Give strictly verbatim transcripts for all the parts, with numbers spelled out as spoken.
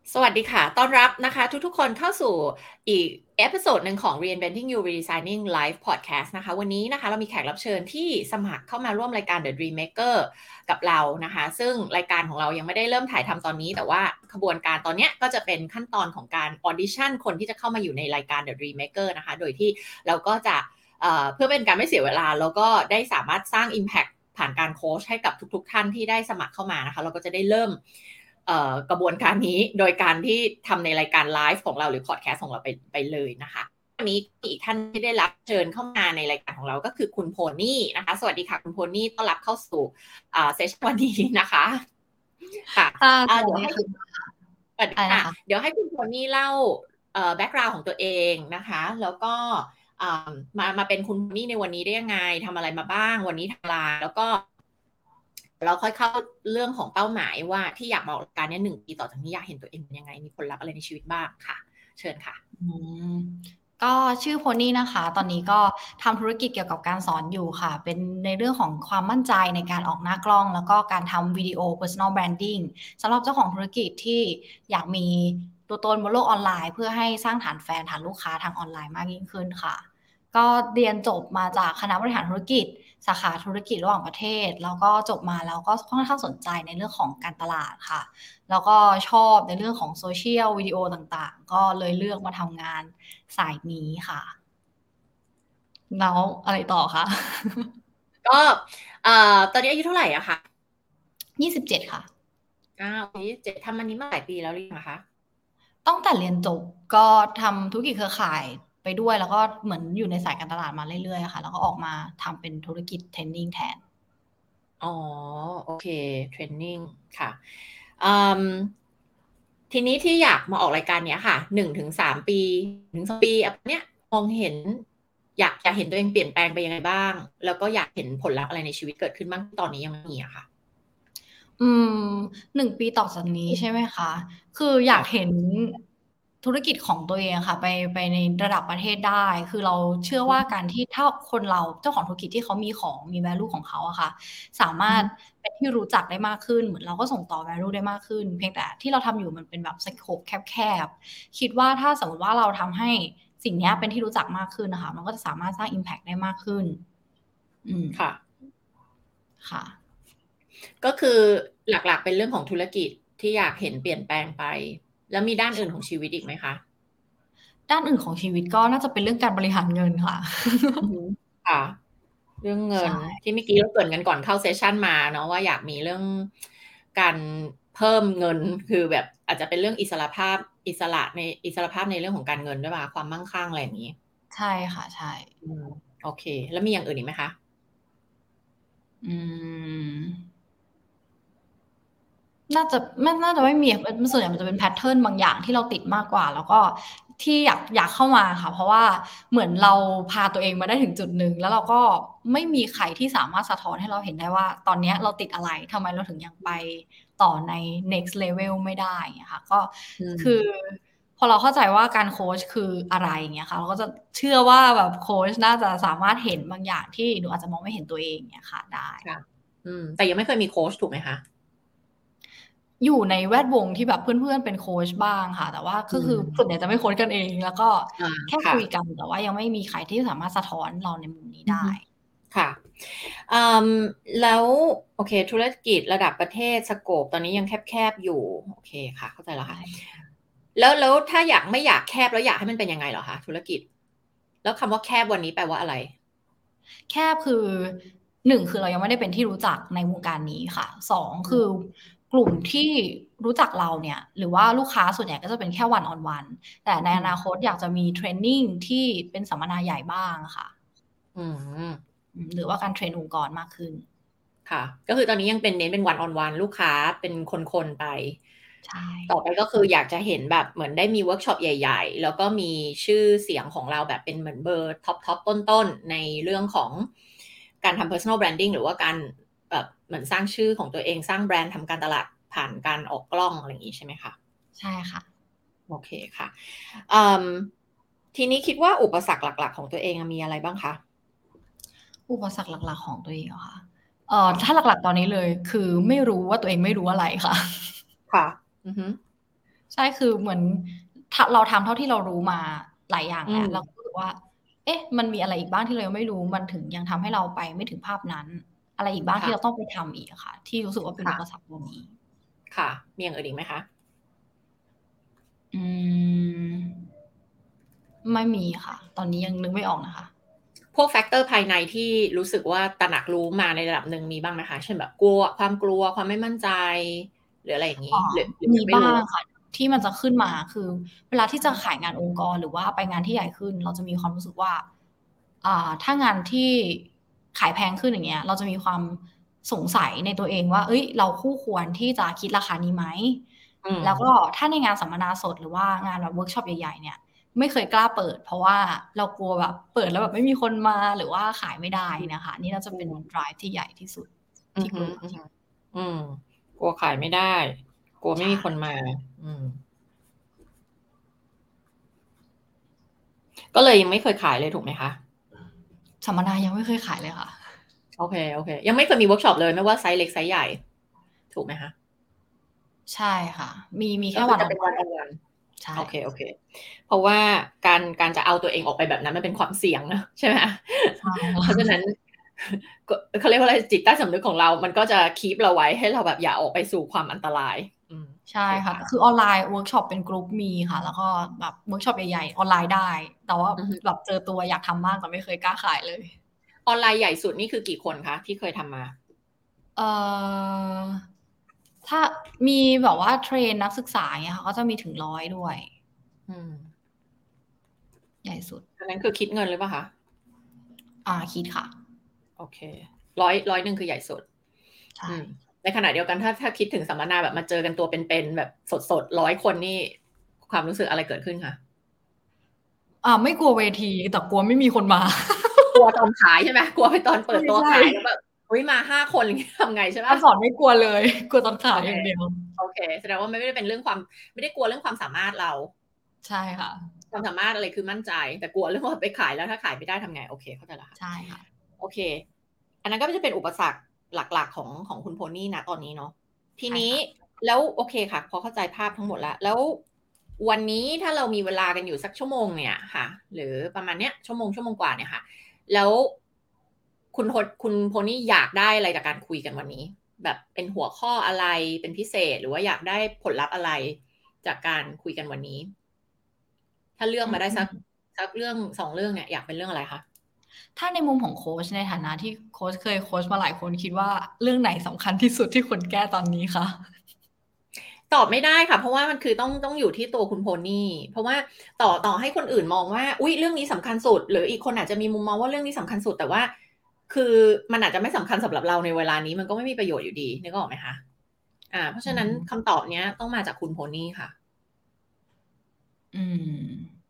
สวัสดีค่ะต้อนรับนะคะทุกๆคนเข้าสู่อีกเอพิโซดหนึ่งของ Reinventing You Redesigning Life Podcast นะคะวันนี้นะคะเรามีแขกรับเชิญที่สมัครเข้ามาร่วมรายการ The Dream Maker กับเรานะคะซึ่งรายการของเรายังไม่ได้เริ่มถ่ายทำตอนนี้แต่ว่าขบวนการตอนนี้ก็จะเป็นขั้นตอนของการ audition คนที่จะเข้ามาอยู่ในรายการ The Dream Maker นะคะโดยที่เราก็จะเอ่อเพื่อเป็นการไม่เสียเวลาแล้วก็ได้สามารถสร้าง impact ผ่านการโค้ชให้กับทุกๆท่านที่ได้สมัครเข้ามานะคะเราก็จะได้เริ่มกระบวนการนี้โดยการที่ทำในรายการไลฟ์ของเราหรือพอดแคสต์ของเราไปไปเลยนะคะวันนี้อีกท่านที่ได้รับเชิญเข้ามาในรายการของเราก็คือคุณโพนี่นะคะสวัสดีค่ะคุณโพนี่ต้อนรับเข้าสู่เซสชันวันนี้นะคะค่ะเดี๋ยวให้คุณค่ะเดี๋ยวให้คุณโพนี่เล่าแบ็กกราวด์ของตัวเองนะคะแล้วก็มามาเป็นคุณโพนี่ในวันนี้ได้ยังไงทำอะไรมาบ้างวันนี้ทำอะไรแล้วก็เราค่อยเข้าเรื่องของเป้าหมายว่าที่อยากมาออกการนี้หนึ่งปีต่อจากนี้อยากเห็นตัวเองเป็นยังไงมีผลลัพธ์อะไรในชีวิตบ้างค่ะเชิญค่ะก็ชื่อโพนี่นะคะตอนนี้ก็ทำธุรกิจเกี่ยวกับการสอนอยู่ค่ะเป็นในเรื่องของความมั่นใจในการออกหน้ากล้องแล้วก็การทำวิดีโอ personal branding สำหรับเจ้าของธุรกิจที่อยากมีตัวตนบนโลกออนไลน์เพื่อให้สร้างฐานแฟนฐานลูกค้าทางออนไลน์มากยิ่งขึ้นค่ะก็เรียนจบมาจากคณะบริหารธุรกิจสาขาธุรกิจระหว่างประเทศแล้วก็จบมาแล้วก็ค่อนข้างสนใจในเรื่องของการตลาดค่ะแล้วก็ชอบในเรื่องของโซเชียลวิดีโอต่างๆก็เลยเลือกมาทำงานสายนี้ค่ะแล้วอะไรต่อคะก็เอ่อตอนนี้อายุเท่าไหร่อะคะยี่สิบเจ็ดค่ะอ้าวยี่สิบเจ็ดทำมันนี้มาหลายปีแล้วหรือยังคะตั้งแต่เรียนจบก็ทำธุรกิจเครือข่ายไปด้วยแล้วก็เหมือนอยู่ในสายการตลาดมาเรื่อยๆค่ะแล้วก็ออกมาทำเป็นธุรกิจเทรนนิ่งแทนอ๋อโอเคเทรนนิ่งค่ะทีนี้ที่อยากมาออกรายการเนี้ยค่ะหนึ่งถึงสามปีถึงสองปีอันเนี้ยมองเห็นอยากอยากเห็นตัวเองเปลี่ยนแปลงไปยังไงบ้างแล้วก็อยากเห็นผลลัพธ์อะไรในชีวิตเกิดขึ้นบ้างตอนนี้ยังไม่มีอะค่ะอืมหนึ่งปีต่อจากนี้ใช่ไหมคะคืออยากเห็นธุรกิจของตัวเองค่ะไปไปในระดับประเทศได้คือเราเชื่อว่าการที่ถ้าคนเราเจ้าของธุรกิจที่เขามีของมี value ของเขาอะค่ะสามารถเป็นที่รู้จักได้มากขึ้นเหมือนเราก็ส่งต่อ value ได้มากขึ้นเพียงแต่ที่เราทำอยู่มันเป็นแบบสโคปแคบๆคิดว่าถ้าสมมติว่าเราทำให้สิ่งนี้เป็นที่รู้จักมากขึ้นนะคะมันก็จะสามารถสร้าง impact ได้มากขึ้นอืมค่ะค่ะก็คือหลักๆเป็นเรื่องของธุรกิจที่อยากเห็นเปลี่ยนแปลงไปแล้วมีด้านอื่นของชีวิตอีกไหมคะด้านอื่นของชีวิตก็น่าจะเป็นเรื่องการบริหารเงินค่ะค่ะ เรื่องเงินใช่ที่เมื่อกี้เราเกริ่นกันก่อนเข้าเซสชันมาเนาะว่าอยากมีเรื่องการเพิ่มเงินคือแบบอาจจะเป็นเรื่องอิสรภาพอิสระในอิสรภาพในเรื่องของการเงินด้วยป่ะความมั่งคั่งอะไรอย่างนี้ใช่ค่ะใช่อืมโอเคแล้วมีอย่างอื่นอีกไหมคะอืมน่าจะไม่น่าจะไม่มีส่วนใหญ่มันจะเป็นแพทเทิร์นบางอย่างที่เราติดมากกว่าแล้วก็ที่อยากอยากเข้ามาค่ะเพราะว่าเหมือนเราพาตัวเองมาได้ถึงจุดหนึ่งแล้วเราก็ไม่มีใครที่สามารถสะท้อนให้เราเห็นได้ว่าตอนนี้เราติดอะไรทำไมเราถึงยังไปต่อใน next level ไม่ได้อย่างเงี้ยค่ะก็คือพอเราเข้าใจว่าการโค้ชคืออะไรอย่างเงี้ยค่ะเราก็จะเชื่อว่าแบบโค้ชน่าจะสามารถเห็นบางอย่างที่หนูอาจจะมองไม่เห็นตัวเองเนี่ยค่ะได้ค่ะอืมแต่ยังไม่เคยมีโค้ชถูกไหมคะอยู่ในแวดวงที่แบบเพื่อนๆเป็นโค้ชบ้างค่ะแต่ว่าก็คือส่วนใหญ่จะไม่โค้ชกันเองแล้วก็แค่คุยกันแต่ว่ายังไม่มีใครที่สามารถสะท้อนเราในมุมนี้ได้ค่ะแล้วโอเคธุรกิจระดับประเทศสโกปตอนนี้ยังแคบๆอยู่โอเคค่ะเข้าใจแล้วค่ะแล้วแล้วถ้าอยากไม่อยากแคบแล้วอยากให้มันเป็นยังไงเหรอคะธุรกิจแล้วคำว่าแคบวันนี้แปลว่าอะไรแค่คือหนึ่งคือเรายังไม่ได้เป็นที่รู้จักในวงการนี้ค่ะสองคือกลุ่มที่รู้จักเราเนี่ยหรือว่าลูกค้าส่วนใหญ่ก็จะเป็นแค่วันออนวันแต่ในอนาคตอยากจะมีเทรนนิ่งที่เป็นสัมมนาใหญ่บ้างค่ะหรือว่าการเทรนองค์กรมากขึ้นค่ะก็คือตอนนี้ยังเป็นเน้นเป็นวันออนวันลูกค้าเป็นคนๆไปใช่ต่อไปก็คืออยากจะเห็นแบบเหมือนได้มีเวิร์กช็อปใหญ่ๆแล้วก็มีชื่อเสียงของเราแบบเป็นเหมือนเบอร์ท็อปท็อปต้นๆในเรื่องของการทำ personal branding หรือว่าการแบบเหมือนสร้างชื่อของตัวเองสร้างแบรนด์ทำการตลาดผ่านการออกกล้องอะไรอย่างนี้ใช่ไหมคะใช่ค่ะโอเคค่ะทีนี้คิดว่าอุปสรรคหลักๆของตัวเองมีอะไรบ้างคะอุปสรรคหลักๆของตัวเองเหรอคะเอ่อถ้าหลักๆตอนนี้เลยคือไม่รู้ว่าตัวเองไม่รู้อะไรค่ะค่ะอือฮึใช่คือเหมือนเราทำเท่าที่เรารู้มาหลายอย่างแล้วเราก็รู้สึกว่าเอ๊ะมันมีอะไรอีกบ้างที่เรายังไม่รู้มันถึงยังทำให้เราไปไม่ถึงภาพนั้นอะไรอีกบ้างที่เราต้องไปทำอีกค่ะที่รู้สึกว่าเป็นอุปสรรคตรงนี้ค่ะมีอย่างอื่นอีกไหมคะอืมไม่มีค่ะ ตอนนี้ยังนึกไม่ออกนะคะพวกแฟกเตอร์ภายในที่รู้สึกว่าตระหนักรู้มาในระดับหนึ่งมีบ้างไหมคะเช่นแบบกลัวความกลัวความไม่มั่นใจหรืออะไรอย่างนี้หรือหรือมีไม่บ้ารู้งค่ะที่มันจะขึ้นมาคือเวลาที่จะขายงานองค์กรหรือว่าไปงานที่ใหญ่ขึ้น เราจะมีความรู้สึกว่าอ่าถ้างานที่ขายแพงขึ้นอย่างเงี้ยเราจะมีความสงสัยในตัวเองว่าเอ้ยเราคู่ควรที่จะคิดราคานี้ไหมแล้วก็ถ้าในงานสัมมนาสดหรือว่างานแบบเวิร์กช็อปใหญ่ๆเนี่ยไม่เคยกล้าเปิดเพราะว่าเรากลัวแบบเปิดแล้วแบบไม่มีคนมาหรือว่าขายไม่ได้นะคะนี่น่าจะเป็น drive ที่ใหญ่ที่สุดที่กลัวอืมกลัวขายไม่ได้กลัวไม่มีคนมาอืมก็เลยยังไม่เคยขายเลยถูกไหมคะสัมมนายังไม่เคยขายเลยค่ะโอเคโอเคยังไม่เคยมีเวิร์กช็อปเลยไม่ว่าไซส์เล็กไซส์ใหญ่ถูกไหมคะใช่ค่ะ มีมีแค่ก็คืวันอจะเป็นวันออนวันใช่โอเคโอเคเพราะว่าการการจะเอาตัวเองออกไปแบบนั้นมันเป็นความเสี่ยงนะใช่ไหมเพราะฉะนั้นเขาเรียกว่าอะไรจิตใต้สำนึกของเรา มันก็จะคีปเราไว้ให้เราแบบอย่าออกไปสู่ความอันตรายใช่ค่ะคือออนไลน์เวิร์กช็อปเป็นกลุ่มมีค่ะ แล้วก็แบบเวิร์กช็อปใหญ่ๆออนไลน์ได้ แต่ว่าแบบเจอตัวอยากทำมากแต่ไม่เคยกล้าขายเลยออนไลน์ใหญ่สุดนี่คือกี่คนคะที่เคยทำมาเอ่อถ้ามีแบบว่าเทรนนักศึกษาเนี่ยค่ะก็จะมีถึงร้อยด้วยใหญ่สุดอันนั้นคือคิดเงินหรือเปล่าคะอ่าคิดค่ะโอเคร้อยร้อยหนึ่งคือใหญ่สุดใช่ในขณะเดียวกันถ้าถ้าคิดถึงสัมมนาแบบมาเจอกันตัวเป็นๆแบบสดๆร้อยคนนี่ความรู้สึกอะไรเกิดขึ้นคะอ่าไม่กลัวเวทีแต่กลัวไม่มีคนมากลัวตอนขายใช่ไหมกลัวไปตอนเปิดตัวขายแล้วแบบเฮ้ยมาห้าคนอย่างเงี้ยทำไงใช่ไหมตอนสอนไม่กลัวเลยกลัวตอนขายอย่างเดียวโอเคแสดงว่าไม่ได้เป็นเรื่องความไม่ได้กลัวเรื่องความสามารถเราใช่ค่ะความสามารถอะไรคือมั่นใจแต่กลัวเรื่องว่าไปขายแล้วถ้าขายไม่ได้ทำไงโอเคเข้าใจแล้วค่ะใช่ค่ะโอเคอันนั้นก็จะเป็นอุปสรรคหลักๆของของคุณโพนี่นะตอนนี้เนาะทีนี้แล้วโอเคค่ะพอเข้าใจภาพทั้งหมดแล้วแล้ววันนี้ถ้าเรามีเวลากันอยู่สักชั่วโมงเนี่ยค่ะหรือประมาณเนี้ยชั่วโมงชั่วโมงกว่าเนี่ยค่ะแล้วคุณคุณโพนี่อยากได้อะไรจากการคุยกันวันนี้แบบเป็นหัวข้ออะไรเป็นพิเศษหรือว่าอยากได้ผลลัพธ์อะไรจากการคุยกันวันนี้ถ้าเลือกมาได้สักสักเรื่องสองเรื่องเนี่ยอยากเป็นเรื่องอะไรคะถ้าในมุมของโค้ชในฐานะที่โค้ชเคยโค้ชมาหลายคนคิดว่าเรื่องไหนสำคัญที่สุดที่ควรแก้ตอนนี้คะตอบไม่ได้ค่ะเพราะว่ามันคือต้องต้องอยู่ที่ตัวคุณโพนี่เพราะว่าต่อต่อให้คนอื่นมองว่าอุ๊ยเรื่องนี้สำคัญสุดหรืออีกคนอาจจะมีมุมมองว่าเรื่องนี้สำคัญสุดแต่ว่าคือมันอาจจะไม่สำคัญสำหรับเราในเวลานี้มันก็ไม่มีประโยชน์อยู่ดีนึกออกไหมคะอ่าเพราะฉะนั้นคำตอบเนี้ยต้องมาจากคุณโพนี่ค่ะอืม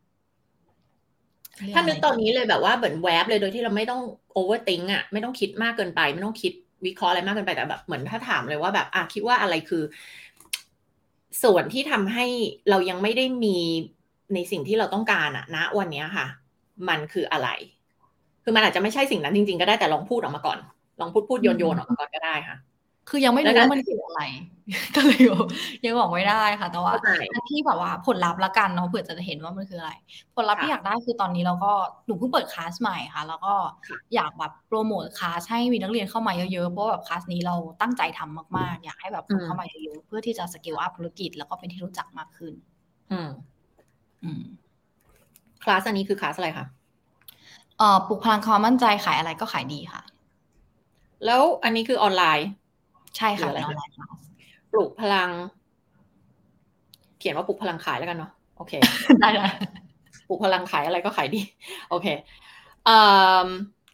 ถ้านึกตอนนี้เลยแบบว่าเหมือนแวบเลยโดยที่เราไม่ต้องโอเวอร์ทิงอ่ะไม่ต้องคิดมากเกินไปไม่ต้องคิดวิเคราะห์อะไรมากเกินไปแต่แบบเหมือนถ้าถามเลยว่าแบบอ่ะคิดว่าอะไรคือส่วนที่ทำให้เรายังไม่ได้มีในสิ่งที่เราต้องการอะณวันนี้ค่ะมันคืออะไรคือมันอาจจะไม่ใช่สิ่งนั้นจริงๆก็ได้แต่ลองพูดออกมาก่อนลองพูดพูดโยนโยนออกมาก่อนก็ได้ค่ะคือยังไม่รู้ว่ามันคืออะไรก็เลยยังบอกไม่ได้ค่ะแต่ว่าอันที่แบบว่าผลลัพธ์ละกันเนาะเผื่อจะเห็นว่ามันคืออะไรผลลัพธ์ที่อยากได้คือตอนนี้เราก็หนูเพิ่งเปิดคลาสใหม่ค่ะแล้วก็อยากแบบโปรโมทคลาสให้มีนักเรียนเข้ามาเยอะๆเพราะแบบคลาสนี้เราตั้งใจทำมากๆอยากให้แบบคนเข้ามาเยอะๆเพื่อที่จะสเกลอัพธุรกิจแล้วก็เป็นที่รู้จักมากขึ้นอืมอืมคลาสอันนี้คือคลาสอะไรคะเอ่อปลุกพลังความมั่นใจขายอะไรก็ขายดีค่ะแล้วอันนี้คือออนไลน์ใช่ค่ะเป็นออนไลน์คลาสปลุกพลังเขียนว่าปลุกพลังขายแล้วกันเนาะโอเคได้ได้ปลุกพลังขายอะไรก็ขายดีโอเคอ่า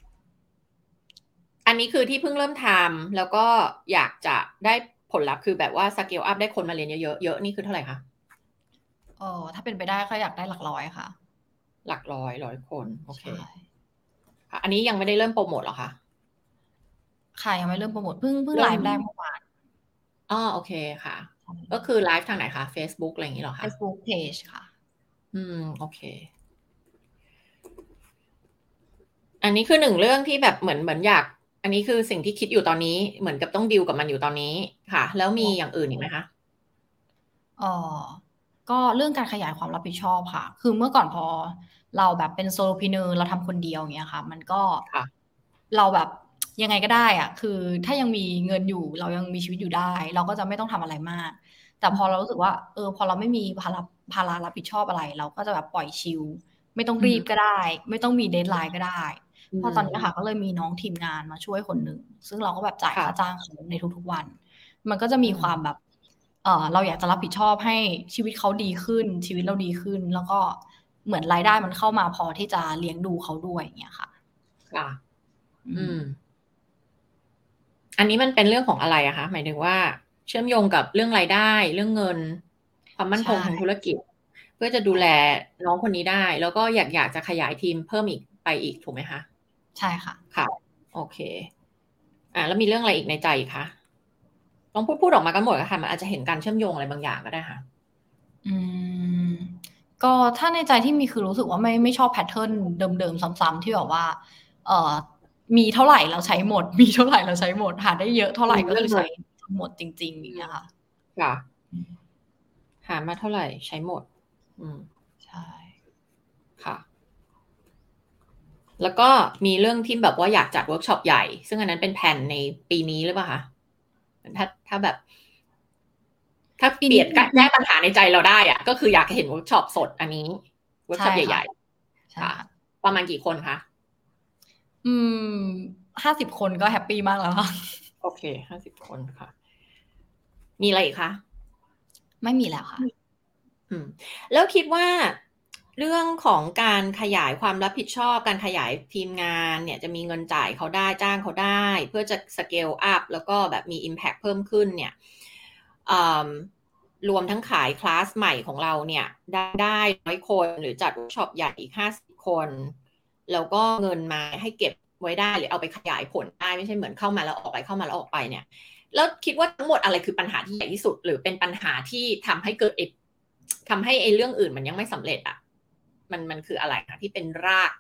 อันนี้คือที่เพิ่งเริ่มทำแล้วก็อยากจะได้ผลลัพธ์คือแบบว่าสเกลอัพได้คนมาเรียนเยอะๆเยอะนี่คือเท่าไหร่คะอ๋อถ้าเป็นไปได้ก็อยากได้หลักร้อยค่ะหลักร้อยร้อยคนโอเคค่ะอันนี้ยังไม่ได้เริ่มโปรโมทหรอคะค่ะยังไม่เริ่มโปรโมทเพิ่งเพิ่งไลฟ์แรกเมื่อวานอ๋อโอเคค่ะก็คือไลฟ์ทางไหนคะ Facebook อะไรอย่างนี้หรอคะ Facebook Page ค่ะอืมโอเคอันนี้คือหนึ่งเรื่องที่แบบเหมือนเหมือนอยากอันนี้คือสิ่งที่คิดอยู่ตอนนี้เหมือนกับต้องดีลกับมันอยู่ตอนนี้ค่ะแล้วมีอย่างอื่นอีกไหมคะอ๋อก็เรื่องการขยายความรับผิดชอบค่ะคือเมื่อก่อนพอเราแบบเป็นโซโลพีเนอร์เราทำคนเดียวอย่างเงี้ยค่ะมันก็เราแบบยังไงก็ได้อะคือถ้ายังมีเงินอยู่เรายังมีชีวิตอยู่ได้เราก็จะไม่ต้องทำอะไรมากแต่พอเรารู้สึกว่าเออพอเราไม่มีภาระภาระรับผิดชอบอะไรเราก็จะแบบปล่อยชิลไม่ต้องรีบก็ได้ไม่ต้องมีเดดไลน์ก็ได้พอตอนนี้ค่ะก็เลยมีน้องทีมงานมาช่วยคนหนึ่งซึ่งเราก็แบบจ่ายค่าจ้างเขาในทุกๆวันมันก็จะมีความแบบเออเราอยากจะรับผิดชอบให้ชีวิตเขาดีขึ้นชีวิตเราดีขึ้นแล้วก็เหมือนรายได้มันเข้ามาพอที่จะเลี้ยงดูเขาด้วยอย่างเงี้ยค่ะค่ะอืมอันนี้มันเป็นเรื่องของอะไรอะคะหมายถึงว่าเชื่อมโยงกับเรื่องรายได้เรื่องเงินความมั่นคงทางธุรกิจเพื่อจะดูแลน้องคนนี้ได้แล้วก็อยากอยากจะขยายทีมเพิ่มอีกไปอีกถูกไหมคะใช่ค่ะค่ะโอเคอ่าแล้วมีเรื่องอะไรอีกในใจอีกคะลองพูดพูดออกมากันหมดค่ะมันอาจจะเห็นการเชื่อมโยงอะไรบางอย่างก็ได้ค่ะอืมก็ถ้าในใจที่มีคือรู้สึกว่าไม่ไม่ชอบแพทเทิร์นเดิมๆซ้ำๆที่แบบว่าเอ่อมีเท่าไหร่เราใช้หมดมีเท่าไหร่เราใช้หมดหาได้เยอะเท่าไหร่ก็คือใช้หมดจริงๆอย่างเงี้ยค่ะค่ะหามาเท่าไหร่ใช้หมดอืมใช่ค่ะแล้วก็มีเรื่องที่แบบว่าอยากจัดเวิร์กช็อปใหญ่ซึ่งอันนั้นเป็นแผนในปีนี้หรือเปล่าคะถ้าถ้าแบบถ้าเปลี่ยนแก้ปัญหาในใจเราได้อะก็คืออยากเห็นเวิร์กช็อปสดอันนี้เวิร์กช็อปใหญ่ๆค่ะประมาณกี่คนคะอืมห้าสิบคนก็แฮปปี้มากแล้วค่ะโอเคห้าสิบคนค่ะมีอะไรอีกคะไม่มีแล้วค่ะอืมแล้วคิดว่าเรื่องของการขยายความรับผิดชอบการขยายทีมงานเนี่ยจะมีเงินจ่ายเขาได้จ้างเขาได้เพื่อจะสเกลอัพแล้วก็แบบมี impact เพิ่มขึ้นเนี่ยรวมทั้งขายคลาสใหม่ของเราเนี่ยได้ได้ร้อยคนหรือจัดเวิร์กช็อปใหญ่อีกห้าสิบคนแล้วก็เงินมาให้เก็บไว้ได้หรือเอาไปขยายผลได้ไม่ใช่เหมือนเข้ามาแล้วออกไปเข้ามาแล้วออกไปเนี่ยแล้วคิดว่าทั้งหมดอะไรคือปัญหาที่ใหญ่ที่สุดหรือเป็นปัญหาที่ทำให้เกิดทำให้ไอ้เรื่องอื่นมันยังไม่สำเร็จอ่ะมันมันคืออะไรคะที่เป็นราก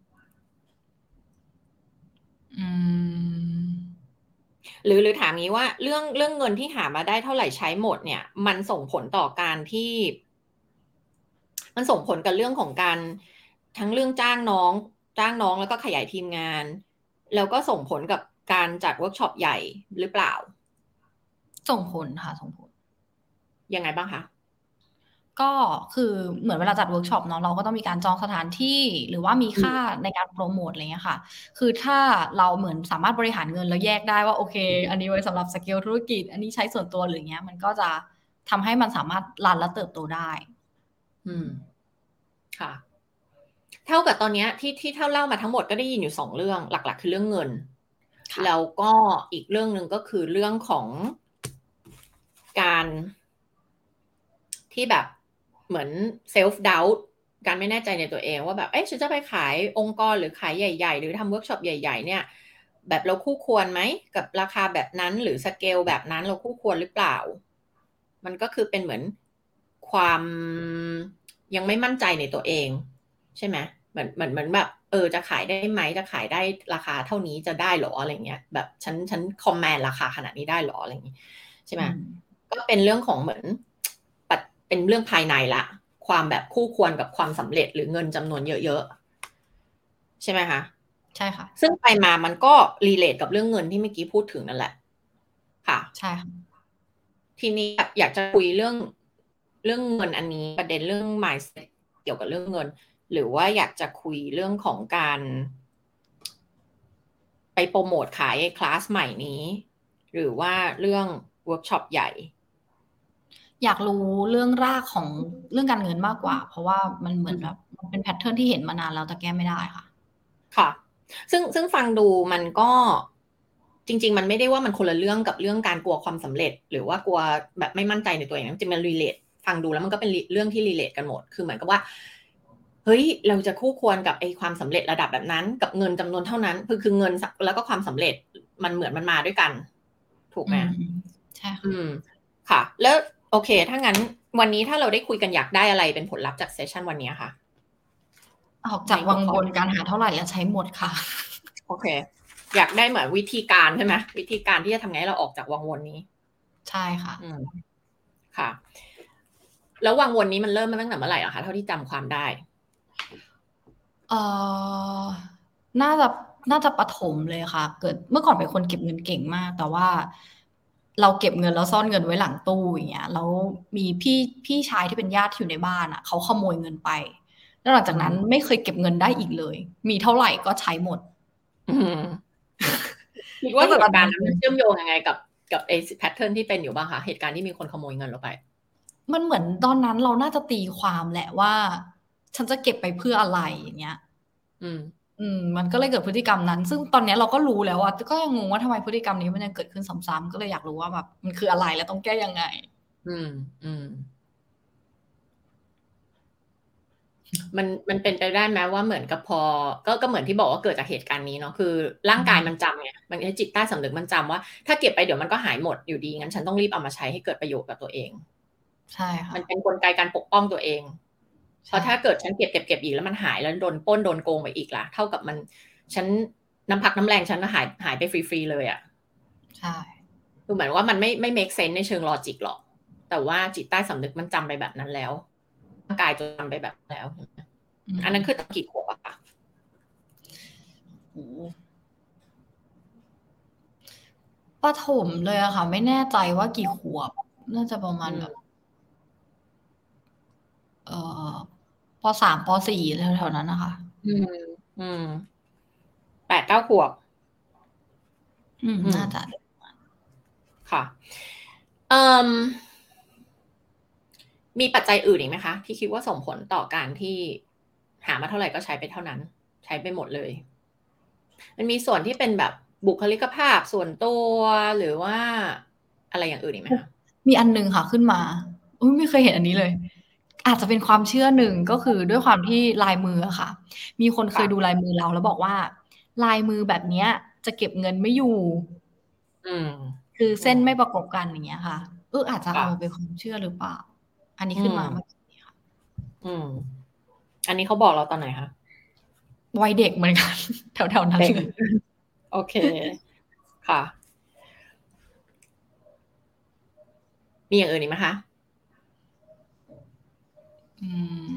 อืมหรือหรือถามงี้ว่าเรื่องเรื่องเงินที่หามาได้เท่าไหร่ใช้หมดเนี่ยมันส่งผลต่อการที่มันส่งผลกับเรื่องของการทั้งเรื่องจ้างน้องจ้างน้องแล้วก็ขยายทีมงานแล้วก็ส่งผลกับการจัดเวิร์กช็อปใหญ่หรือเปล่าส่งผลค่ะส่งผลยังไงบ้างคะก็คือเหมือนเวลาจัดเวิร์กช็อปเนาะเราก็ต้องมีการจองสถานที่หรือว่ามีค่าในการโปรโมทอะไรเงี้ยค่ะคือถ้าเราเหมือนสามารถบริหารเงินแล้วแยกได้ว่าโอเคอันนี้ไว้สำหรับสเกลธุรกิจอันนี้ใช้ส่วนตัวหรือเงี้ยมันก็จะทำให้มันสามารถรันและเติบโตได้อืมค่ะเท่ากับตอนนี้ที่ที่เท่าเล่ามาทั้งหมดก็ได้ยินอยู่สองเรื่องหลักๆคือเรื่องเงินแล้วก็อีกเรื่องหนึ่งก็คือเรื่องของการที่แบบเหมือนเซลฟ์ดาวต์การไม่แน่ใจในตัวเองว่าแบบเอ๊ะฉันจะไปขายองค์กรหรือขายใหญ่ๆหรือทำเวิร์กช็อปใหญ่ๆเนี่ยแบบเราคู่ควรไหมกับราคาแบบนั้นหรือสเกลแบบนั้นเราคู่ควรหรือเปล่ามันก็คือเป็นเหมือนความยังไม่มั่นใจในตัวเองใช่ไหมเหมือนเหมือนเหมือนแบบเออจะขายได้ไหมจะขายได้ราคาเท่านี้จะได้หรออะไรเงี้ยแบบฉันฉันคอมแมนราคาขนาดนี้ได้หรออะไรอย่างงี้ใช่ไหมก็เป็นเรื่องของเหมือนเป็นเรื่องภายในละความแบบคู่ควรกับความสำเร็จหรือเงินจำนวนเยอะๆใช่ไหมคะใช่ค่ะซึ่งไปมามันก็รีเลทกับเรื่องเงินที่เมื่อกี้พูดถึงนั่นแหละค่ะใช่ค่ะทีนี้อยากจะคุยเรื่องเรื่องเงินอันนี้ประเด็นเรื่อง mindset เกี่ยวกับเรื่องเงินหรือว่าอยากจะคุยเรื่องของการไปโปรโมทขายคลาสใหม่นี้หรือว่าเรื่องเวิร์กช็อปใหญ่อยากรู้เรื่องรากของเรื่องการเงินมากกว่าเพราะว่ามันเหมือนแบบมันเป็นแพทเทิร์นที่เห็นมานานแล้วแต่แก้ไม่ได้ค่ะค่ะซึ่งซึ่งฟังดูมันก็จริงๆมันไม่ได้ว่ามันคนละเรื่องกับเรื่องการกลัวความสำเร็จหรือว่ากลัวแบบไม่มั่นใจในตัวเองจริงๆมันรีเลทฟังดูแล้วมันก็เป็นเรื่องที่รีเลทกันหมดคือเหมือนกับว่าเฮ้ยเราจะคู่ควรกับไอ้ความสำเร็จระดับแบบนั้นกับเงินจำนวนเท่านั้นคือคือเงินแล้วก็ความสำเร็จมันเหมือนมันมาด้วยกันถูกไหมใช่ค่ะอืมค่ะแล้วโอเคถ้างั้นวันนี้ถ้าเราได้คุยกันอยากได้อะไรเป็นผลลัพธ์จากเซสชันวันนี้ค่ะออกจากวังวนการหาเท่าไหร่แล้วใช้หมดค่ะโอเคอยากได้เหมือนวิธีการใช่ไหมวิธีการที่จะทำไงให้เราออกจากวังวนนี้ใช่ค่ะอืมค่ะแล้ววังวนนี้มันเริ่มมาตั้งแต่เมื่อไหร่อะคะเท่าที่จำความได้เอ่อน่าจะน่าจะประถมเลยค่ะ เกิดเมื่อก่อนเป็นคนเก็บเงินเก่งมาก แต่ว่าเราเก็บเงินแล้วซ่อนเงินไว้หลังตู้อย่างเงี้ยแล้วมีพี่พี่ชายที่เป็นญาติที่อยู่ในบ้านอ่ะเขาขโมยเงินไป แล้วหลังจากนั้นไม่เคยเก็บเงินได้อีกเลย มีเท่าไหร่ก็ใช้หมดอืมคิดว่าเหตุการณ์นั้นมันเชื่อมโยงยังไงกับกับไอ้แพทเทิร์นที่เป็นอยู่บ้างคะเหตุการณ์ที่มีคนขโมยเงินเราไปมันเหมือนตอนนั้นเราน่าจะตีความแหละว่า ฉันจะเก็บไปเพื่ออะไรอย่างเงี้ยอืมอืมมันก็เลยเกิดพฤติกรรมนั้น ซึ่งตอนนี้เราก็รู้แล้วอะแต่ก็ยังงงว่าทำไมพฤติกรรมนี้มันยังเกิดขึ้นซ้ำๆก็เลยอยากรู้ว่าแบบมันคืออะไรและต้องแก้ยังไงอืมอืมมันมันเป็นไปได้ไหมว่าเหมือนกับพอก็ก็เหมือนที่บอกว่าเกิดจากเหตุการณ์นี้เนาะคือร่างกายมันจำไงมันจิตใต้สำนึกมันจำว่าถ้าเก็บไปเดี๋ยวมันก็หายหมดอยู่ดีงั้นฉันต้องรีบเอามาใช้ให้เกิดประโยชน์กับตัวเองใช่ค่ะมันเป็นกลไกการปกป้องตัวเองเพราะใช่ถ้าเกิดฉันเก็บเก็บเก็บอีกแล้วมันหายแล้วโดนปล้นโดนโกงไปอีกล่ะเท่ากับมันฉันน้ำพักน้ำแรงฉันก็หายหายไปฟรีๆเลยอะใช่คือเหมือนว่ามันไม่ไม่ make sense ในเชิงลอจิกหรอกแต่ว่าจิตใต้สำนึกมันจำไปแบบนั้นแล้วร่างกายจำไปแบบแล้วอันนั้นคือตอนกี่ขวบอะคะโอ้ประถมเลยอะค่ะ ไม่แน่ใจว่ากี่ขวบน่าจะประมาณแบบเอ่อปสามปสี่แถวๆนั้นนะคะอืมอืมแปดเก้าขวบอืมอืมน่าจะค่ะเอ่มมีปัจจัยอื่นอีกไหมคะที่คิดว่าส่งผลต่อการที่หามาเท่าไหร่ก็ใช้ไปเท่านั้นใช้ไปหมดเลยมันมีส่วนที่เป็นแบบบุคลิกภาพส่วนตัวหรือว่าอะไรอย่างอื่นอีกไหมคะมีอันหนึงค่ะขึ้นมาอุ้ยไม่เคยเห็นอันนี้เลย อาจจะเป็นความเชื่อหนึ่งก็คือด้วยความที่ลายมืออะค่ะ มีคนเคยดูค่ะลายมือเราแล้วบอกว่าลายมือแบบเนี้ยจะเก็บเงินไม่อยู่อืมคืออืมเส้นไม่ประกบกันอย่างเงี้ยค่ะเอออาจจะเอาค่ะมาเป็นความเชื่อหรือเปล่าอันนี้อืขึ้นมาเมื่อมกี้ค่ะอืม อันนี้เขาบอกเราตอนไหนคะวัยเด็กเหมือนกัน แถวๆนั้นเด็กเลยโอเคค่ะมีอย่างอื่นอีกไหมคะอืม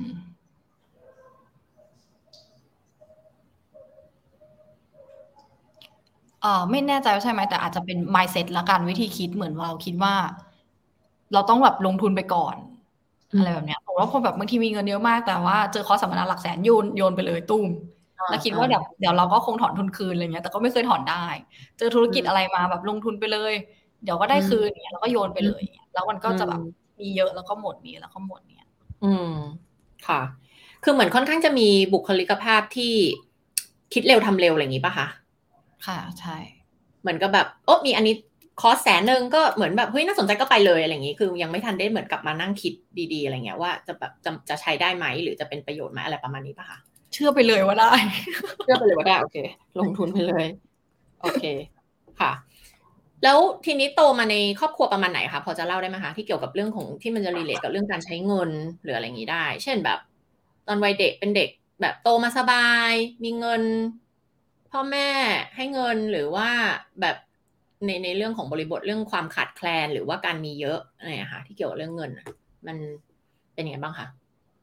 เอ่อไม่แน่ใจว่าใช่ไหมแต่อาจจะเป็น mindset ละกันวิธีคิดเหมือนเราคิดว่าเราต้องแบบลงทุนไปก่อนอืมอะไรแบบเนี้ยผมว่าคนแบบบางทีมีเงินเยอะมากแต่ว่าเจอคอร์สสัมมนาหลักแสนโยนโยนไปเลยตุ้มอ่าแล้วคิดอ่าว่าเดี๋ยวเดี๋ยวเราก็คงถอนทุนคืนอะไรเงี้ยแต่ก็ไม่เคยถอนได้เจอธุรอืมกิจอะไรมาแบบลงทุนไปเลยเดี๋ยวก็อืได้มคืนอย่างเงี้ยแล้วก็โยนไปอืมเลยอย่างเงี้ยแล้วมันก็อืจะแบบมมีเยอะแล้วก็หมดมีเยอะแล้วก็หมดเนี่ยอืมค่ะคือเหมือนค่อนข้างจะมีบุคลิกภาพที่คิดเร็วทำเร็วอะไรอย่างนี้ป่ะคะค่ะใช่เหมือนกับแบบโอ้มีอันนี้คอร์สแสนหนึ่งก็เหมือนแบบเฮ้ยน่าสนใจก็ไปเลยอะไรอย่างนี้คือยังไม่ทันได้เหมือนกับมานั่งคิดดีๆอะไรเงี้ยว่าจะแบบจะจะใช้ได้ไหมหรือจะเป็นประโยชน์ไหมอะไรประมาณนี้ป่ะคะเชื่อไปเลยว่าได้เชื่อไปเลยว่าได้โอเคลงทุนไปเลยโอเคค่ะแล้วทีนี้โตมาในครอบครัวประมาณไหนคะพอจะเล่าได้ไหมคะที่เกี่ยวกับเรื่องของที่มันจะรีเลทกับเรื่องการใช้เงินหรืออะไรอย่างนี้ได้เช่นแบบตอนวัยเด็กเป็นเด็กแบบโตมาสบายมีเงินพ่อแม่ให้เงินหรือว่าแบบในในเรื่องของบริบทเรื่องความขาดแคลนหรือว่าการมีเยอะอะไรอะค่ะที่เกี่ยวกับเรื่องเงินมันเป็นยังไงบ้างคะ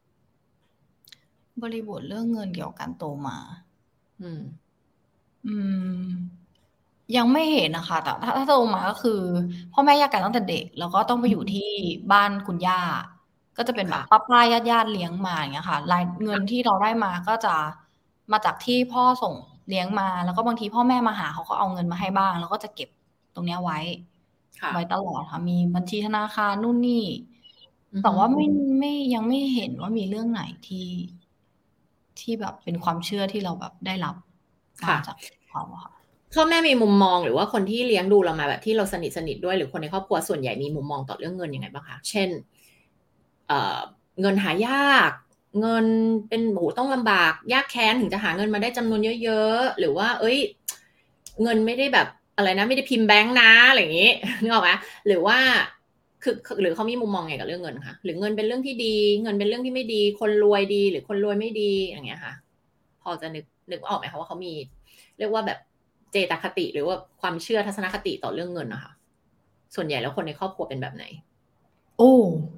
บริบทเรื่องเงินเกี่ยวกับการโตมาอืมอืมยังไม่เห็นนะคะแต่ถ้าถ้าโตมาก็คือพ่อแม่แยกกันตั้งแต่เด็กแล้วก็ต้องไปอยู่ที่บ้านคุณย่าก็จะเป็นแบบค่ะป้าๆญาติๆเลี้ยงมาอย่างเงี้ยค่ะรายเงินที่เราได้มาก็จะมาจากที่พ่อส่งเลี้ยงมาแล้วก็บางทีพ่อแม่มาหาเขาก็เอาเงินมาให้บ้างแล้วก็จะเก็บตรงเนี้ยไว้ค่ะไว้ตลอดค่ะมีบัญชีธนาคารนู่นนี่อือฮึแต่ว่าไม่ไม่ยังไม่เห็นว่ามีเรื่องไหนที่ที่แบบเป็นความเชื่อที่เราแบบได้รับมาค่ะจากเขาอะค่ะพ่อแม่มีมุมมองหรือว่าคนที่เลี้ยงดูเรามาแบบที่เราสนิทสนิทด้วยหรือคนในครอบครัวส่วนใหญ่มีมุมมองต่อเรื่องเงินยังไงบ้างคะเช่นเอ่อเงินหายากเงินเป็นโหต้องลำบากยากแค้นถึงจะหาเงินมาได้จำนวนเยอะๆหรือว่าเอ้ยเงินไม่ได้แบบอะไรนะไม่ได้พิมพ์แบงค์นะอะไรอย่างนี้นึกออกไหมหรือว่าคือหรือเขามีมุมมองไงกับเรื่องเงินคะหรือเงินเป็นเรื่องที่ดีเงินเป็นเรื่องที่ไม่ดีคนรวยดีหรือคนรวยไม่ดีอย่างเงี้ยค่ะพอจะนึกนึกออกไหมคะว่าเขามี เรียกว่าแบบเจตคติหรือว่าความเชื่อทัศนคติต่อเรื่องเงินนะคะส่วนใหญ่แล้วคนในครอบครัวเป็นแบบไหนโอ้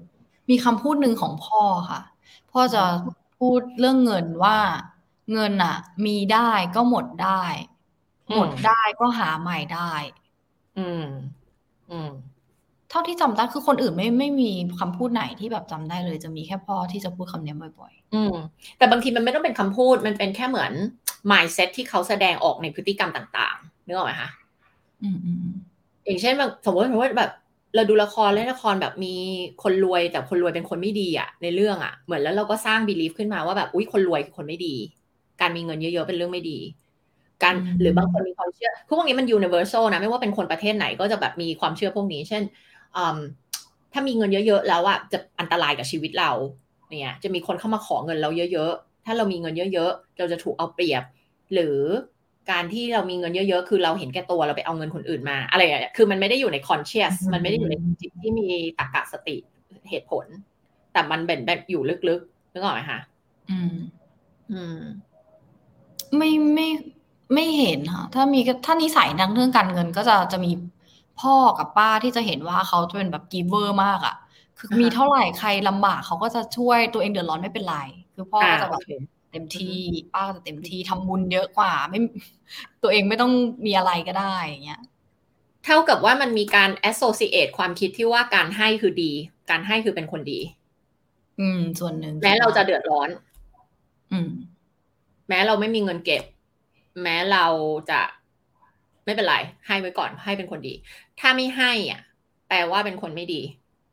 มีคำพูดหนึ่งของพ่อค่ะพ่อจะพูดเรื่องเงินว่าเงินอ่ะ มีได้ก็หมดได้ หมดได้ก็หาใหม่ได้อืมอืมเท่าที่จำได้คือคนอื่นไม่ไม่มีคำพูดไหนที่แบบจำได้เลยจะมีแค่พ่อที่จะพูดคำนี้บ่อยๆอืมแต่บางทีมันไม่ต้องเป็นคำพูดมันเป็นแค่เหมือน mindset ที่เขาแสดงออกในพฤติกรรมต่างๆนึกออกไหมคะอืมอืมอย่างเช่นแบบสมมติว่าแบบเราดูละครเล่นละครแบบมีคนรวยแต่คนรวยเป็นคนไม่ดีอะในเรื่องอะเหมือนแล้วเราก็สร้าง belief ขึ้นมาว่าแบบอุ๊ยคนรวยคือคนไม่ดีการมีเงินเยอะๆเป็นเรื่องไม่ดีการหรือบางคนมีความเชื่อพวกนี้มัน universal นะไม่ว่าเป็นคนประเทศไหนก็จะแบบมีความเชื่อพวกนี้เช่นถ้ามีเงินเยอะๆแล้วอะจะอันตรายกับชีวิตเราเนี่ยจะมีคนเข้ามาขอเงินเราเยอะๆถ้าเรามีเงินเยอะๆเราจะถูกเอาเปรียบหรือการที่เรามีเงินเยอะๆคือเราเห็นแก่ตัวเราไปเอาเงินคนอื่นมาอะไรอย่างเงี้ยคือมันไม่ได้อยู่ใน conscious มันไม่ได้อยู่ในจิตที่มีตรรกะสติเหตุผลแต่มันเป็นแบบอยู่ลึกๆนึกออกไหมคะอืมอืมไม่ไม่ไม่เห็นค่ะถ้ามีถ้านิสัยทางเรื่องการเงินก็จะจะมีพ่อกับป้าที่จะเห็นว่าเขาจะเป็นแบบ giver มากอ่ะคือมีเท่าไหร่ใครลำบากเขาก็จะช่วยตัวเองเดือดร้อนไม่เป็นไรคือพ่ออ่าก็จะแบบโอเคเต็มที่ป้าก็จะเต็มที่ทำบุญเยอะกว่าไม่ตัวเองไม่ต้องมีอะไรก็ได้อย่างเงี้ยเท่ากับว่ามันมีการ associate ความคิดที่ว่าการให้คือดีการให้คือเป็นคนดีอืมส่วนหนึ่งแม้คิดว่าเราจะเดือดร้อนอืมแม้เราไม่มีเงินเก็บแม้เราจะไม่เป็นไรให้ไว้ก่อนให้เป็นคนดีถ้าไม่ให้อ่ะแปลว่าเป็นคนไม่ดี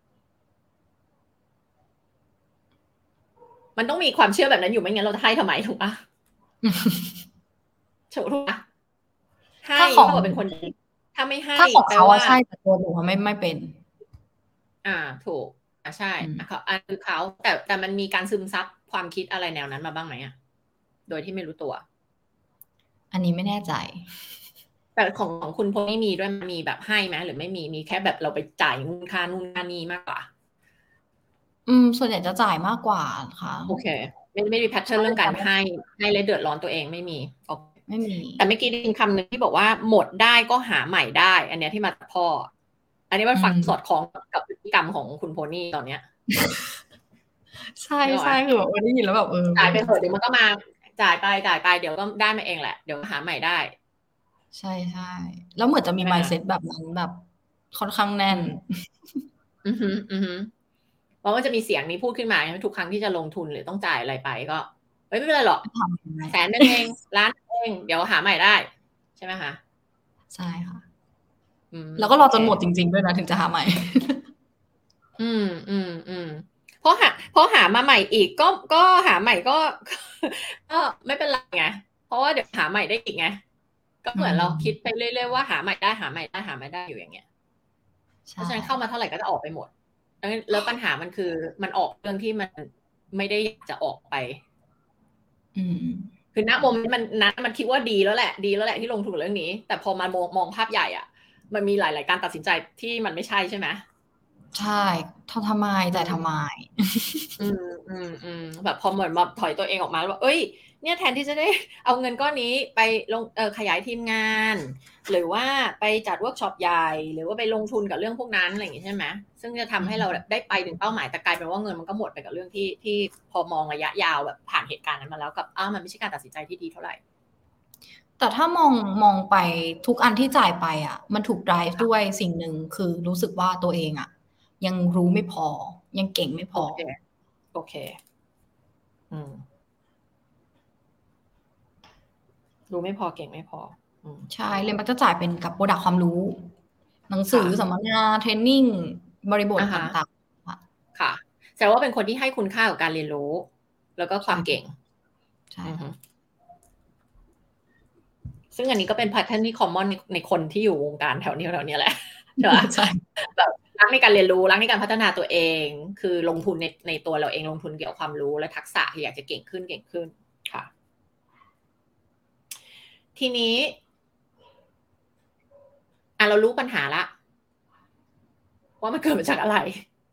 มันต้องมีความเชื่อแบบนั้นอยู่ไม่งั้นเราจะให้ทำไมถูกปะถูกปะให้ถ้าของเท่ากับเป็นคนดีถ้าไม่ให้ถ้าของแปลว่าเขาอะใช่แต่ตัวหนูอะไม่ไม่เป็นอ่าถูกอ่าใช่อืมอ่ะเขาอันคือเขาแต่แต่มันมีการซึมซับความคิดอะไรแนวนั้นมาบ้างไหมอ่ะโดยที่ไม่รู้ตัวอันนี้ไม่แน่ใจแต่ของของคุณพลไม่มีด้วยมีแบบให้ไหมหรือไม่มีมีแค่แบบเราไปจ่ายนู่นค่านู่นค่านี่มากกว่าอืมส่วนใหญ่จะจ่ายมากกว่าค่ะโอเคไม่ไม่มีแพทเทิร์นใช่เรื่องการค่ะให้ให้และเดือดร้อนตัวเองไม่มีโอเคไม่มีแต่เมื่อกี้ได้ยินคำหนึ่งที่บอกว่าหมดได้ก็หาใหม่ได้อันเนี้ยที่มาจากพ่ออันนี้มันอืฟังสอดมคล้องกับพฤติกรรมของคุณโพนี่ตอนเนี้ยใช่นึกออกไหมใช่คือแบบว่าได้ยินแล้วแบบเออจ่ายไปเถอะเดี๋ยวมันก็มาจ่ายไปจ่ายไปเดี๋ยวก็ได้มาเองแหละเดี๋ยวหาใหม่ได้ใช่ใช่แล้วเหมือนจะมีใช่ไหมคะ mindset แบบนั้นแบบค่อนข้างแน่นอืมอือฮึอือฮึ เพราะว่าจะมีเสียงนี้พูดขึ้นมาทุกครั้งที่จะลงทุนหรือต้องจ่ายอะไรไปก็เฮ้ยไม่เป็นไรหรอกทำยังไงแสนนึงเองล้านเองเดี๋ยวหาใหม่ได้ใช่ไหมคะใช่ค่ะอืมแล้วก็รโอเคอจนหมดจริงๆด้วยนะถึงจะหาใหม่อืมอืมอืมเพราะหาเพราะหามาใหม่อีกก็ก็หาใหม่ก็ก็ไม่เป็นไรไงเพราะว่าเดี๋ยวหาใหม่ได้อีกไงก็อืเหมือนเราคิดมไปเรื่อยๆว่าหาใหม่ได้หาใหม่ได้หาใหม่ได้อยู่อย่างเงี้ยเพใช่ราะฉะนั้นเข้ามาเท่าไหร่ก็จะออกไปหมดแล้วแล้วปัญหามันคือมันออกเรื่องที่มันไม่ได้อยากจะออกไปอืมคือณโมเมนต์มันนั้นมันคิดว่าดีแล้วแหละดีแล้วแหละที่ลงทุนเรื่องนี้แต่พอมามองมองภาพใหญ่อ่ะมันมีหลายๆการตัดสินใจที่มันไม่ใช่ใช่ไหมใช่ทำทำไมอืแต่ทำไมมอืมอืมอืมแบบพอเหมือนแบบถอยตัวเองออกมาแล้วว่าเอ้ยเนี่ยแทนที่จะได้เอาเงินก้อนนี้ไปลงเออขยายทีมงานหรือว่าไปจัดเวิร์กช็อปใหญ่หรือว่าไปลงทุนกับเรื่องพวกนั้นอะไรอย่างงี้ใช่ไหมซึ่งจะทำให้เราได้ไปถึงเป้าหมายแต่กลายเป็นว่าเงินมันก็หมดไปกับเรื่องที่ที่พอมองระยะยาวแบบผ่านเหตุการณ์นั้นมาแล้วกับอ้าวมันไม่ใช่การตัดสินใจที่ดีเท่าไหร่แต่ถ้ามองมองไปทุกอันที่จ่ายไปอ่ะมันถูก drive ด้วยสิ่งหนึ่งคือรู้สึกว่าตัวเองอ่ะยังรู้ไม่พอยังเก่งไม่พอโอเคโอเคอืม รู้ไม่พอเก่งไม่พออืมใช่เรียนมักจะจ่ายเป็นกับโปรดักความรู้หนังสืค่ะอสัมมนาเทรนนิ่งบริบทอ่าฮะต่างๆค่ะค่ะแสดงว่าเป็นคนที่ให้คุณค่ากับการเรียนรู้ แล้วก็ความใช่เก่งใช่อือฮึค่ะซึ่งอันนี้ก็เป็นแพทเทิร์นที่คอมมอนในในคนที่อยู่วงการแถวนี้แถวนี้แหละใช่ปะใช่แบบรักในการเรียนรู้รักในการพัฒนาตัวเอง คือลงทุนในในตัวเราเองลงทุนเกี่ยวกับความรู้และทักษะที่อยากจะเก่งขึ้นเก่งขึ้นค่ะ ทีนี้อ่ะเรารู้ปัญหาละว่ามันเกิดมาจากอะไร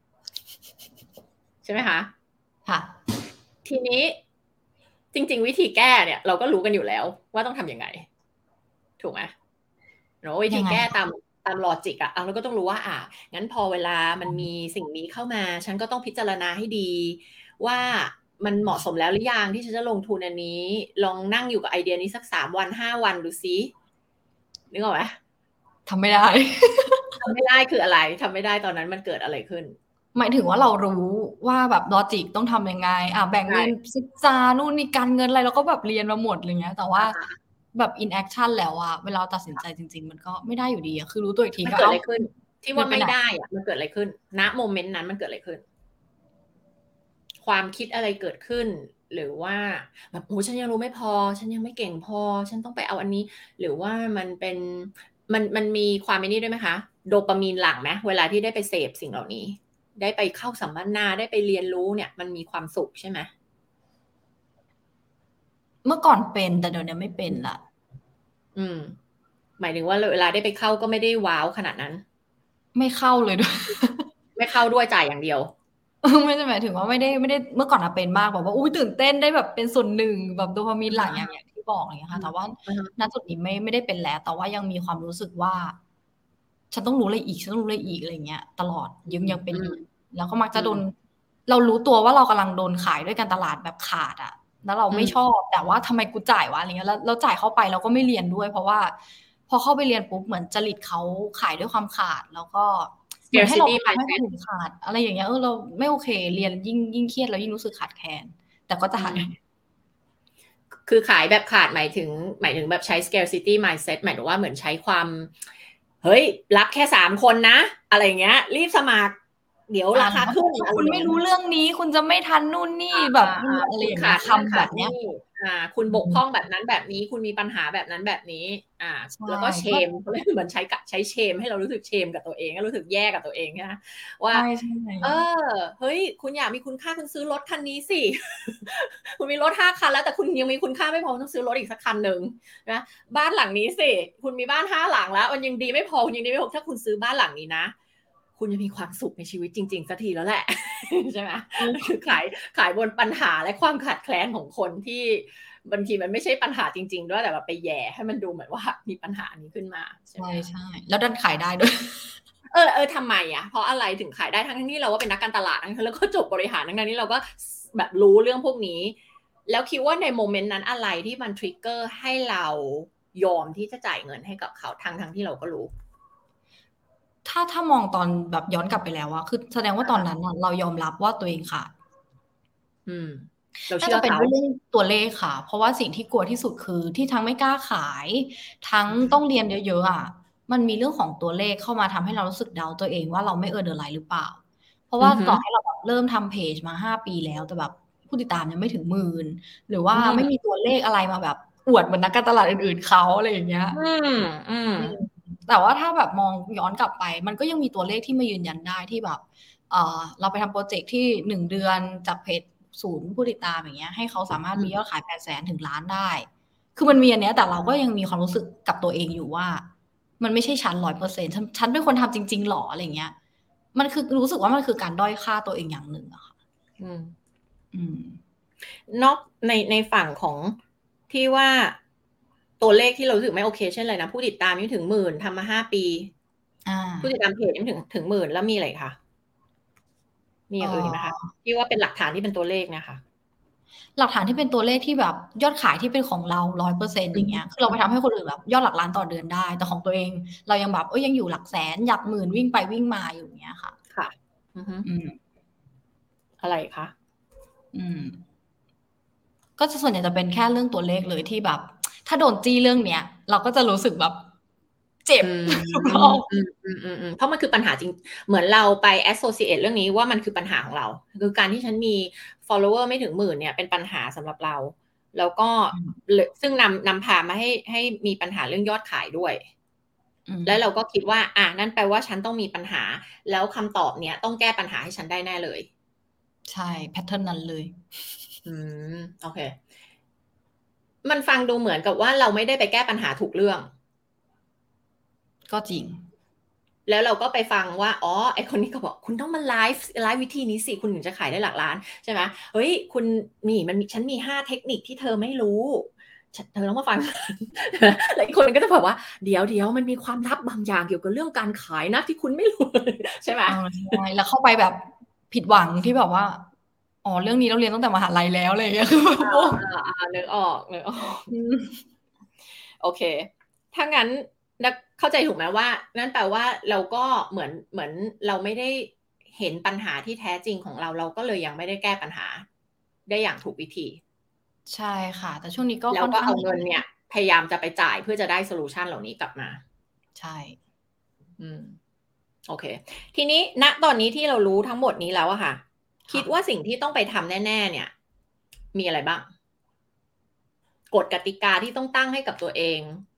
ใช่ไหมคะค่ะทีนี้จริงๆวิธีแก้เนี่ยเราก็รู้กันอยู่แล้วว่าต้องทำยังไงถูกไหมเนาะวิธียังไงแก้ตามคะตามลอจิกอ่ะเราก็ต้องรู้ว่าอ่ะงั้นพอเวลามันมีสิ่งนี้เข้ามาฉันก็ต้องพิจารณาให้ดีว่ามันเหมาะสมแล้วหรือยังที่ฉันจะลงทุนอันนี้ลองนั่งอยู่กับไอเดียนี้สักสามวันห้าวันดูซินึกออกไหมทำไม่ได้ทำไม่ได้คืออะไรทำไม่ได้ตอนนั้นมันเกิดอะไรขึ้นหมายถึงว่าเรารู้ว่าแบบลอจิกต้องทำยังไงอ่ะแบ่งเงินศึกษานู่นนี่การเงินอะไรเราก็แบบเรียนมาหมดอะไรเงี้ยแต่ว่าแบบ in action แล้วอะเวลาตัดสินใจจริงๆมันก็ไม่ได้อยู่ดีอะคือรู้ตัวอีกทีมันก็เกิดเอ้าอะไรขึ้นที่ว่าไม่ได้อะมันเกิดอะไรขึ้นณโมเมนต์นั้นมันเกิดอะไรขึ้นความคิดอะไรเกิดขึ้นหรือว่าแบบโอ้ฉันยังรู้ไม่พอฉันยังไม่เก่งพอฉันต้องไปเอาอันนี้หรือว่ามันเป็นมันมันมีความไม่นี่ด้วยไหมคะโดปามีนหลั่งไหมเวลาที่ได้ไปเสพสิ่งเหล่านี้ได้ไปเข้าสัมมนาได้ไปเรียนรู้เนี่ยมันมีความสุขใช่ไหมเมื่อก่อนเป็นแต่เดี๋ยวนี้ไม่เป็นละอืมหมายถึงว่าเวลาได้ไปเข้าก็ไม่ได้ว้าวขนาดนั้นไม่เข้าเลยด้วยไม่เข้าด้วยจ่ายอย่างเดียวไม่ใช่หมายถึงว่าไม่ได้ไม่ได้เมื่อก่อนอะเป็นมากแบบว่าอุ้ยตื่นเต้นได้แบบเป็นส่วนหนึ่งแบบโดปามีนหลั่งอย่างอย่างที่บอกอะไรอย่างเงี้ยค่ะแต่ว่าณจุดนี้ไม่ไม่ได้เป็นแล้วแต่ว่ายังมีความรู้สึกว่าฉันต้องรู้อะไรอีกฉันต้องรู้อะไรอีกอะไรเงี้ยตลอดยังยังเป็นอยู่แล้วก็มักจะโดนเรารู้ตัวว่าเรากำลังโดนขายด้วยการตลาดแบบขาดอะแล้วเราไม่ชอบแต่ว่าทำไมกูจ่ายวะอะไรเงี้ยแล้วเราจ่ายเข้าไปเราก็ไม่เรียนด้วยเพราะว่าพอเข้าไปเรียนปุ๊บเหมือนจริตเขาขายด้วยความขาดแล้วก็เหมือนให้เราทำให้คนอื่นขาดอะไรอย่างเงี้ยเออเราไม่โอเคเรียนยิ่งยิ่งเครียดแล้วยิ่งรู้สึกขาดแคลนแต่ก็จ่ายคือขายแบบขาดหมายถึงหมายถึงแบบใช้ scarcity mindset หมายถึงว่าเหมือนใช้ความเฮ้ยรับแค่สามคนนะอะไรเงี้ยรีบสมัครเดี๋ยวราคาขึ้นคุณไม่รู้เรื่องนี้คุณจะไม่ทันนู่นนี่แบบอะไรอย่างเงี้ยคำแบบเนี้ยอ่าคุณบกพร่องแบบนั้นแบบนี้คุณมีปัญหาแบบนั้นแบบนี้อ่าแล้วก็เชมเขาเรียกเหมือนใช้ใช้เชมให้เรารู้สึกเชมกับตัวเองรู้สึกแย่กับตัวเองนะว่าเออเฮ้ยคุณอยากมีคุณค่าคุณซื้อรถคันนี้สิคุณมีรถห้าคันแล้วแต่คุณยังมีคุณค่าไม่พอต้องซื้อรถอีกสักคันหนึ่งนะบ้านหลังนี้สิคุณมีบ้านห้าหลังแล้วมันยังดีไม่พอคุณยังดีไม่พอถ้าคุณซื้อบ้านหลังนี้นะคุณจะมีความสุขในชีวิตจริงๆสักทีแล้วแหละใช่ไหมคือขายขายบนปัญหาและความขาดแคลนของคนที่บางทีมันไม่ใช่ปัญหาจริงๆด้วยแต่แบบไปแย่ให้มันดูเหมือนว่ามีปัญหานี้ขึ้นมาใช่ใช่แล้วดันขายได้ด้วยเออเออทำไมอ่ะเพราะอะไรถึงขายได้ทั้งที่เราว่าเป็นนักการตลาดทั้งแล้วก็จบบริหารทั้งนี้เราก็แบบรู้เรื่องพวกนี้แล้วคิดว่าในโมเมนต์นั้นอะไรที่มันทริกเกอร์ให้เรายอมที่จะจ่ายเงินให้กับเขาทั้งทั้งที่เราก็รู้ถ้าถ้ามองตอนแบบย้อนกลับไปแล้วอะคือแสดงว่าตอนนั้นเรายอมรับว่าตัวเองขาดอืมเราน่าเชื่อจะเป็นเขาเรื่องตัวเลขค่ะเพราะว่าสิ่งที่กลัวที่สุดคือที่ทั้งไม่กล้าขายทั้งต้องเรียนเยอะๆอะมันมีเรื่องของตัวเลขเข้ามาทำให้เรารู้สึกเดาตัวเองว่าเราไม่เออเดอร์ไลน์หรือเปล่าเพราะว่าต่อให้เราแบบเริ่มทำเพจมาห้าปีแล้วแต่แบบผู้ติดตามยังไม่ถึงหมื่นหรือว่าไม่มีตัวเลขอะไรมาแบบอวดเหมือนนักการตลาดอื่นๆเขาอะไรอย่างเงี้ยอืมอืมแต่ว่าถ้าแบบมองย้อนกลับไปมันก็ยังมีตัวเลขที่มายืนยันได้ที่แบบเอ่อเราไปทำโปรเจกต์ที่หนึ่งเดือนจากเพจศูนย์ผู้ติดตามอย่างเงี้ยให้เขาสามารถมียอดขายแปดแสนถึงล้านได้คือมันมีอันเนี้ยแต่เราก็ยังมีความรู้สึกกับตัวเองอยู่ว่ามันไม่ใช่ฉันร้อยเปอร์เซ็นต์ฉันฉันเป็นคนทำจริงๆหรออะไรเงี้ยมันคือรู้สึกว่ามันคือการด้อยค่าตัวเองอย่างหนึ่งอะค่ะอืมอืมนอกในในฝั่งของที่ว่าตัวเลขที่เรารู้สึกไม่โอเคเช่นอะไรนะผู้ติดตามยังถึงหมื่นทำมาห้าปีผู้ติดตามเพจยังถึงถึงหมื่นแล้วมีอะไรคะมีอย่างอื่นไหมคะที่ว่าเป็นหลักฐานที่เป็นตัวเลขเนี่ยค่ะหลักฐานที่เป็นตัวเลขที่แบบยอดขายที่เป็นของเราร้อยเปอร์เซ็นต์อย่างเงี้ยคือเราไปทำให้คนอื่นแบบยอดหลักล้านต่อเดือนได้แต่ของตัวเองเรายังแบบเอ้ยยังอยู่หลักแสนหลักหมื่นวิ่งไปวิ่งมาอยู่อย่างเงี้ยค่ะค่ะอือฮึอืมอะไรคะอืมก็จะส่วนใหญ่จะเป็นแค่เรื่องตัวเลขเลยที่แบบถ้าโดนจี้เรื่องเนี้ยเราก็จะรู้สึกแบบเจ็บทุกรอบอืมอืมอืมอืมเพราะมันคือปัญหาจริงเหมือนเราไป associate เรื่องนี้ว่ามันคือปัญหาของเราคือการที่ฉันมี follower ไม่ถึงหมื่นเนี่ยเป็นปัญหาสำหรับเราแล้วก็ซึ่งนำนำพามาให้ให้มีปัญหาเรื่องยอดขายด้วยแล้วเราก็คิดว่าอ่ะนั่นแปลว่าฉันต้องมีปัญหาแล้วคำตอบเนี้ยต้องแก้ปัญหาให้ฉันได้แน่เลยใช่แพทเทิร์นนั้นเลยอืมโอเคมันฟังดูเหมือนกับว่าเราไม่ได้ไปแก้ปัญหาถูกเรื่องก็จริงแล้วเราก็ไปฟังว่าอ๋อไอคนนี้ก็บอกคุณต้องมาไลฟ์ไลฟ์วิธีนี้สิคุณถึงจะขายได้หลักล้านใช่ไหมเฮ้ยคุณมีมันมีฉันมีห้าเทคนิคที่เธอไม่รู้เธอต้องมาฟัง แล้วอีกคนก็จะบอกว่าเดี๋ยวเดี๋ยวมันมีความลับบางอย่างเกี่ยวกับเรื่องการขายนะที่คุณไม่รู้ ใช่ไหมเออใช่แล้วเข้าไปแบบผิดหวังที่แบบว่าอ๋อเรื่องนี้เราเรียนตั้งแต่มหาลัยแล้วอะไรอย่างเงี้ยคือแบบโอ้อ่านึกออกนึกออกอืมโอเค ถ้างั้นนักเข้าใจถูกไหมว่า นั่นแปลว่าเราก็เหมือนเหมือนเราไม่ได้เห็นปัญหาที่แท้จริงของเราเราก็เลยยังไม่ได้แก้ปัญหาได้อย่างถูกวิธีใช่ค่ะ แต่ช่วงนี้ก็แล้วค่อนข้างก็เอาเงินเนี่ยพยายามจะไปจ่ายเพื่อจะได้โซลูชันเหล่านี้กลับมาใช่อืม โอเค ทีนี้ณตอนนี้ที่เรารู้ทั้งหมดนี้แล้วอะค่ะ คิดว่าสิ่งที่ต้องไปทำแน่ๆเนี่ย มีอะไรบ้าง กฎกติกาที่ต้องตั้งให้กับตัวเอง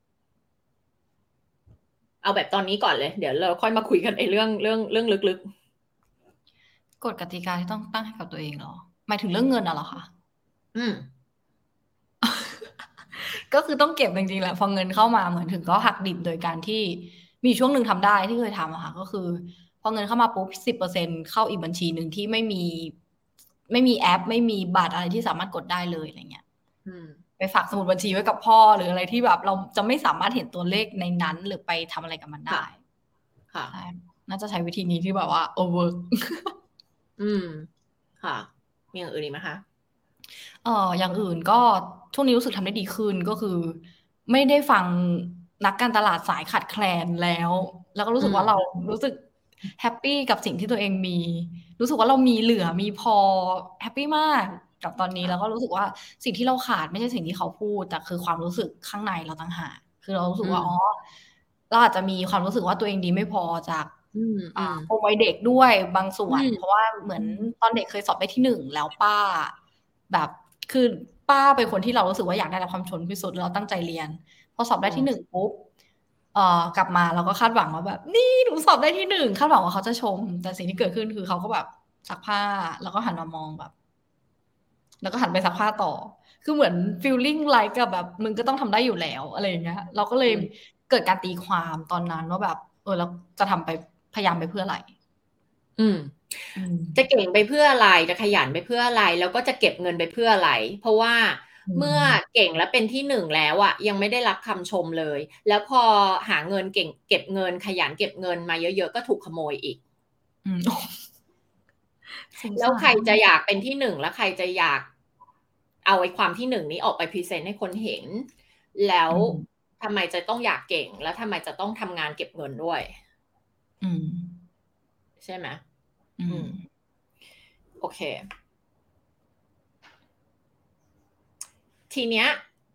เอาแบบตอนนี้ก่อนเลย เดี๋ยวเราค่อยมาคุยกันไอ้เรื่องเรื่องเรื่องลึกกฎกติกาที่ต้องตั้งให้กับตัวเองเหรอหมายถึงเรื่องเงินน่ะเหรอคะๆ อืมก็คือต้องเก็บจริงๆแหละพอเงินเข้ามาเหมือนถึงก็หักดิบโดยการที่มีช่วงหนึ่งทำได้ที่เคยทำอะค่ะก็คือพอเงินเข้ามาปุ๊บสิบเปอร์เซ็นต์เข้าอีกบัญชีหนึ่งที่ไม่มีไม่มีแอปไม่มีบัตรอะไรที่สามารถกดได้เลยอะไรเงี้ยอืมไปฝากสมุดบัญชีไว้กับพ่อหรืออะไรที่แบบเราจะไม่สามารถเห็นตัวเลขในนั้นหรือไปทำอะไรกับมันได้ค่ะใช่น่าจะใช้วิธีนี้ที่แบบว่าโอเวอร์อืม ค่ะ มีอย่างอื่นอีกไหมคะเอ่ออย่างอื่นก็ช่วงนี้รู้สึกทำได้ดีขึ้นก็คือไม่ได้ฟังนักการตลาดสายขาดแคลนแล้ว แล้วก็รู้สึกว่าเรารู้สึกแฮปปี้กับสิ่งที่ตัวเองมี รู้สึกว่าเรามีเหลือมีพอแฮปปี้มากกับตอนนี้แล้วก็รู้สึกว่าสิ่งที่เราขาดไม่ใช่สิ่งที่เขาพูดแต่คือความรู้สึกข้างในเราต่างหากคือเรารู้สึกว่าอ๋อเราอาจจะมีความรู้สึกว่าตัวเองดีไม่พอจากอืมอืมปมวัยเด็กด้วยบางส่วนอืมเพราะว่าเหมือนตอนเด็กเคยสอบได้ที่หนึ่งแล้วป้า แบบคือป้าเป็นคนที่เรารู้สึกว่าอยากได้รับความชนที่สุดเราตั้งใจเรียนพอสอบได้ที่หนึ่งปุ๊บเอ่อกลับมาเราก็คาดหวังว่าแบบนี่หนูสอบได้ที่หนึ่งคาดหวังว่าเขาจะชมแต่สิ่งที่เกิดขึ้นคือเขาก็แบบซักผ้าแล้วก็หันมามองแบบ แล้วก็หันไปซักผ้าต่อ คือเหมือนฟีลลิ่งไลค์กับแบบมึงก็ต้องทำได้อยู่แล้วอะไรอย่างเงี้ยเราก็เลยเกิดการตีความตอนนั้นว่าแบบเออเราจะทำไปพยายามไปเพื่ออะไรอืมอืมจะเก่งไปเพื่ออะไร จะขยันไปเพื่ออะไร แล้วก็จะเก็บเงินไปเพื่ออะไร เพราะว่าเมื่อเก่งและเป็นที่หนึ่งแล้วอะยังไม่ได้รับคำชมเลย แล้วพอหาเงินเก่งเก็บเงินขยันเก็บเงินมาเยอะๆก็ถูกขโมยอีกอืม สงแล้วสารใครจะอยากเป็นที่หนึ่งแล้วใครจะอยากเอาไอ้ความที่หนึ่งนี้ออกไปพรีเซนต์ให้คนเห็น แล้วอืมทำไมจะต้องอยากเก่ง แล้วทำไมจะต้องทำงานเก็บเงินด้วยอืมใช่ไหมอือืมม โอเค ทีเนี้ย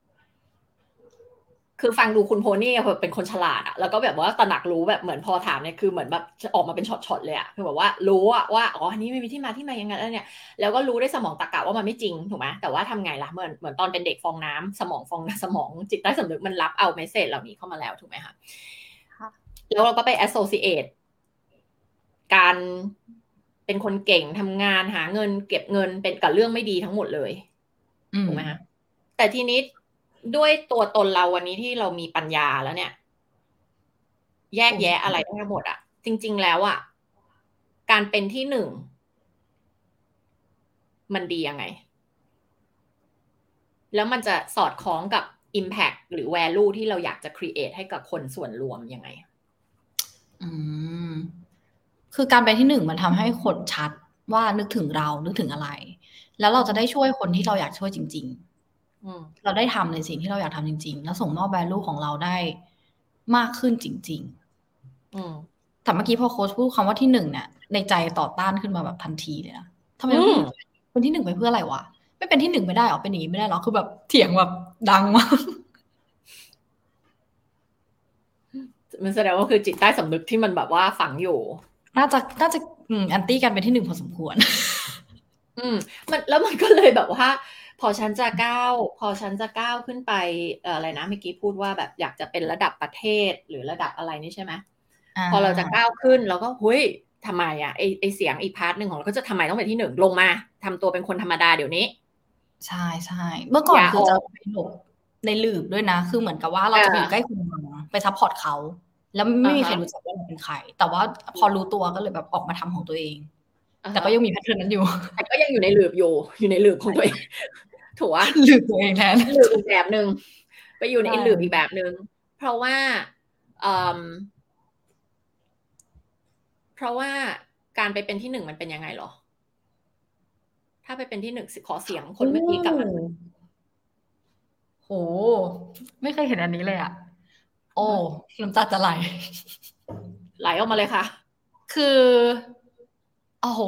คือฟังดูคุณโพนี่แบบเป็นคนฉลาดอะแล้วก็แบบว่าตระหนักรู้แบบเหมือนพอถามเนี่ยคือเหมือนแบบออกมาเป็นช็อตๆเลยอะคือแบบว่ารู้อะว่าอ๋ออันนี้ไม่มีที่มาที่มายังไงแล้วเนี่ยแล้วก็รู้ได้สมองตรรกะว่ามันไม่จริงถูกไหมแต่ว่าทำไงล่ะเหมือนเหมือนตอนเป็นเด็กฟองน้ำสมองฟองสมองจิตใต้สำนึกมันรับเอาเมสเซจเหล่านี้เข้ามาแล้วถูกไหมคะแล้วเราก็ไป associate การเป็นคนเก่งทำงานหาเงินเก็บเงินเป็นกับเรื่องไม่ดีทั้งหมดเลยถูกไหมคะแต่ทีนี้ด้วยตัวตนเราวันนี้ที่เรามีปัญญาแล้วเนี่ยแยกแยะอะไรทั้งหมดอะจริงๆแล้วอะการเป็นที่หนึ่งมันดียังไงแล้วมันจะสอดคล้องกับ impact หรือ value ที่เราอยากจะ create ให้กับคนส่วนรวมยังไงอืมคือการเป็นที่หนึ่งมันทำให้คนชัดว่านึกถึงเรานึกถึงอะไร แล้วเราจะได้ช่วยคนที่เราอยากช่วยจริงๆเราได้ทำในสิ่งที่เราอยากทำจริงๆแล้วส่งมอบ value ของเราได้มากขึ้นจริงๆแต่เมื่อกี้พอโค้ชพูดคำว่าที่หนึ่งเนี่ยในใจต่อต้านขึ้นมาแบบทันทีเลยนะทำไมต้องที่หนึ่งเป็นที่หนึ่งไปเพื่ออะไรวะไม่เป็นที่หนึ่งไม่ได้หรอเป็นอย่างนี้ไม่ได้หรอคือแบบเถียงแบบดังมากมันแสดงว่าคือจิตใต้สำนึกที่มันแบบว่าฝังอยู่น่าจะน่าจะอืมแอนตี้กันเป็นที่หนึ่งพอสมควรอืมมันแล้วมันก็เลยแบบว่าพอฉันจะก้าวพอฉันจะก้าวขึ้นไปเอ่ออะไรนะเมื่อกี้พูดว่าแบบอยากจะเป็นระดับประเทศหรือระดับอะไรนี่ใช่ไหมพอเราจะก้าวขึ้นเราก็เฮ้ยทำไมอ่ะไอไอเสียงอีกพาร์ทหนึ่งของเราก็จะทำไมต้องเป็นที่หนึ่งลงมาทำตัวเป็นคนธรรมดาเดี๋ยวนี้ใช่ใช่เมื่อก่อนคือจะไปหลบในหลืบด้วยนะคือเหมือนกับว่าเราจะไปอยู่ใกล้คนดังไปซัพพอร์ตเขาแล้วไม่มีใครรู้จักว่าเราเป็นใครแต่ว่าพอรู้ตัวก็เลยแบบออกมาทำของตัวเองแต่ก็ยังมีแพทเทิร์นนั้นอยู่แต่ก็ยังอยู่ในหลืบอยู่อยู่ในหลืบของตัวเองถั่วหลืบตัวเองแทนหลืบอีกแบบนึงไปอยู่ในหลืบอีกแบบนึงเพราะว่าเพราะว่าการไปเป็นที่หนึ่งมันเป็นยังไงหรอถ้าไปเป็นที่หนึ่งขอเสียงคนเมื่อกี้กลับมาโหไม่เคยเห็นอันนี้เลยอ่ะโอ้น้ำตาจะไหลไหลออกมาเลยค่ะคือโอ้โห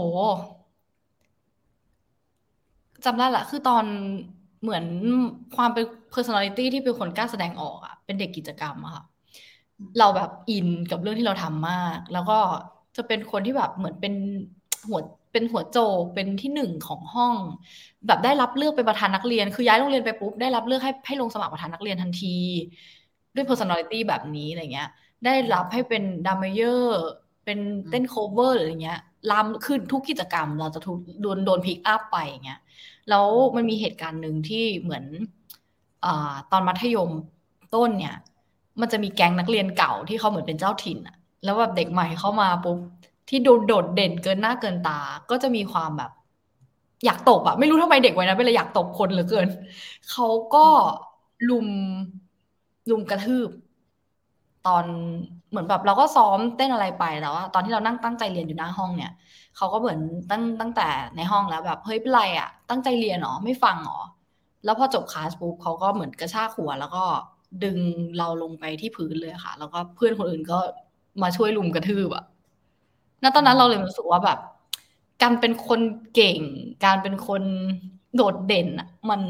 จำได้ละคือตอนเหมือนความเป็น personality ที่เป็นคนกล้าแสดงออกอะเป็นเด็กกิจกรรมอะค่ะเราแบบอินกับเรื่องที่เราทำมากแล้วก็จะเป็นคนที่แบบเหมือนเป็นหัวเป็นหัวโจกเป็นที่หนึ่งของห้องแบบได้รับเลือกเป็นประธานนักเรียนคือย้ายโรงเรียนไปปุ๊บได้รับเลือกให้ให้ลงสมัครประธานนักเรียนทันทีด้วย personality แบบนี้อะไรเงี้ยได้รับให้เป็นดัมเมเยอร์เป็นเต้นโคเวอร์อะไรเงี้ยลำคือทุกกิจกรรมเราจะถูกโดนโดนพิกอัพไปอย่างเงี้ย แล้วมันมีเหตุการณ์หนึ่งที่เหมือนอ่าตอนมัธยมต้นเนี่ยมันจะมีแก๊งนักเรียนเก่าที่เขาเหมือนเป็นเจ้าถิ่นอะแล้วแบบเด็กใหม่เข้ามาปุ๊บที่โดดโดดเด่นเกินหน้าเกินตาก็จะมีความแบบอยากตบอะไม่รู้ทำไมเด็กวัยนั้นเป็นเลยอยากตบคนเหลือเกินเขาก็ลุมลุมกระทืบตอนเหมือนแบบเราก็ซ้อมเต้นอะไรไปแต่ว่าตอนที่เรานั่งตั้งใจเรียนอยู่หน้าห้องเนี่ย เขาก็เหมือนตั้งตั้งแต่ในห้องแล้วแบบเฮ้ยเป็นไรอ่ะตั้งใจเรียนหรอไม่ฟังหรอแล้วพอจบคลาสปุ๊บเขาก็เหมือนกระชากหัวแล้วก็ดึงเราลงไปที่พื้นเลยค่ะแล้วก็เพื่อนคนอื่นก็มาช่วยลุมกระทืบอ่ะณตอนนั้นเราเลยรู้สึกว่าแบบการเป็นคนเก่งการเป็นคนโดดเด่นอ่ะมัน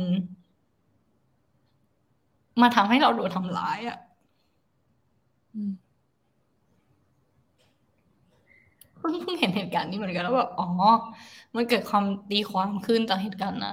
มาทำให้เราโดนทำร้ายอ่ะเพิ่งเพิ่งเห็นเหตุการณ์นี้เหมือนกันแล้วแบบอ๋อมันเกิดความตีความขึ้นจากเหตุการณ์นั้น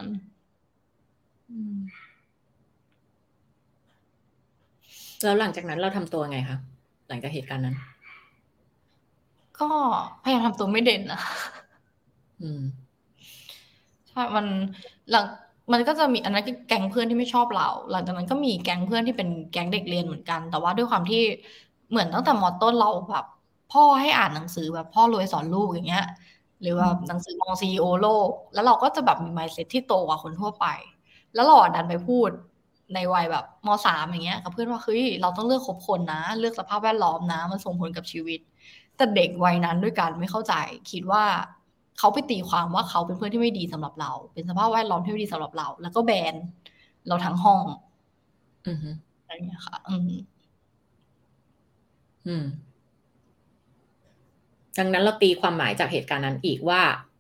แล้วหลังจากนั้นเราทำตัวไงคะหลังจากเหตุการณ์นั้นก็พยายามทำตัวไม่เด่นนะอืมใช่มันหลังมันก็จะมีอันนั้นก็แก๊งเพื่อนที่ไม่ชอบเราหลังจากนั้นก็มีแก๊งเพื่อนที่เป็นแก๊งเด็กเรียนเหมือนกันแต่ว่าด้วยความที่เหมือนตั้งแต่มอต้นเราแบบพ่อให้อ่านหนังสือแบบพ่อรวยสอนลูกอย่างเงี้ยหรือว่าหนังสือมองซีอีโอโลกแล้วเราก็จะแบบมี mindset ที่โตกว่าคนทั่วไปแล้วเราดันไปพูดในวัยแบบมสามอย่างเงี้ยกับเพื่อนว่าเฮ้ยเราต้องเลือกคบคนนะเลือกสภาพแวดล้อมนะมันส่งผลกับชีวิต แต่เด็กวัยนั้นด้วยกันไม่เข้าใจคิดว่าเขาไปตีความว่าเขาเป็นเพื่อนที่ไม่ดีสำหรับเราเป็นสภาพแวดล้อมที่ไม่ดีสำหรับเราแล้วก็แบนเราทั้งห้องอืมอะไรอย่างเงี้ยค่ะอืมอืมดังนั้นเราตีความหมายจากเหตุการณ์นั้นอีกว่า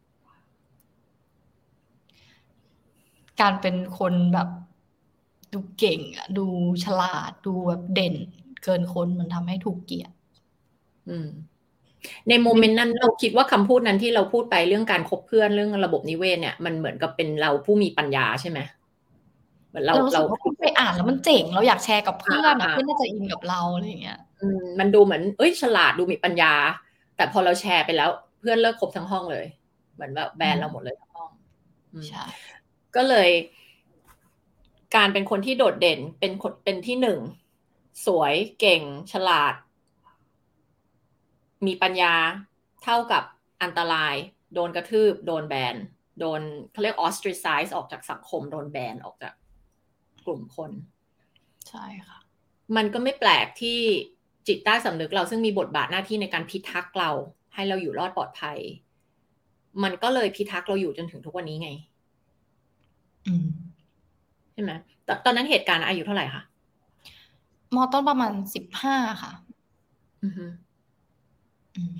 การเป็นคนแบบดูเก่งอะดูฉลาดดูแบบเด่นเกินคนมันทำให้ถูกเกลียดอืมในโมเมนต์นั้นเราคิดว่าคำพูดนั้นที่เราพูดไปเรื่องการคบเพื่อนเรื่องระบบนิเวศเนี่ยมันเหมือนกับเป็นเราผู้มีปัญญาใช่ไหมเหมือนเราเรารู้เราสึกว่าไปอ่านแล้วมันเจ๋งเราอยากแชร์กับเพื่อนอะอ่าเพื่อนน่าจะอินกับเราอะไรอย่างเงี้ยอืมมันดูเหมือนเอ้ยฉลาดดูมีปัญญาแต่พอเราแชร์ไปแล้วเพื่อนเลิกคบทั้งห้องเลยเหมือนแบบแบนเราหมดเลยทั้งห้องใช่ก็เลยการเป็นคนที่โดดเด่นเป็นคนเป็นที่หนึ่งสวยเก่งฉลาดมีปัญญาเท่ากับอันตรายโดนกระทืบโดนแบนโดนเขาเรียก ostracize ออกจากสังคมโดนแบนออกจากกลุ่มคนใช่ค่ะมันก็ไม่แปลกที่จิตใต้สำนึกเราซึ่งมีบทบาทหน้าที่ในการพิทักษ์เราให้เราอยู่รอดปลอดภัยมันก็เลยพิทักษ์เราอยู่จนถึงทุกวันนี้ไงอืมใช่ไหมตตอนนั้นเหตุการณ์อายุเท่าไหร่คะมอต้นประมาณสิบห้าค่ะอือฮึอืม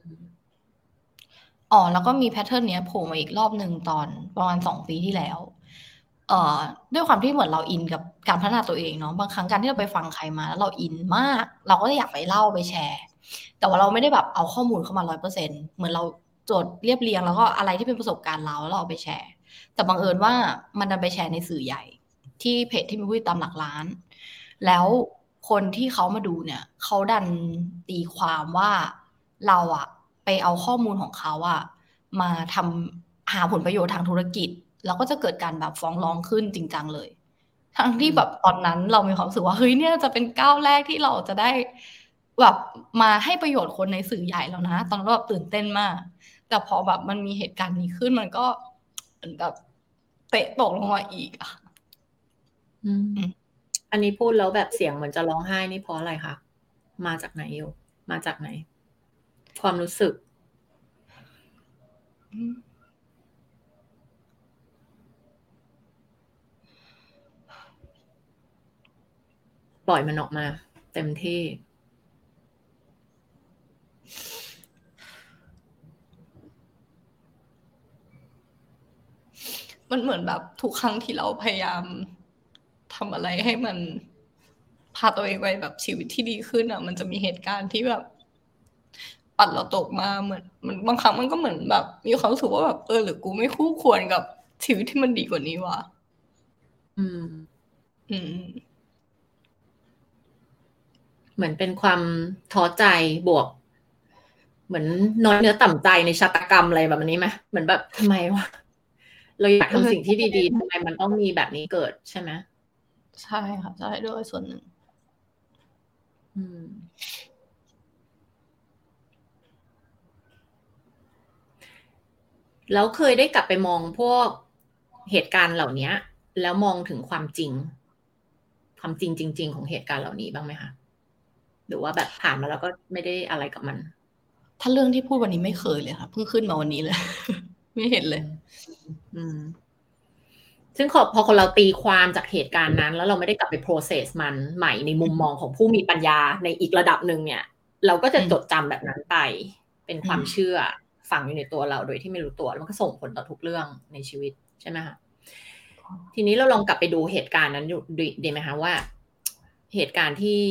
อ๋อแล้วก็มีแพทเทิร์นเนี้ยโผล่มาอีกรอบหนึ่งตอนประมาณสองปีที่แล้วเอ่อด้วยความที่เหมือนเราอินกับการพัฒนาตัวเองเนาะบางครั้งการที่เราไปฟังใครมาแล้วเราอินมากเราก็อยากไปเล่าไปแชร์แต่ว่าเราไม่ได้แบบเอาข้อมูลเข้ามาร้อยเปอร์เซ็นต์เหมือนเราจดเรียบเรียงแล้วก็อะไรที่เป็นประสบการณ์เราแล้วเราเอาไปแชร์แต่บังเอิญว่ามันดันไปแชร์ในสื่อใหญ่ที่เพจที่มีผู้ติดตามหลักล้านแล้วคนที่เขามาดูเนี่ยเขาดันตีความว่าเราอะไปเอาข้อมูลของเขาอะมาทำหาผลประโยชน์ทางธุรกิจแล้วก็จะเกิดการแบบฟ้องร้องขึ้นจริงจังเลยทั้งที่แบบตอนนั้นเรามีความรู้สึกว่าเฮ้ยเนี่ยจะเป็นก้าวแรกที่เราจะได้แบบมาให้ประโยชน์คนในสื่อใหญ่แล้วนะตอนนั้นเราแบบตื่นเต้นมากแต่พอแบบมันมีเหตุการณ์นี้ขึ้นมันก็เหมือนแบบเตะตกลงมาอีกอ่ะอืมอันนี้พูดแล้วแบบเสียงเหมือนจะร้องไห้นี่เพราะอะไรคะมาจากไหนอยู่มาจากไหนความรู้สึกปล่อยมันออกมาเต็มที่มันเหมือนแบบทุกครั้งที่เราพยายามทำอะไรให้มันพาตัวเองไปแบบชีวิตที่ดีขึ้นอ่ะมันจะมีเหตุการณ์ที่แบบปัดเราตกมาเหมือนมันบางครั้งมันก็เหมือนแบบมีความรู้สึกว่าแบบเออหรือกูไม่คู่ควรกับชีวิตที่มันดีกว่านี้วะอืมอืมเหมือนเป็นความท้อใจบวกเหมือนน้อยเนื้อต่ำใจในชะตากรรมอะไรแบบนี้ไหมเหมือนแบบทำไมวะเราอยากทำสิ่งที่ดีๆทำไมมันต้องมีแบบนี้เกิดใช่ไหมใช่ค่ะใช่ด้วยส่วนหนึ่งอืมแล้วเคยได้กลับไปมองพวกเหตุการณ์เหล่านี้แล้วมองถึงความจริงความจริงจริงๆของเหตุการณ์เหล่านี้บ้างไหมคะหรือว่าแบบผ่านมาแล้วก็ไม่ได้อะไรกับมันถ้าเรื่องที่พูดวันนี้ไม่เคยเลยค่ะเพิ่งขึ้นมาวันนี้เลย ไม่เห็นเลยอืมซึ่งพอคนเราตีความจากเหตุการณ์นั้นแล้วเราไม่ได้กลับไป process มันใหม่ในมุมมองของผู้มีปัญญาในอีกระดับหนึ่งเนี่ยเราก็จะจดจำแบบนั้นไปเป็นความเชื่อฝังอยู่ในตัวเราโดยที่ไม่รู้ตัวแล้วมันก็ส่งผลต่อทุกเรื่องในชีวิตใช่ไหมคะทีนี้เราลองกลับไปดูเหตุการณ์นั้นดีไหมคะว่าเหตุการณ์ที่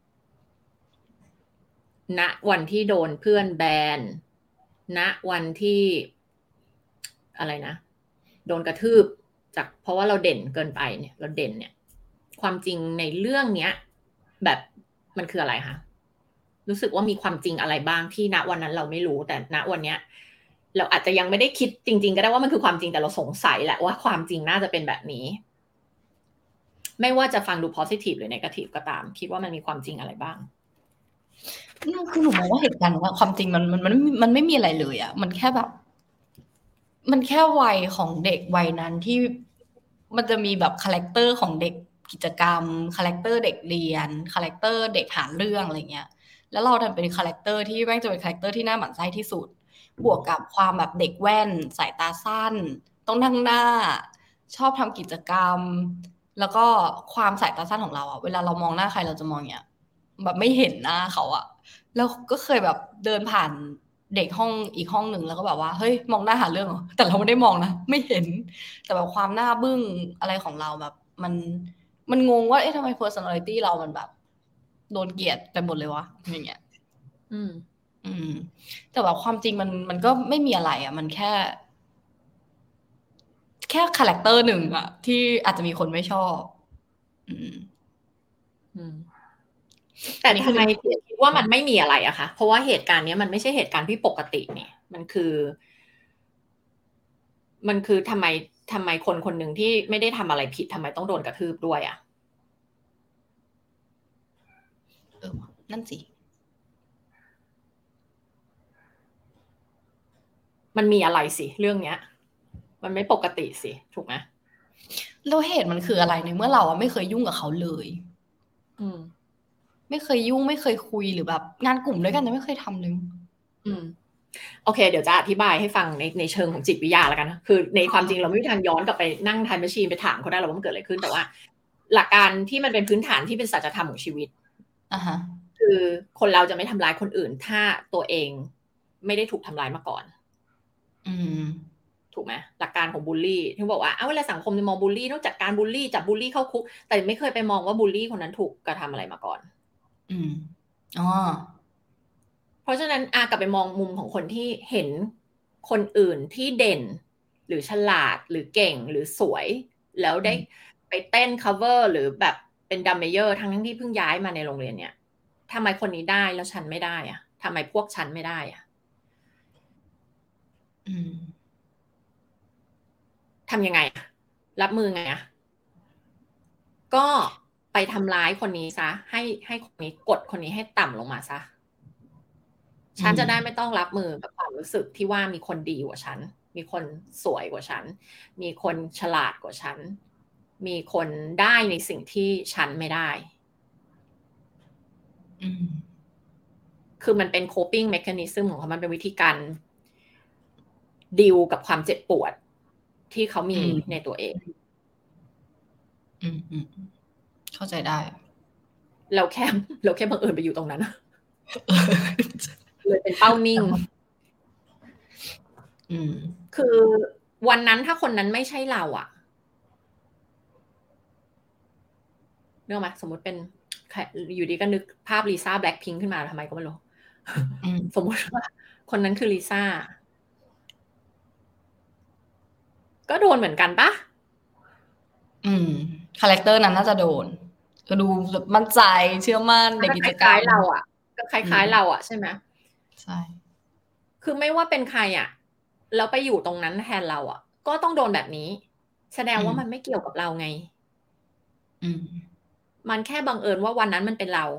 ณวันที่โดนเพื่อนแบนณวันที่อะไรนะโดนกระทืบจากเพราะว่าเราเด่นเกินไปเนี่ยเราเด่นเนี่ยความจริงในเรื่องเนี้ยแบบมันคืออะไรคะรู้สึกว่ามีความจริงอะไรบ้างที่ณวันนั้นเราไม่รู้แต่ณวันเนี้ยเราอาจจะยังไม่ได้คิดจริงๆก็ได้ว่ามันคือความจริงแต่เราสงสัยแหละว่าความจริงน่าจะเป็นแบบนี้ไม่ว่าจะฟังดู positive หรือ negative ก็ตามคิดว่ามันมีความจริงอะไรบ้างคือหนูมองว่าเหตุการณ์ว่าความจริงมันมันมันมันไม่มีอะไรเลยอ่ะมันแค่แบบมันแค่วัยของเด็กวัยนั้นที่มันจะมีแบบคาแรคเตอร์ของเด็กกิจกรรมคาแรคเตอร์เด็กเรียนคาแรคเตอร์เด็กหาเรื่องอะไรเงี้ยแล้วเราดันเป็นคาแรคเตอร์ที่แม่งจะเป็นคาแรคเตอร์ที่น่าหมั่นไส้ที่สุดบวกกับความแบบเด็กแว่นสายตาสั้นต้องนั่งหน้าชอบทำกิจกรรมแล้วก็ความสายตาสั้นของเราอะเวลาเรามองหน้าใครเราจะมองอย่างเงี้ยแบบไม่เห็นหน้าเขาอะ แล้วก็เคยแบบเดินผ่านเด็กห้องอีกห้องหนึ่งแล้วก็แบบว่าเฮ้ยมองหน้าหาเรื่องเหรอแต่เราไม่ได้มองนะไม่เห็นแต่แบบความหน้าบึ้งอะไรของเราแบบมันมันงงว่าเอ๊ะทำไม personality เรามันแบบโดนเกลียดไปหมดเลยวะอย่างเงี้ยอืมอืมแต่แบบความจริงมันมันก็ไม่มีอะไรอ่ะมันแค่แค่คาแรคเตอร์หนึ่งอ่ะที่อาจจะมีคนไม่ชอบอืมอืม แต่ทำไมถึงคิดว่ามันไม่มีอะไรอะคะเพราะว่าเหตุการณ์นี้มันไม่ใช่เหตุการณ์ที่ปกติเนี่ยมันคือ มันคือทำไมทำไมคนคนหนึ่งที่ไม่ได้ทำอะไรผิดทำไมต้องโดนกระทืบด้วยอะเออนั่นสิมันมีอะไรสิเรื่องเนี้ย มันไม่ปกติสิถูกไหมแล้วเหตุมันคืออะไรในเมื่อเราอะไม่เคยยุ่งกับเขาเลยอืมไม่เคยยุ่งไม่เคยคุยหรือแบบงานกลุ่มด้วยกันยังไม่เคยทำเลยอืมโอเคเดี๋ยวจะอธิบายให้ฟังในในเชิงของจิตวิทยาแล้วกันนะคือในความจริงเราไม่มีทางย้อนกลับไปนั่งไทม์แมชชีนไปถามเขาได้หรอกว่ามันเกิดอะไรขึ้นแต่ว่า หลักการที่มันเป็นพื้นฐานที่เป็นสัจธรรมของชีวิตอ่ะฮะคือคนเราจะไม่ทำร้ายคนอื่นถ้าตัวเองไม่ได้ถูกทำร้ายมาก่อนอืมถูกไหมหลักการของบูลลี่ที่บอกว่าเอ้าเวลาสังคมจะมองบูลลี่ต้องจัดการบูลลี่จับบูลลี่เข้าคุกแต่ไม่เคยไปมองว่าบูลลี่คนนั้นถูกกระทำอะไรมาก่อนอืมอ๋อเพราะฉะนั้นอากลับไปมองมุมของคนที่เห็นคนอื่นที่เด่นหรือฉลาดหรือเก่งหรือสวยแล้วได้ไปเต้น cover หรือแบบเป็นดัมเมเยอร์ทั้งที่เพิ่งย้ายมาในโรงเรียนเนี่ยทำไมคนนี้ได้แล้วฉันไม่ได้อะทำไมพวกฉันไม่ได้อะอืมทำยังไงรับมือไงอะ ก็ไปทำร้ายคนนี้ซะให้ให้คนนี้กดคนนี้ให้ต่ำลงมาซะฉันจะได้ไม่ต้องรับมือกับความรู้สึกที่ว่ามีคนดีกว่าฉันมีคนสวยกว่าฉันมีคนฉลาดกว่าฉันมีคนได้ในสิ่งที่ฉันไม่ได้คือมันเป็น coping mechanism ของเขามันเป็นวิธีการดีลกับความเจ็บปวดที่เขามีในตัวเองอืมอืมเข้าใจได้เราแค่เราแค่บังเอิญไปอยู่ตรงนั้นเลยเป็นเป้านิ่งอืมคือวันนั้นถ้าคนนั้นไม่ใช่เราอะเรื่องไหมสมมติเป็นอยู่ดีก็นึกภาพลิซ่าแบล็คพิงค์ขึ้นมาทำไมก็ไม่รู้สมมติว่าคนนั้นคือลิซ่าก็โดนเหมือนกันปะอืมคาแรคเตอร์นั้นน่าจะโดนก็ดูมั่นใจเชื่อมั่นในกิจกรรมคล้ายๆเราอ่ะก็คล้ายๆเราอ่ะใช่ไหมใช่คือไม่ว่าเป็นใครอ่ะแล้วไปอยู่ตรงนั้นแทนเราอ่ะก็ต้องโดนแบบนี้แสดงว่ามันไม่เกี่ยวกับเราไงอืมมันแค่บังเอิญว่าวันนั้นมันเป็นเรา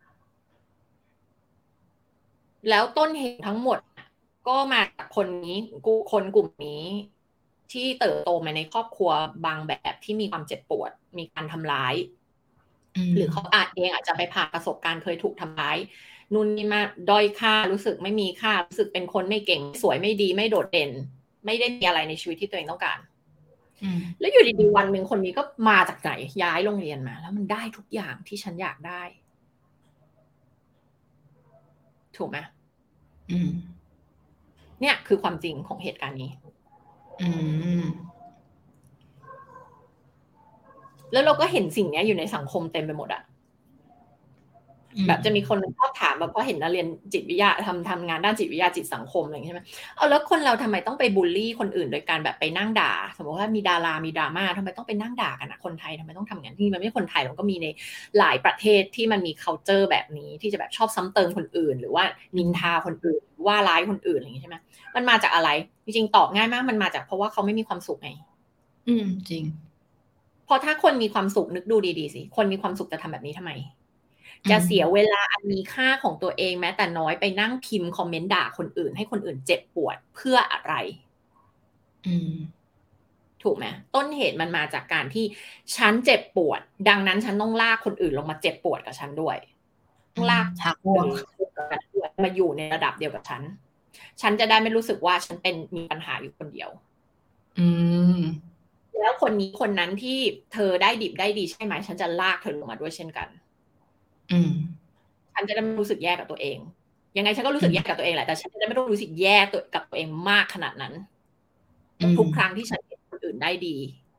แล้วต้นเหตุทั้งหมดก็มาจากคนนี้คนกลุ่มนี้ที่เติบโตมาในครอบครัวบางแบบที่มีความเจ็บปวดมีการทำร้ายหรือเขาอาจเองอาจจะไปผ่านประสบการณ์เคยถูกทำร้ายนู่นนี่มาด้อยค่ารู้สึกไม่มีค่ารู้สึกเป็นคนไม่เก่งสวยไม่ดีไม่โดดเด่นไม่ได้มีอะไรในชีวิตที่ตัวเองต้องการแล้วอยู่ดีๆวันหนึ่งคนนี้ก็มาจากไหนย้ายโรงเรียนมาแล้วมันได้ทุกอย่างที่ฉันอยากได้ถูกไหมอืมเนี่ยคือความจริงของเหตุการณ์นี้อืมแล้วเราก็เห็นสิ่งนี้อยู่ในสังคมเต็มไปหมดอะแบบจะมีคนชอบถามแบบเพราะเห็นนักเรียนจิตวิทยาทำทำงานด้านจิตวิทยาจิตสังคมอะไรอย่างนี้ใช่ไหมเอาแล้วคนเราทำไมต้องไปบูลลี่คนอื่นโดยการแบบไปนั่งด่าสมมติว่ามีดารามีดราม่าทำไมต้องไปนั่งด่ากันอะคนไทยทำไมต้องทำอย่างนั้นที่มันไม่ใช่คนไทยมันก็มีในหลายประเทศที่มันมี culture แบบนี้ที่จะแบบชอบซ้ำเติมคนอื่นหรือว่านินทาคนอื่นว่าร้ายคนอื่นอะไรอย่างนี้ใช่ไหมมันมาจากอะไรจริงๆตอบง่ายมากมันมาจากเพราะว่าเขาไม่มีความสุขไงอืมจริงพอถ้าคนมีความสุขนึกดูดีๆสิคนมีความสุขจะทำแบบนี้ทำไมจะเสียเวลาอันมีค่าของตัวเองแม้แต่น้อยไปนั่งพิมพ์คอมเมนต์ด่าคนอื่นให้คนอื่นเจ็บปวดเพื่ออะไรอืมถูกไหมต้นเหตุมันมาจากการที่ฉันเจ็บปวดดังนั้นฉันต้องลากคนอื่นลงมาเจ็บปวดกับฉันด้วยต้องลากหักห่วงมาอยู่ในระดับเดียวกับฉันฉันจะได้ไม่รู้สึกว่าฉันเป็นมีปัญหาอยู่คนเดียวอืมแล้วคนนี้คนนั้นที่เธอได้ดิบได้ดีใช่ไหมฉันจะลากเธอลงมาด้วยเช่นกันอืมฉันจะได้ไม่รู้สึกแย่กับตัวเองยังไงฉันก็รู้สึกแย่กับตัวเองแหละแต่ฉันจะได้ไม่ต้องรู้สึกแย่ตัวกับตัวเองมากขนาดนั้นทุกครั้งที่ฉันเห็นคนอื่นได้ดี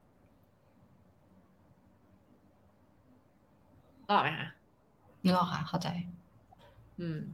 ก็ไหมคะนึกออกค่ะเข้าใจอืม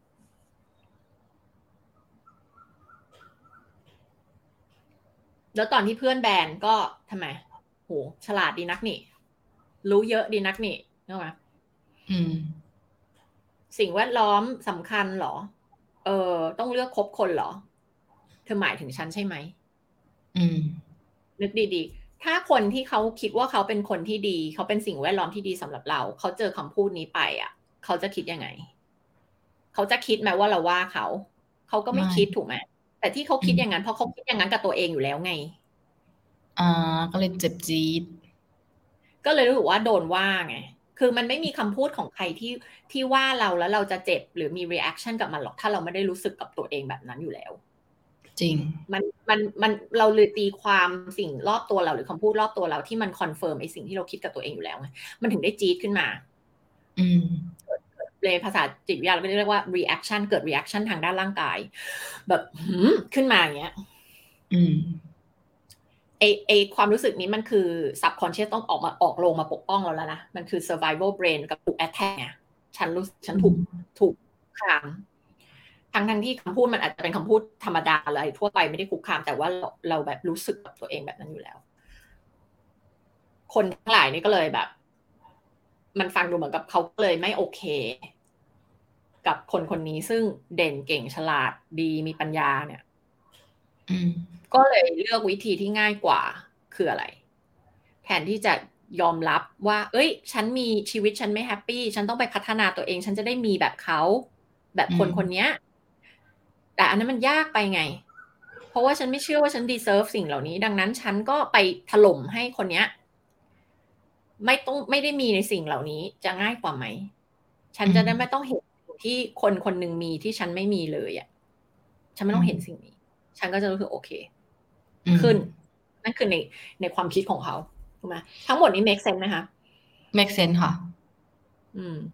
แล้วตอนที่เพื่อนแบนก็ทำไมโหฉลาดดีนักนี่รู้เยอะดีนักนี่นึกไหมอืมสิ่งแวดล้อมสำคัญเหรอเออต้องเลือกคบคนเหรอเธอหมายถึงฉันใช่ไหมอืมนึกดีๆถ้าคนที่เขาคิดว่าเขาเป็นคนที่ดีเขาเป็นสิ่งแวดล้อมที่ดีสำหรับเราเขาเจอคำพูดนี้ไปอ่ะเขาจะคิดยังไงเขาจะคิดไหมว่าเราว่าเขาเขาก็ไม่คิดถูกไหมแต่ที่เขาคิดอย่างนั้นเพราะเขาคิดอย่างนั้นกับตัวเองอยู่แล้วไงอ่าก็เลยเจ็บจี๊ดก็เลยรู้สึกว่าโดนว่าไงคือมันไม่มีคำพูดของใครที่ที่ว่าเราแล้วเราจะเจ็บหรือมี reaction กับมันหรอกถ้าเราไม่ได้รู้สึกกับตัวเองแบบนั้นอยู่แล้วจริงมันมันมันเราเลยตีความสิ่งรอบตัวเราหรือคำพูดรอบตัวเราที่มันคอนเฟิร์มไอ้สิ่งที่เราคิดกับตัวเองอยู่แล้วไงมันถึงได้จี๊ดขึ้นมาอืมเลยภาษาจิตวิทยาเราเรียกว่า reaction เกิด reaction ทางด้านร่างกายแบบหืมขึ้นมาอย่างเงี้ยอืมไอไอความรู้สึกนี้มันคือ subconscious ต้องออกมาออกโรงมาปกป้องเราแล้วนะมันคือ survival brain กับถูก attack ไงฉันรู้ฉันถูกถูกคุกคามทั้งทั้งที่คำพูดมันอาจจะเป็นคำพูดธรรมดาอะไรทั่วไปไม่ได้คุกคามแต่ว่าเราเราแบบรู้สึกกับตัวเองแบบนั้นอยู่แล้วคนทั้งหลายนี่ก็เลยแบบมันฟังดูเหมือนกับเขาเลยไม่โอเคกับคนคนนี้ซึ่งเด่นเก่งฉลาดดีมีปัญญาเนี่ยก็เลยเลือกวิธีที่ง่ายกว่าคืออะไรแทนที่จะยอมรับว่าเอ้ยฉันมีชีวิตฉันไม่แฮปปี้ฉันต้องไปพัฒนาตัวเองฉันจะได้มีแบบเขาแบบคนคนนี้แต่อันนั้นมันยากไปไงราะว่าฉันไม่เชื่อว่าฉัน deserve สิ่งเหล่านี้ดังนั้นฉันก็ไปถล่มให้คนเนี้ยไม่ต้องไม่ได้มีในสิ่งเหล่านี้จะง่ายกว่าไหมฉันจะได้ไม่ต้องเห็นที่คนคนหนึ่งมีที่ฉันไม่มีเลยอ่ะฉันไม่ต้องเห็นสิ่งนี้ฉันก็จะรู้สึกโอเคขึ้นนั่นคือในในความคิดของเขาถูกไหมทั้งหมดนี้ make sense นะคะ make sense ค่ะอืม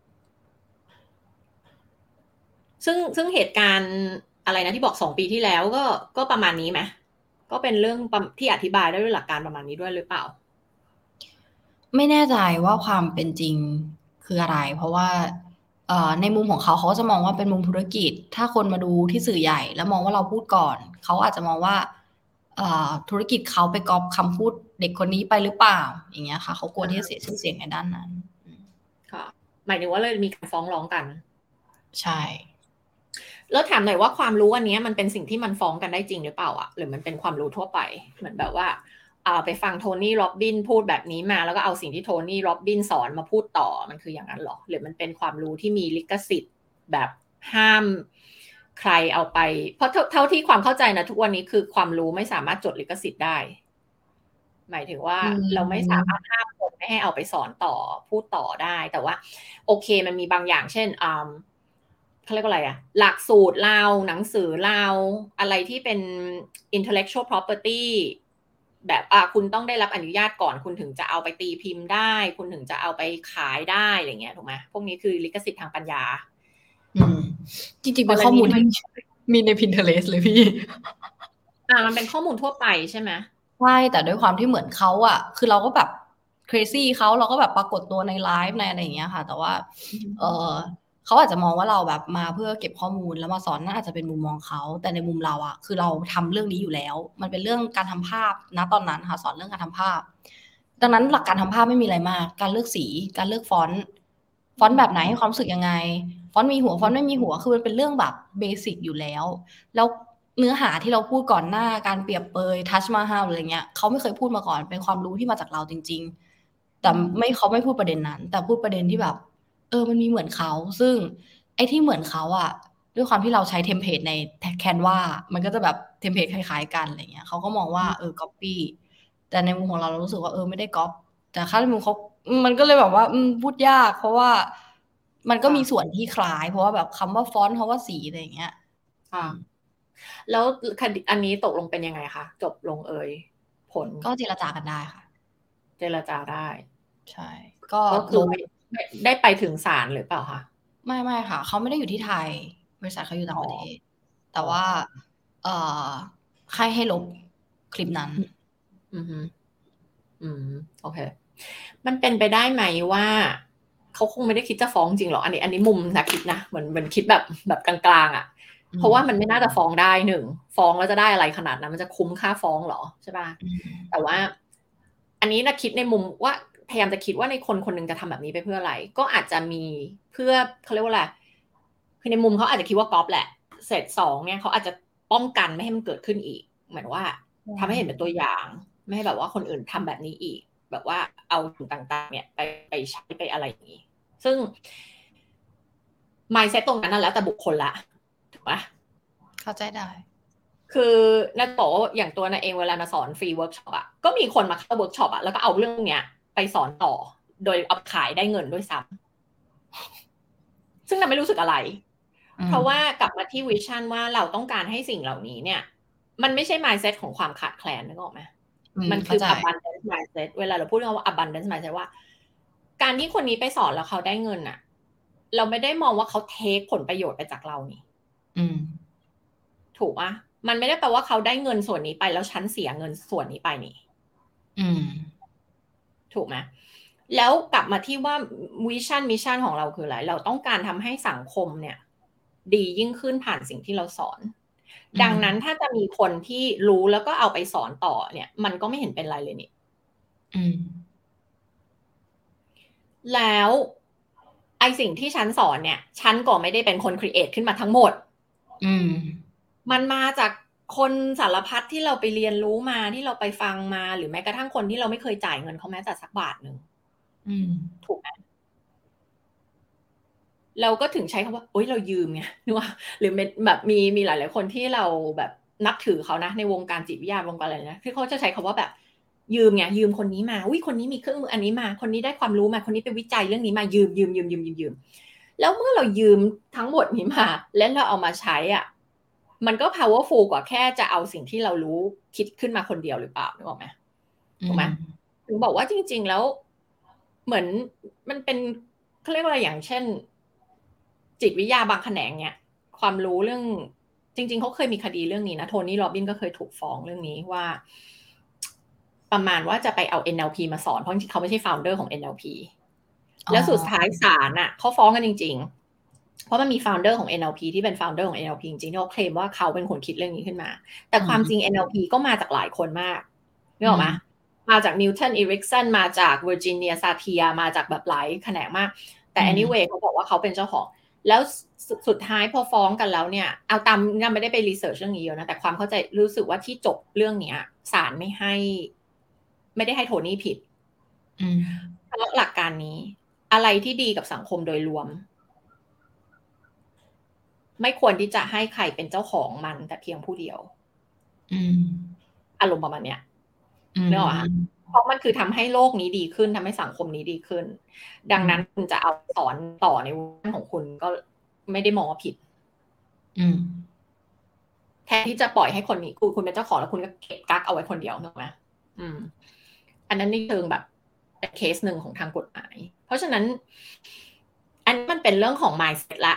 ซึ่งซึ่งเหตุการณ์อะไรนะที่บอกสองปีที่แล้วก็ก็ประมาณนี้ไหมก็เป็นเรื่องที่อธิบายได้ด้วยหลักการประมาณนี้ด้วยหรือเปล่าไม่แน่ใจว่าความเป็นจริงคืออะไรเพราะว่าในมุมของเขาเขาจะมองว่าเป็นมุมธุรกิจถ้าคนมาดูที่สื่อใหญ่แล้วมองว่าเราพูดก่อนเขาอาจจะมองว่าธุรกิจเขาไปก๊อปคำพูดเด็กคนนี้ไปหรือเปล่าอย่างเงี้ยค่ะเขากลัวที่จะเสียชื่อเสียงในด้านนั้นค่ะหมายถึงว่าเลยมีการฟ้องร้องกันใช่แล้วถามหน่อยว่าความรู้อันนี้มันเป็นสิ่งที่มันฟ้องกันได้จริงหรือเปล่าอ่ะหรือมันเป็นความรู้ทั่วไปเหมือนแบบว่าเอาไปฟังโทนี่โรบบินพูดแบบนี้มาแล้วก็เอาสิ่งที่โทนี่โรบบินสอนมาพูดต่อมันคืออย่างนั้นหรอหรือมันเป็นความรู้ที่มีลิขสิทธิ์แบบห้ามใครเอาไปเพราะเท่าที่ความเข้าใจนะทุกวันนี้คือความรู้ไม่สามารถจดลิขสิทธิ์ได้หมายถึงว่าเราไม่สามารถห้ามคนไม่ให้เอาไปสอนต่อพูดต่อได้แต่ว่าโอเคมันมีบางอย่างเช่นอ่าเขาเรียกว่าอะไรอะหลักสูตรเราหนังสือเราอะไรที่เป็น intellectual property แบบอ่ะคุณต้องได้รับอนุญาตก่อนคุณถึงจะเอาไปตีพิมพ์ได้คุณถึงจะเอาไปขายได้อะไรเงี้ยถูกไหมพวกนี้คือลิขสิทธิ์ทางปัญญาอืมจริงๆเป็นข้อมูลที่มีใน Pinterest เลยพี่อ่ามันเป็นข้อมูลทั่วไปใช่ไหมใช่แต่ด้วยความที่เหมือนเขาอ่ะคือเราก็แบบ crazy เขาเราก็แบบปรากฏตัวในไลฟ์ในอะไรอย่างเงี้ยค่ะแต่ว่าเออเขาอาจจะมองว่าเราแบบมาเพื่อเก็บข้อมูลแล้วมาสอนน่าจะเป็นมุมมองเขาแต่ในมุมเราอ่ะคือเราทำเรื่องนี้อยู่แล้วมันเป็นเรื่องการทำภาพณตอนนั้นค่ะสอนเรื่องการทำภาพดังนั้นหลักการทำภาพไม่มีอะไรมากการเลือกสีการเลือกฟอนต์ฟอนต์แบบไหนให้ความรู้สึกยังไงฟอนต์มีหัวฟอนต์ไม่มีหัวคือมันเป็นเรื่องแบบเบสิกอยู่แล้วแล้วเนื้อหาที่เราพูดก่อนหน้าการเปรียบเปยทัชมาฮาลอะไรเงี้ยเขาไม่เคยพูดมาก่อนเป็นความรู้ที่มาจากเราจริงๆแต่ไม่เขาไม่พูดประเด็นนั้นแต่พูดประเด็นที่แบบเออมันมีเหมือนเขาซึ่งไอ้ที่เหมือนเขาอะด้วยความที่เราใช้เทมเพลตในแคนวามันก็จะแบบเทมเพลตคล้ายๆกันอะไรเงี้ยเขาก็มองว่าเออก๊อปปี้แต่ในมุมของเราเรารู้สึกว่าเออไม่ได้ก๊อปแต่ค่าในมุมเขามันก็เลยแบบว่าพูดยากเพราะว่ามันก็มีส่วนที่คล้ายเพราะว่าแบบคำว่าฟอนต์คำว่าสีอะไรอย่างเงี้ยค่ะแล้วคดีอันนี้ตกลงเป็นยังไงคะจบลงเอยผลก็เจรจากันได้ค่ะเจรจาได้ใช่ก็ก็คือได้ไปถึงศาลหรือเปล่าคะไม่ไม่ค่ะเขาไม่ได้อยู่ที่ไทยบริษัทเขาอยู่ต่างประเทศแต่ว่าเอ่อใครให้ลบคลิปนั้นอืมอืมโอเคมันเป็นไปได้ไหมว่าเขาคงไม่ได้คิดจะฟ้องจริงหรออันนี้อันนี้มุมนะคิดนะเหมือนเหมือนคิดแบบแบบกลางๆอ่ะเพราะว่ามันไม่น่าจะฟ้องได้หนึ่งฟ้องแล้วจะได้อะไรขนาดนั้นมันจะคุ้มค่าฟ้องหรอใช่ป่ะแต่ว่าอันนี้นะคิดในมุมว่าพยายามจะคิดว่าในคนคนหนึ่งจะทำแบบนี้ไปเพื่ออะไรก็อาจจะมีเพื่อเขาเรียกว่าอะไรคือในมุมเขาอาจจะคิดว่าก๊อปแหละเสร็จสองเนี่ยเขาอาจจะป้องกันไม่ให้มันเกิดขึ้นอีกเหมือนว่าทำให้เห็นเป็นตัวอย่างไม่ให้แบบว่าคนอื่นทำแบบนี้อีกแบบว่าเอาสิ่งต่างๆเนี่ยไปไปใช้ไปอะไรอย่างนี้ซึ่ง mindset ตรงนั้นนั่นแล้วแต่บุคคลละถูกปะเข้าใจได้คือนักบอกว่าอย่างตัวนักเองเวลามาสอนฟรีเวิร์กช็อปอ่ะก็มีคนมาเข้าเวิร์กช็อปอ่ะแล้วก็เอาเรื่องเนี้ยไปสอนต่อโดยเอาขายได้เงินด้วยซ้ำซึ่งเราไม่รู้สึกอะไรเพราะว่ากลับมาที่วิชั่นว่าเราต้องการให้สิ่งเหล่านี้เนี่ยมันไม่ใช่ mindset ของความขาดแคลนนึกออกไหมมันคือ abundance mindset เวลาเราพูดว่า abundance mindset ว่าการที่คนนี้ไปสอนแล้วเขาได้เงินอ่ะเราไม่ได้มองว่าเขาเทคผลประโยชน์ไปจากเรานี่ถูกปะมันไม่ได้แปลว่าเขาได้เงินส่วนนี้ไปแล้วฉันเสียเงินส่วนนี้ไปนี่ถูกไหมแล้วกลับมาที่ว่าวิชั่นมิชชั่นของเราคืออะไรเราต้องการทำให้สังคมเนี่ยดียิ่งขึ้นผ่านสิ่งที่เราสอนดังนั้นถ้าจะมีคนที่รู้แล้วก็เอาไปสอนต่อเนี่ยมันก็ไม่เห็นเป็นไรเลยนี่แล้วไอสิ่งที่ฉันสอนเนี่ยฉันก็ไม่ได้เป็นคนครีเอทขึ้นมาทั้งหมดมันมาจากคนสารพัดที่เราไปเรียนรู้มาที่เราไปฟังมาหรือแม้กระทั่งคนที่เราไม่เคยจ่ายเงินเขาแม้แต่สักบาทหนึ่งถูกไหมเราก็ถึงใช้คำว่าโอ๊ยเรายืมไงนึกว่าหรือแบบมีมีหลายๆคนที่เราแบบนับถือเขานะในวงการจิตวิทยาวงการอะไรนะคือเขาจะใช้คำว่าแบบยืมไงยืมคนนี้มาอุ้ยคนนี้มีเครื่องมืออันนี้มาคนนี้ได้ความรู้มาคนนี้ไปวิจัยเรื่องนี้มายืมยืมยืมยืมยืมยืมแล้วเมื่อเรายืมทั้งหมดนี้มาแล้วเราเอามาใช้อ่ะมันก็ powerful กว่าแค่จะเอาสิ่งที่เรารู้คิดขึ้นมาคนเดียวหรือเปล่านึกออกไหมถูกไหมถึงบอกว่าจริงๆแล้วเหมือนมันเป็นเขาเรียกว่าอะไรอย่างเช่นจิตวิทยาบางแขนงเนี่ยความรู้เรื่องจริงๆเขาเคยมีคดีเรื่องนี้นะโทนี่โรบินก็เคยถูกฟ้องเรื่องนี้ว่าประมาณว่าจะไปเอา เอ็น แอล พี มาสอนเพราะจริงๆเขาไม่ใช่ founder ของ เอ็น แอล พี แล้วสุดท้ายศาลน่ะเขาฟ้องกันจริงๆเพราะมันมี founder ของ เอ็น แอล พี ที่เป็น founder ของ เอ็น แอล พี จริงๆที่เขาเคลมว่าเขาเป็นคนคิดเรื่องนี้ขึ้นมาแต่ความจริง เอ็น แอล พี ก็มาจากหลายคนมากนึกออกไหมมาจากนิวตันอีริกสันมาจากเวอร์จิเนียซาเทียมาจากแบบหลายแขนงมากแต่ anyway เขาบอกว่าเขาเป็นเจ้าของแล้วสุดท้ายพอฟ้องกันแล้วเนี่ยเอาตามยังไม่ได้ไปรีเสิร์ชเรื่องนี้เยอะนะแต่ความเข้าใจรู้สึกว่าที่จบเรื่องนี้ศาลไม่ให้ไม่ได้ให้โทนี่ผิดเพราะหลักการนี้อะไรที่ดีกับสังคมโดยรวมไม่ควรที่จะให้ใครเป็นเจ้าของมันแต่เพียงผู้เดียวอารมณ์ประมาณเนี้ยเนอะ เพราะมันคือทำให้โลกนี้ดีขึ้นทำให้สังคมนี้ดีขึ้นดังนั้นคุณจะเอาสอนต่อในวันของคุณก็ไม่ได้มองว่าผิดแทนที่จะปล่อยให้คนนี้คุณคุณเป็นเจ้าของแล้วคุณก็เก็บกักเอาไว้คนเดียวถูกไหมอืมอันนั้นนี่เชิงแบบเคสหนึ่งของทางกฎหมายเพราะฉะนั้นอันนี้มันเป็นเรื่องของ mindset ละ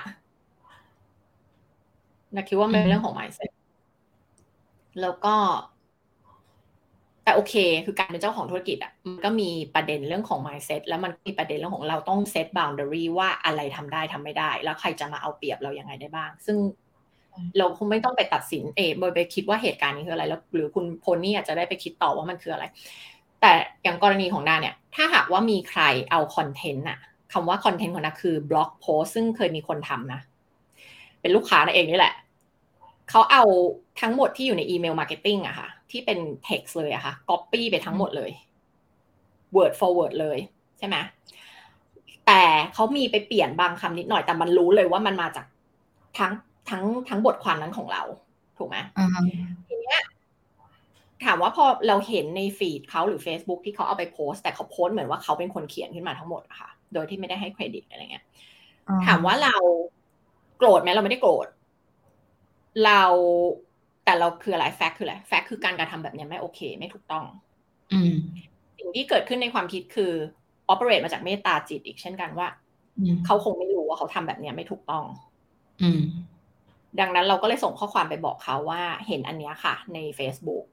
นะคิดว่าเป็นเรื่องของ mindset แล้วก็แต่โอเคคือการเป็นเจ้าของธุรกิจอ่ะมันก็มีประเด็นเรื่องของ mindset แล้วมันมีประเด็นเรื่องของเราต้อง set boundary ว่าอะไรทำได้ทำไม่ได้แล้วใครจะมาเอาเปรียบเรายังไงได้บ้างซึ่งเราคงไม่ต้องไปตัดสินเองโดยไปคิดว่าเหตุการณ์นี้คืออะไรแล้วหรือคุณโพนี่อาจจะได้ไปคิดต่อว่ามันคืออะไรแต่อย่างกรณีของนาเนี่ยถ้าหากว่ามีใครเอาคอนเทนต์อะคำว่าคอนเทนต์ของนาคือบล็อกโพสซึ่งเคยมีคนทำนะเป็นลูกค้านาเองนี่แหละเขาเอาทั้งหมดที่อยู่ในอีเมลมาร์เก็ตติ้งอะค่ะที่เป็น text เลยอะค่ะ copy ไปทั้งหมดเลย word for word เลยใช่ไหมแต่เขามีไปเปลี่ยนบางคำนิดหน่อยแต่มันรู้เลยว่ามันมาจากทั้งทั้งทั้งบทความนั้นของเราถูกไหม uh-huh. ทีนี้ถามว่าพอเราเห็นในฟีดเขาหรือ Facebook ที่เขาเอาไปโพสต์แต่เขาโพสต์เหมือนว่าเขาเป็นคนเขียนขึ้นมาทั้งหมดอะค่ะโดยที่ไม่ได้ให้เครดิตอะไรเงี้ย uh-huh. ถามว่าเราโกรธไหมเราไม่ได้โกรธเราแต่เราคืออะไรแฟกต์คืออะไรแฟกต์คือการกระทำแบบนี้ไม่โอเคไม่ถูกต้องสิ่งที่เกิดขึ้นในความคิดคือ operate มาจากเมตตาจิตอีกเช่นกันว่าเขาคงไม่รู้ว่าเขาทำแบบนี้ไม่ถูกต้องดังนั้นเราก็เลยส่งข้อความไปบอกเขาว่าเห็นอันนี้ค่ะใน Facebook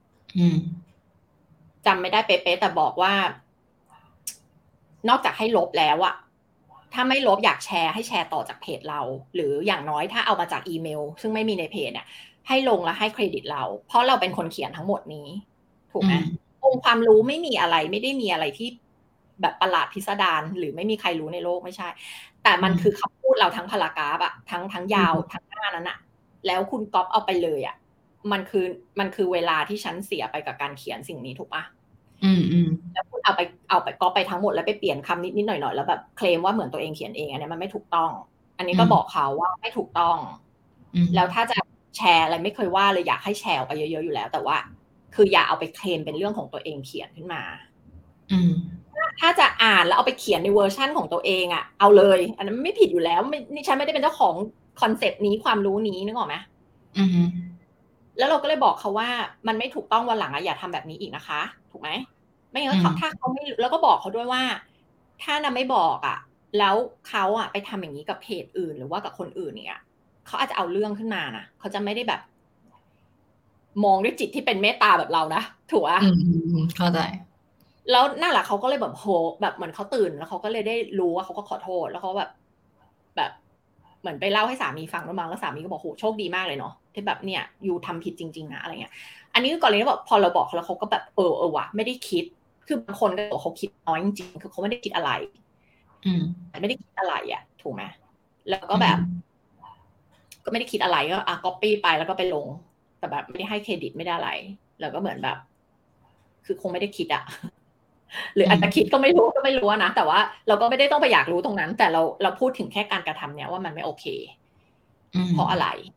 จำไม่ได้เป๊ะๆแต่บอกว่านอกจากให้ลบแล้วอะถ้าไม่ลบอยากแชร์ให้แชร์ต่อจากเพจเราหรืออย่างน้อยถ้าเอามาจากอีเมลซึ่งไม่มีในเพจเนี่ยให้ลงและให้เครดิตเราเพราะเราเป็นคนเขียนทั้งหมดนี้ถูกไหมองค์ความรู้ไม่มีอะไรไม่ได้มีอะไรที่แบบประหลาดพิสดารหรือไม่มีใครรู้ในโลกไม่ใช่แต่มันคือคำพูดเราทั้งพารากราฟอะทั้งทั้งยาวทั้งหน้านั้นอะแล้วคุณก๊อปเอาไปเลยอะมันคือมันคือเวลาที่ฉันเสียไปกับการเขียนสิ่งนี้ถูกปะอืมอืมแล้วคุณเอาไปเอาไปก๊อปไปทั้งหมดแล้วไปเปลี่ยนคำนิดนิดหน่อยหน่อยแล้วแบบเคลมว่าเหมือนตัวเองเขียนเองอันนี้มันไม่ถูกต้องอันนี้ก็บอกเขาว่าไม่ถูกต้องแล้วถ้าจะแชร์อะไรไม่เคยว่าเลยอยากให้แชร์ออกไปเยอะๆอยู่แล้วแต่ว่าคืออย่าเอาไปเคลมเป็นเรื่องของตัวเองเขียนขึ้นมาถ้าจะอ่านแล้วเอาไปเขียนในเวอร์ชั่นของตัวเองอ่ะเอาเลยอันนั้นไม่ผิดอยู่แล้วไม่นี่ฉันไม่ได้เป็นเจ้าของคอนเซปต์นี้ความรู้นี้นึกออกไหมแล้วเราก็เลยบอกเขาว่ามันไม่ถูกต้องวันหลังอะอย่าทำแบบนี้อีกนะคะถูกไหมไม่งั้นถ้าเขาไม่แล้วก็บอกเขาด้วยว่าถ้านะไม่บอกอ่ะแล้วเขาอ่ะไปทำอย่างนี้กับเพจอื่นหรือว่ากับคนอื่นเนี่ยเขาอาจจะเอาเรื่องขึ้นมานะเขาจะไม่ได้แบบมองด้วยจิตที่เป็นเมตตาแบบเรานะถูกอ่ะเข้าใจแล้วนั่นแหละเขาก็เลยแบบโหแบบเหมือนเขาตื่นแล้วเขาก็เลยได้รู้ว่าเขาก็ขอโทษแล้วเขาแบบแบบเหมือนไปเล่าให้สามีฟังแล้วมั้งแล้วสามีก็บอกโหโชคดีมากเลยเนาะที่แบบเนี่ยยูทำผิดจริงๆนะอะไรเงี้ยอันนี้ก่อนเลยนะแบบพอเราบอกเขาแล้วเขาก็แบบเออเออว่ะไม่ได้คิดคือบางคนก็บอกเขาคิดน้อยจริงๆคือเขาไม่ได้คิดอะไรอืมไม่ได้คิดอะไรอ่ะถูกไหมแล้วก็แบบก็ไม่ได้คิดอะไรก็อ่ะก๊อปปี้ไปแล้วก็ไปลงแต่แบบไม่ได้ให้เครดิตไม่ได้อะไรแล้วก็เหมือนแบบคือคงไม่ได้คิดอ่ะหรืออาจจะคิดก็ไม่รู้ก็ไม่รู้นะแต่ว่าเราก็ไม่ได้ต้องไปอยากรู้ตรงนั้นแต่เราเราพูดถึงแค่การกระทำเนี่ยว่ามันไม่โอเคเพราะอะไร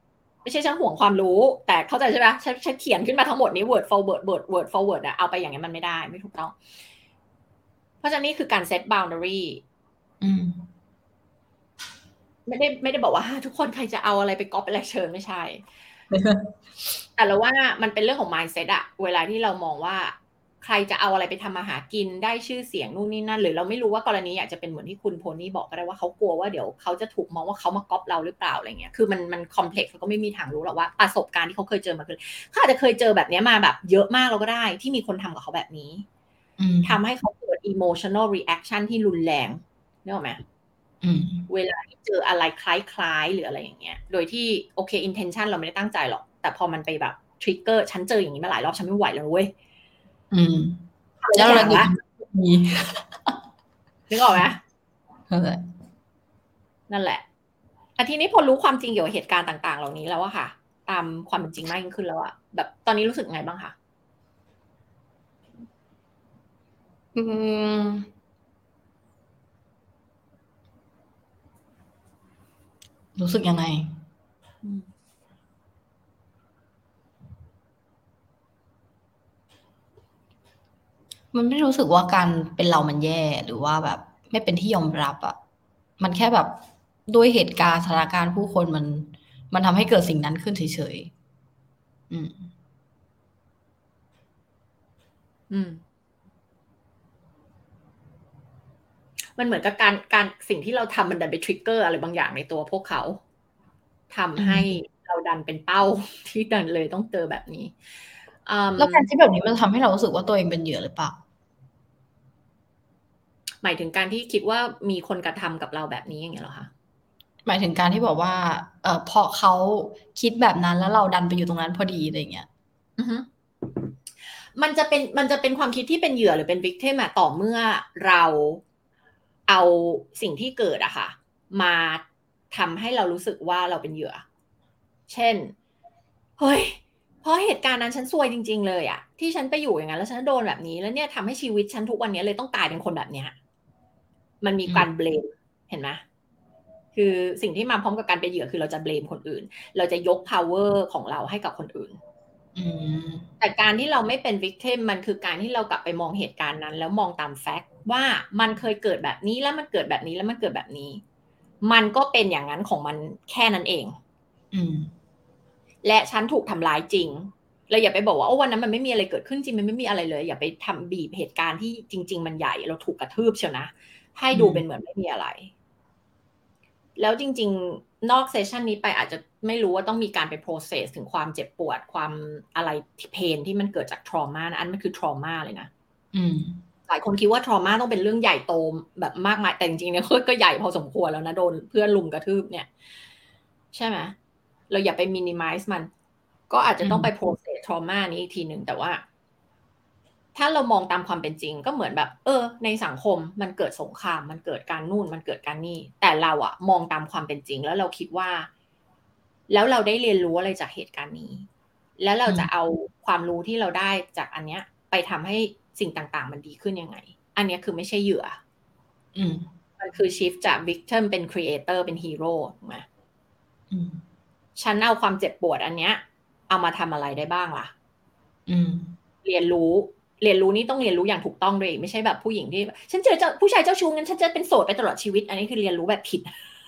ไม่ใช่ฉันห่วงความรู้แต่เข้าใจใช่ไหมฉันฉันเขียนขึ้นมาทั้งหมดนี้ word for word word word for word อะเอาไปอย่างนี้มันไม่ได้ไม่ถูกต้องเพราะฉะนั้นนี่คือการ set boundary อืมไม่ได้ไม่ได้บอกว่าทุกคนใครจะเอาอะไรไปก๊อปอะไรเชิญไม่ใช่ แต่เราว่ามันเป็นเรื่องของ mindset อะเวลาที่เรามองว่าใครจะเอาอะไรไปทำมาหากินได้ชื่อเสียงนู่นนี่นั่นหรือเราไม่รู้ว่ากรณีอาจจะเป็นเหมือนที่คุณโพนี่บอกก็ได้ว่าเขากลัวว่าเดี๋ยวเขาจะถูกมองว่าเขามาก๊อปเราหรือเปล่าอะไรเงี้ยคือมันมันคอมเพล็กซ์เราก็ไม่มีทางรู้หรอกว่าประสบการณ์ที่เขาเคยเจอมาคือเขาอาจจะเคยเจอแบบนี้มาแบบเยอะมากเราก็ได้ที่มีคนทำกับเขาแบบนี้ทำให้เขาเกิด emotional reaction ที่รุนแรงนึกออกไหมเวลาที่เจออะไรคล้ายๆหรืออะไรอย่างเงี้ยโดยที่โอเค intention เราไม่ได้ตั้งใจหรอกแต่พอมันไปแบบทริกเกอร์ฉันเจออย่างนี้มาหลายรอบฉันไม่ไหวแล้วเว้ยอืมแล้วเราละมีนึกออกไหมนั่นแหละอาทีนี้พอรู้ความจริงเกี่ยวกับเหตุการณ์ต่างๆเหล่านี้แล้วอะค่ะตามความเป็นจริงมากยิ่งขึ้นแล้วอะแบบตอนนี้รู้สึกไงบ้างคะอืมรู้สึกยังไงมันไม่รู้สึกว่าการเป็นเรามันแย่หรือว่าแบบไม่เป็นที่ยอมรับอ่ะมันแค่แบบด้วยเหตุการณ์สถานการณ์ผู้คนมันมันทำให้เกิดสิ่งนั้นขึ้นเฉยๆอืมอืมมันเหมือนกับการการสิ่งที่เราทำมันดันไปทริกเกอร์อะไรบางอย่างในตัวพวกเขาทำให้เราดันเป็นเป้าที่ดันเลยต้องเจอแบบนี้แล้วการที่แบบนี้มันทำให้เรารู้สึกว่าตัวเองเป็นเหยื่อหรือเปล่าหมายถึงการที่คิดว่ามีคนกระทำกับเราแบบนี้อย่างเงี้ยเหรอคะหมายถึงการที่บอกว่าเออพอเขาคิดแบบนั้นแล้วเราดันไปอยู่ตรงนั้นพอดีอะไรเงี้ยอือฮึมันจะเป็นมันจะเป็นความคิดที่เป็นเหยื่อหรือเป็น victim อะต่อเมื่อเราเอาสิ่งที่เกิดอะค่ะมาทำให้เรารู้สึกว่าเราเป็นเหยื่อเช่นเฮ้ยเพราะเหตุการณ์นั้นฉันซวยจริงๆเลยอะที่ฉันไปอยู่อย่างนั้นแล้วฉันโดนแบบนี้แล้วเนี่ยทำให้ชีวิตฉันทุกวันนี้เลยต้องกลายเป็นคนแบบเนี้ยมันมีการเบลมเห็นไหมคือสิ่งที่มาพร้อมกับการเป็นเหยื่อคือเราจะเบลมคนอื่นเราจะยก power ของเราให้กับคนอื่นแต่การที่เราไม่เป็น victim มันคือการที่เรากลับไปมองเหตุการณ์นั้นแล้วมองตามแฟกต์ว่ามันเคยเกิดแบบนี้แล้วมันเกิดแบบนี้แล้วมันเกิดแบบนี้มันก็เป็นอย่างนั้นของมันแค่นั้นเองและฉันถูกทำร้ายจริงเราอย่าไปบอกว่าโอ้วันนั้นมันไม่มีอะไรเกิดขึ้นจริงมันไม่มีอะไรเลยอย่าไปทำบีบเหตุการณ์ที่จริงๆมันใหญ่เราถูกกระทืบเชียวนะให้ดูเป็นเหมือนไม่มีอะไรแล้วจริงๆนอกเซสชันนี้ไปอาจจะไม่รู้ว่าต้องมีการไป process ถึงความเจ็บปวดความอะไรเพนที่มันเกิดจาก trauma นะอันมันคือ trauma เลยนะหลายคนคิดว่า trauma ต้องเป็นเรื่องใหญ่โตแบบมากมายแต่จริงๆเนี่ยก็ใหญ่พอสมควรแล้วนะโดนเพื่อนลุมกระทืบเนี่ยใช่ไหมเราอย่าไป minimize มันก็อาจจะต้องไป process trauma นี้อีกทีหนึ่งแต่ว่าถ้าเรามองตามความเป็นจริงก็เหมือนแบบเออในสังคมมันเกิดสงครามมันเกิดการนู่นมันเกิดการนี่แต่เราอะมองตามความเป็นจริงแล้วเราคิดว่าแล้วเราได้เรียนรู้อะไรจากเหตุการณ์นี้แล้วเราจะเอาความรู้ที่เราได้จากอันเนี้ยไปทำให้สิ่งต่างๆมันดีขึ้นยังไงอันนี้คือไม่ใช่เหยื่อมันคือ shift จาก victim เป็น creator เป็น hero ถูกไหมฉันเอาความเจ็บปวดอันเนี้ยเอามาทำอะไรได้บ้างล่ะเรียนรู้เรียนรู้นี่ต้องเรียนรู้อย่างถูกต้องด้วยไม่ใช่แบบผู้หญิงที่ฉันเจอเจ้าผู้ชายเจ้าชู้งั้นฉันจะเป็นโสดไปตลอดชีวิตอันนี้คือเรียนรู้แบบผิด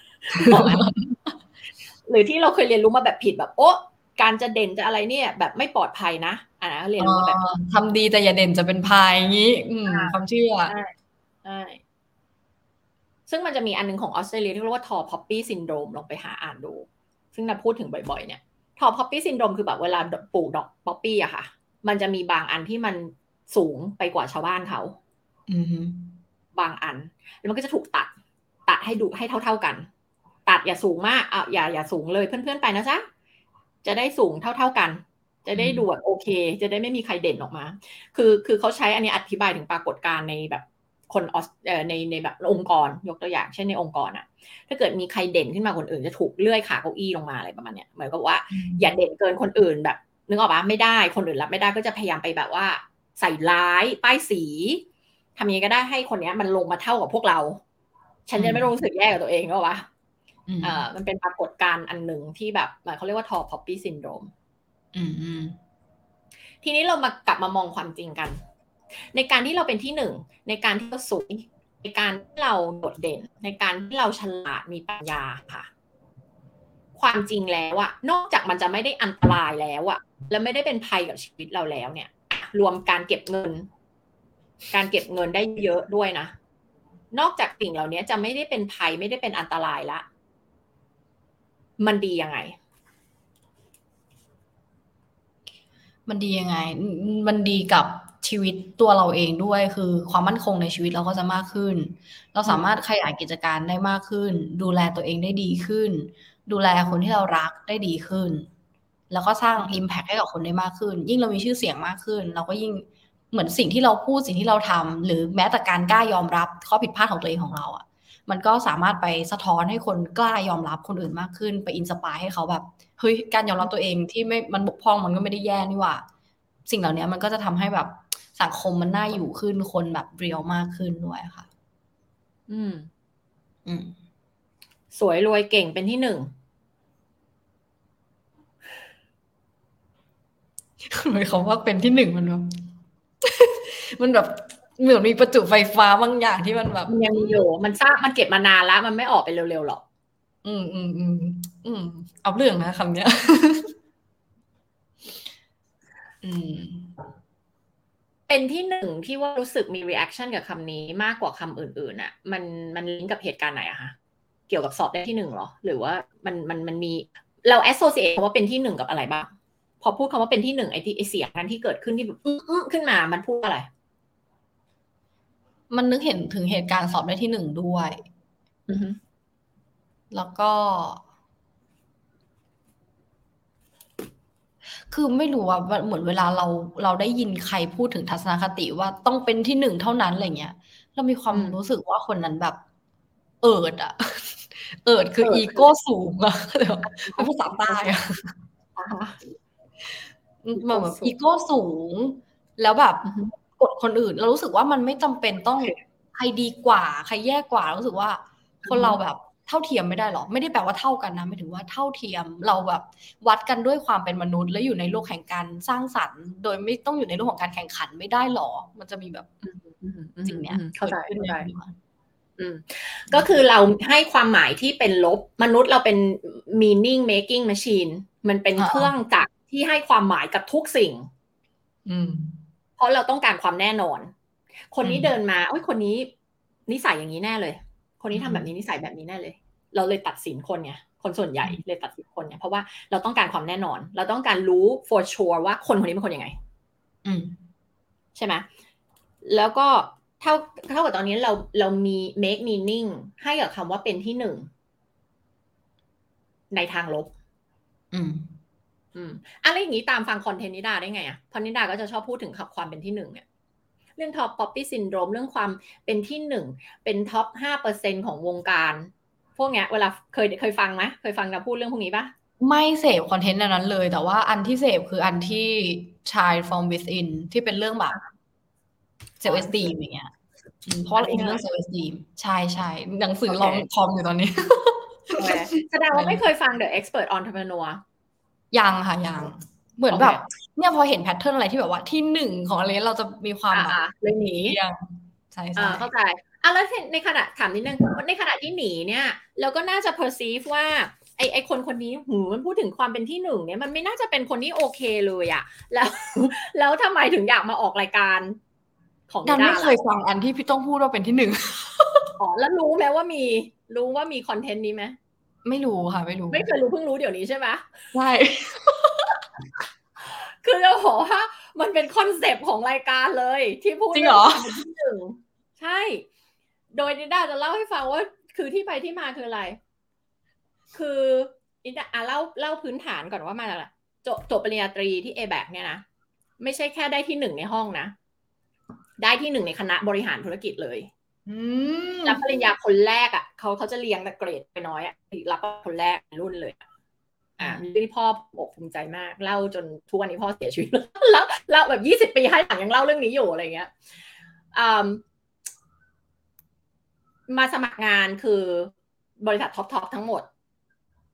หรือที่เราเคยเรียนรู้มาแบบผิดแบบโอ๊ะการจะเด่นจะอะไรเนี่ยแบบไม่ปลอดภัยนะอ่าเรียนรู้แบบทำดีแต่อย่าเด่นจะเป็นพายอย่างนี้ความเชื่อใช่ใช่ซึ่งมันจะมีอันนึงของออสเตรเลียที่เรียกว่า tall poppy syndrome ลองไปหาอ่านดูซึ่งเราพูดถึงบ่อยๆเนี่ย tall poppy syndrome คือแบบเวลาปลูกดอกป๊อปปี้อะค่ะมันจะมีบางอันที่มันสูงไปกว่าชาวบ้านเขาบางอันแล้วมันก็จะถูกตัดตัดให้ดูให้เท่าๆกันตัดอย่าสูงมากอ่ะอย่าอย่าสูงเลยเพื่อนๆไปนะจ๊ะจะได้สูงเท่าๆกันจะได้ดูแบบโอเคจะได้ไม่มีใครเด่นออกมาคือคือเขาใช้อันนี้อธิบายถึงปรากฏการณ์ในแบบคนออสเอ่อในในแบบองค์กรยกตัวอย่างเช่นในองค์กรอะถ้าเกิดมีใครเด่นขึ้นมาคนอื่นจะถูกเลื่อยขาเก้าอี้ลงมาอะไรประมาณเนี้ยเหมือนกับว่าอย่าเด่นเกินคนอื่นแบบนึกออกปะไม่ได้คนอื่นรับไม่ได้ก็จะพยายามไปแบบว่าใส่ร้ายป้ายสีทำยังไงก็ได้ให้คนนี้มันลงมาเท่ากับพวกเราฉันจะไม่รู้สึกแย่กับตัวเองก็วะเอ่อมันเป็นปรากฏการณ์อันหนึ่งที่แบบเขาเรียกว่า tall poppy syndrome อืมทีนี้เรามากลับมามองความจริงกันในการที่เราเป็นที่หนึ่งในการที่เราสวยในการที่เราโดดเด่นในการที่เราฉลาดมีปัญญาค่ะความจริงแล้วอะนอกจากมันจะไม่ได้อันตรายแล้วอะและไม่ได้เป็นภัยกับชีวิตเราแล้วเนี่ยรวมการเก็บเงินการเก็บเงินได้เยอะด้วยนะนอกจากสิ่งเหล่านี้จะไม่ได้เป็นภัยไม่ได้เป็นอันตรายละมันดียังไงมันดียังไงมันดีกับชีวิตตัวเราเองด้วยคือความมั่นคงในชีวิตเราก็จะมากขึ้นเราสามารถขยายกิจการได้มากขึ้นดูแลตัวเองได้ดีขึ้นดูแลคนที่เรารักได้ดีขึ้นแล้วก็สร้าง impact ให้กับคนได้มากขึ้นยิ่งเรามีชื่อเสียงมากขึ้นเราก็ยิ่งเหมือนสิ่งที่เราพูดสิ่งที่เราทำหรือแม้แต่การกล้ายอมรับข้อผิดพลาดของตัวเองของเราอ่ะมันก็สามารถไปสะท้อนให้คนกล้ายอมรับคนอื่นมากขึ้นไปอินสปายให้เขาแบบเฮ้ยการยอมรับตัวเองที่ไม่มันบกพร่องมันก็ไม่ได้แย่นี่หว่าสิ่งเหล่านี้มันก็จะทำให้แบบสังคมมันน่าอยู่ขึ้นคนแบบเรียลมากขึ้นด้วยค่ะอืมอืมสวยรวยเก่งเป็นที่หนึ่งหมายความว่าเป็นที่หนึ่งมันแบบมันแบบเหมือนมีประจุไฟฟ้าบางอย่างที่มันแบบมันยังมีอยู่มันสร้างมันเก็บมานานแล้วมันไม่ออกไปเร็วๆหรอกอืมอืมอืมอืมเอาเรื่องนะคำเนี้ยอืมเป็นที่หนึ่งที่ว่ารู้สึกมี reaction กับคำนี้มากกว่าคำอื่นๆอ่ะมันมันลิงก์กับเหตุการณ์ไหนอะคะเกี่ยวกับสอบได้ที่หนึ่งหรอหรือว่ามันมันมันมีเรา associate คำว่าเป็นที่หนึ่งกับอะไรบ้างพอพูดคำว่าเป็นที่หนึ่งไอ้ที่ไอ้เสียงนั้นที่เกิดขึ้นที่แบบอื้อขึ้นมามันพูดอะไรมันนึกเห็นถึงเหตุการณ์สอบได้ที่หนึ่งด้วยอือฮึแล้วก็คือไม่รู้ว่าเหมือนเวลาเราเราได้ยินใครพูดถึงทัศนคติว่าต้องเป็นที่หนึ่งเท่านั้นอะไรเงี้ยเรามีความรู้สึกว่าคนนั้นแบบเอิดอะเอิดคืออีโก้สูงอะเป็นภาษาใต้อะแบบแบบอีโก้สูงแล้วแบบกดคนอื่นเรารู้สึกว่ามันไม่จำเป็นต้องใครดีกว่าใครแย่กว่ารู้สึกว่าคนเราแบบเท่าเทียมไม่ได้หรอไม่ได้แปลว่าเท่ากันนะหมายถึงว่าเท่าเทียมเราแบบวัดกันด้วยความเป็นมนุษย์และอยู่ในโลกแห่งการสร้างสรรค์โดยไม่ต้องอยู่ในโลกของการแข่งขันไม่ได้หรอมันจะมีแบบสิ่งเนี้ยเข้าใจเข้าใจอืมก็คือเราให้ความหมายที่เป็นลบมนุษย์เราเป็น meaning making machine มันเป็นเครื่องจักรที่ให้ความหมายกับทุกสิ่งเพราะเราต้องการความแน่นอนคนนี้เดินมาโอ้ยคนนี้นิสัยอย่างนี้แน่เลยคนนี้ทำแบบนี้นิสัยแบบนี้แน่เลยเราเลยตัดสินคนไงคนส่วนใหญ่เลยตัดสินคนเนี่ยเพราะว่าเราต้องการความแน่นอนเราต้องการรู้ for sure ว่าคนคนนี้เป็นคนยังไงใช่ไหมแล้วก็เท่าเท่ากับตอนนี้เราเรามี make meaning ให้กับคำว่าเป็นที่หนึ่งในทางลบอืมอืมอะไรอย่างนี้ตามฟังคอนเทนต์นิดาได้ไงอ่ะพอนิดาก็จะชอบพูดถึงความเป็นที่หนึ่งเนี่ยเรื่อง top poppy syndrome เรื่องความเป็นที่หนึ่งเป็นท็อปห้าเปอร์เซ็นต์ของวงการพวกเนี้ยเวลาเคยเคยฟังไหมเคยฟังเราพูดเรื่องพวกนี้ปะไม่เสพคอนเทนต์นั้นเลยแต่ว่าอันที่เสพคืออันที่ Child from Within ที่เป็นเรื่องแบบเซลล์เอสตีมอย่างเงี้ยเพราะว่าอินเรื่องเซลล์เอสตีมใช่ใช่หนังสือลองคอมอยู่ตอนนี้แสดงว่าไม่เคยฟัง The Expert Entrepreneur ยังค่ะยังเหมือนแบบเนี่ยพอเห็นแพทเทิร์นอะไรที่แบบว่าที่หนึ่งของอะไรเราจะมีความแบบเลยหนียังใช่ใช่เข้าใจอ่ะแล้วในขณะถามนิดนึงในขณะที่หนีเนี่ยเราก็น่าจะ perceive ว่าไอไอคนคนนี้หูมันพูดถึงความเป็นที่หนึ่งเนี่ยมันไม่น่าจะเป็นคนที่โอเคเลยอะแล้วแล้วทำไมถึงอยากมาออกรายการของดันไม่เคยฟังอันที่พี่ต้องพูดว่าเป็นที่หนึ่งอ๋อแล้วรู้ไหมว่ามีรู้ว่ามีคอนเทนต์นี้ไหมไม่รู้ค่ะไม่รู้ไม่เคยรู้เพิ่งรู้เดี๋ยวนี้ใช่ไหมใช่คือจะบอกว่ามันเป็นคอนเซปต์ของรายการเลยที่พูดจริงเหรอเป็นที่หนึ่งใช่โดยนิดาจะเล่าให้ฟังว่าคือที่ไปที่มาคืออะไรคือนิดาอ่ะเล่าเล่าพื้นฐานก่อนว่ามาอะไรจบจบปริญญาตรีที่ เอ แบค เนี่ยนะไม่ใช่แค่ได้ที่หนึ่งในห้องนะได้ที่หนึ่งในคณะบริหารธุรกิจเลยรับปริญญาคนแรกอ่ะเขาเขาจะเรียงแต่เกรดไปน้อยอ่ะรับคนแรกรุ่นเลยอ่าที่พ่ออกภูมิใจมากเล่าจนทุกวันนี้พ่อเสียชีวิตแล้วเล่าแบบยี่สิบปีให้หลังยังเล่าเรื่องนี้อยู่อะไรเงี้ยมาสมัครงานคือบริษัทท็อปท็อปทั้งหมด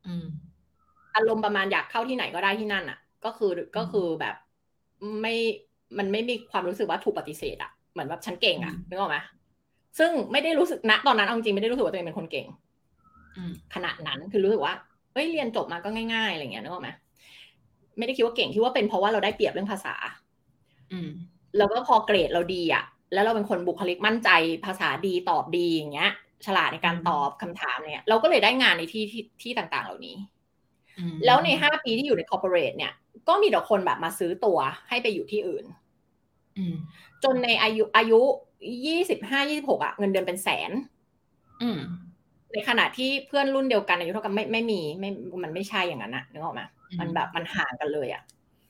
อืมอารมณ์ประมาณอยากเข้าที่ไหนก็ได้ที่นั่นอ่ะก็คือก็คือแบบไม่มันไม่มีความรู้สึกว่าถูกปฏิเสธอ่ะเหมือนแบบฉันเก่งอ่ะนึกออกไหมซึ่งไม่ได้รู้สึกณตอนนั้นเอาจริงไม่ได้รู้สึกว่าตัวเองเป็นคนเก่งขนาดนั้นคือรู้สึกว่าเอ้ยเรียนจบมาก็ง่ายๆอะไรเงี้ยนึกออกไหมไม่ได้คิดว่าเก่งคิดว่าเป็นเพราะว่าเราได้เปรียบเรื่องภาษาแล้วก็พอเกรดเราดีอ่ะแล้วเราเป็นคนบุคลิกมั่นใจภาษาดีตอบดีอย่างเงี้ยฉลาดในการตอบคำถามเนี่ยเราก็เลยได้งานในที่ที่ที่ต่างๆเหล่านี้แล้วในห้าปีที่อยู่ในคอร์ปอเรทเนี่ยก็มีแต่คนแบบมาซื้อตัวให้ไปอยู่ที่อื่นจนในอายุอายุยี่สิบห้า ยี่สิบหกอ่ะเงินเดือนเป็นแสนในขณะที่เพื่อนรุ่นเดียวกันอายุเท่ากันไม่ไม่มีไม่มันไม่ใช่อย่างนั้นนะนึกออกไหมมันแบบมันห่างกันเลยอ่ะ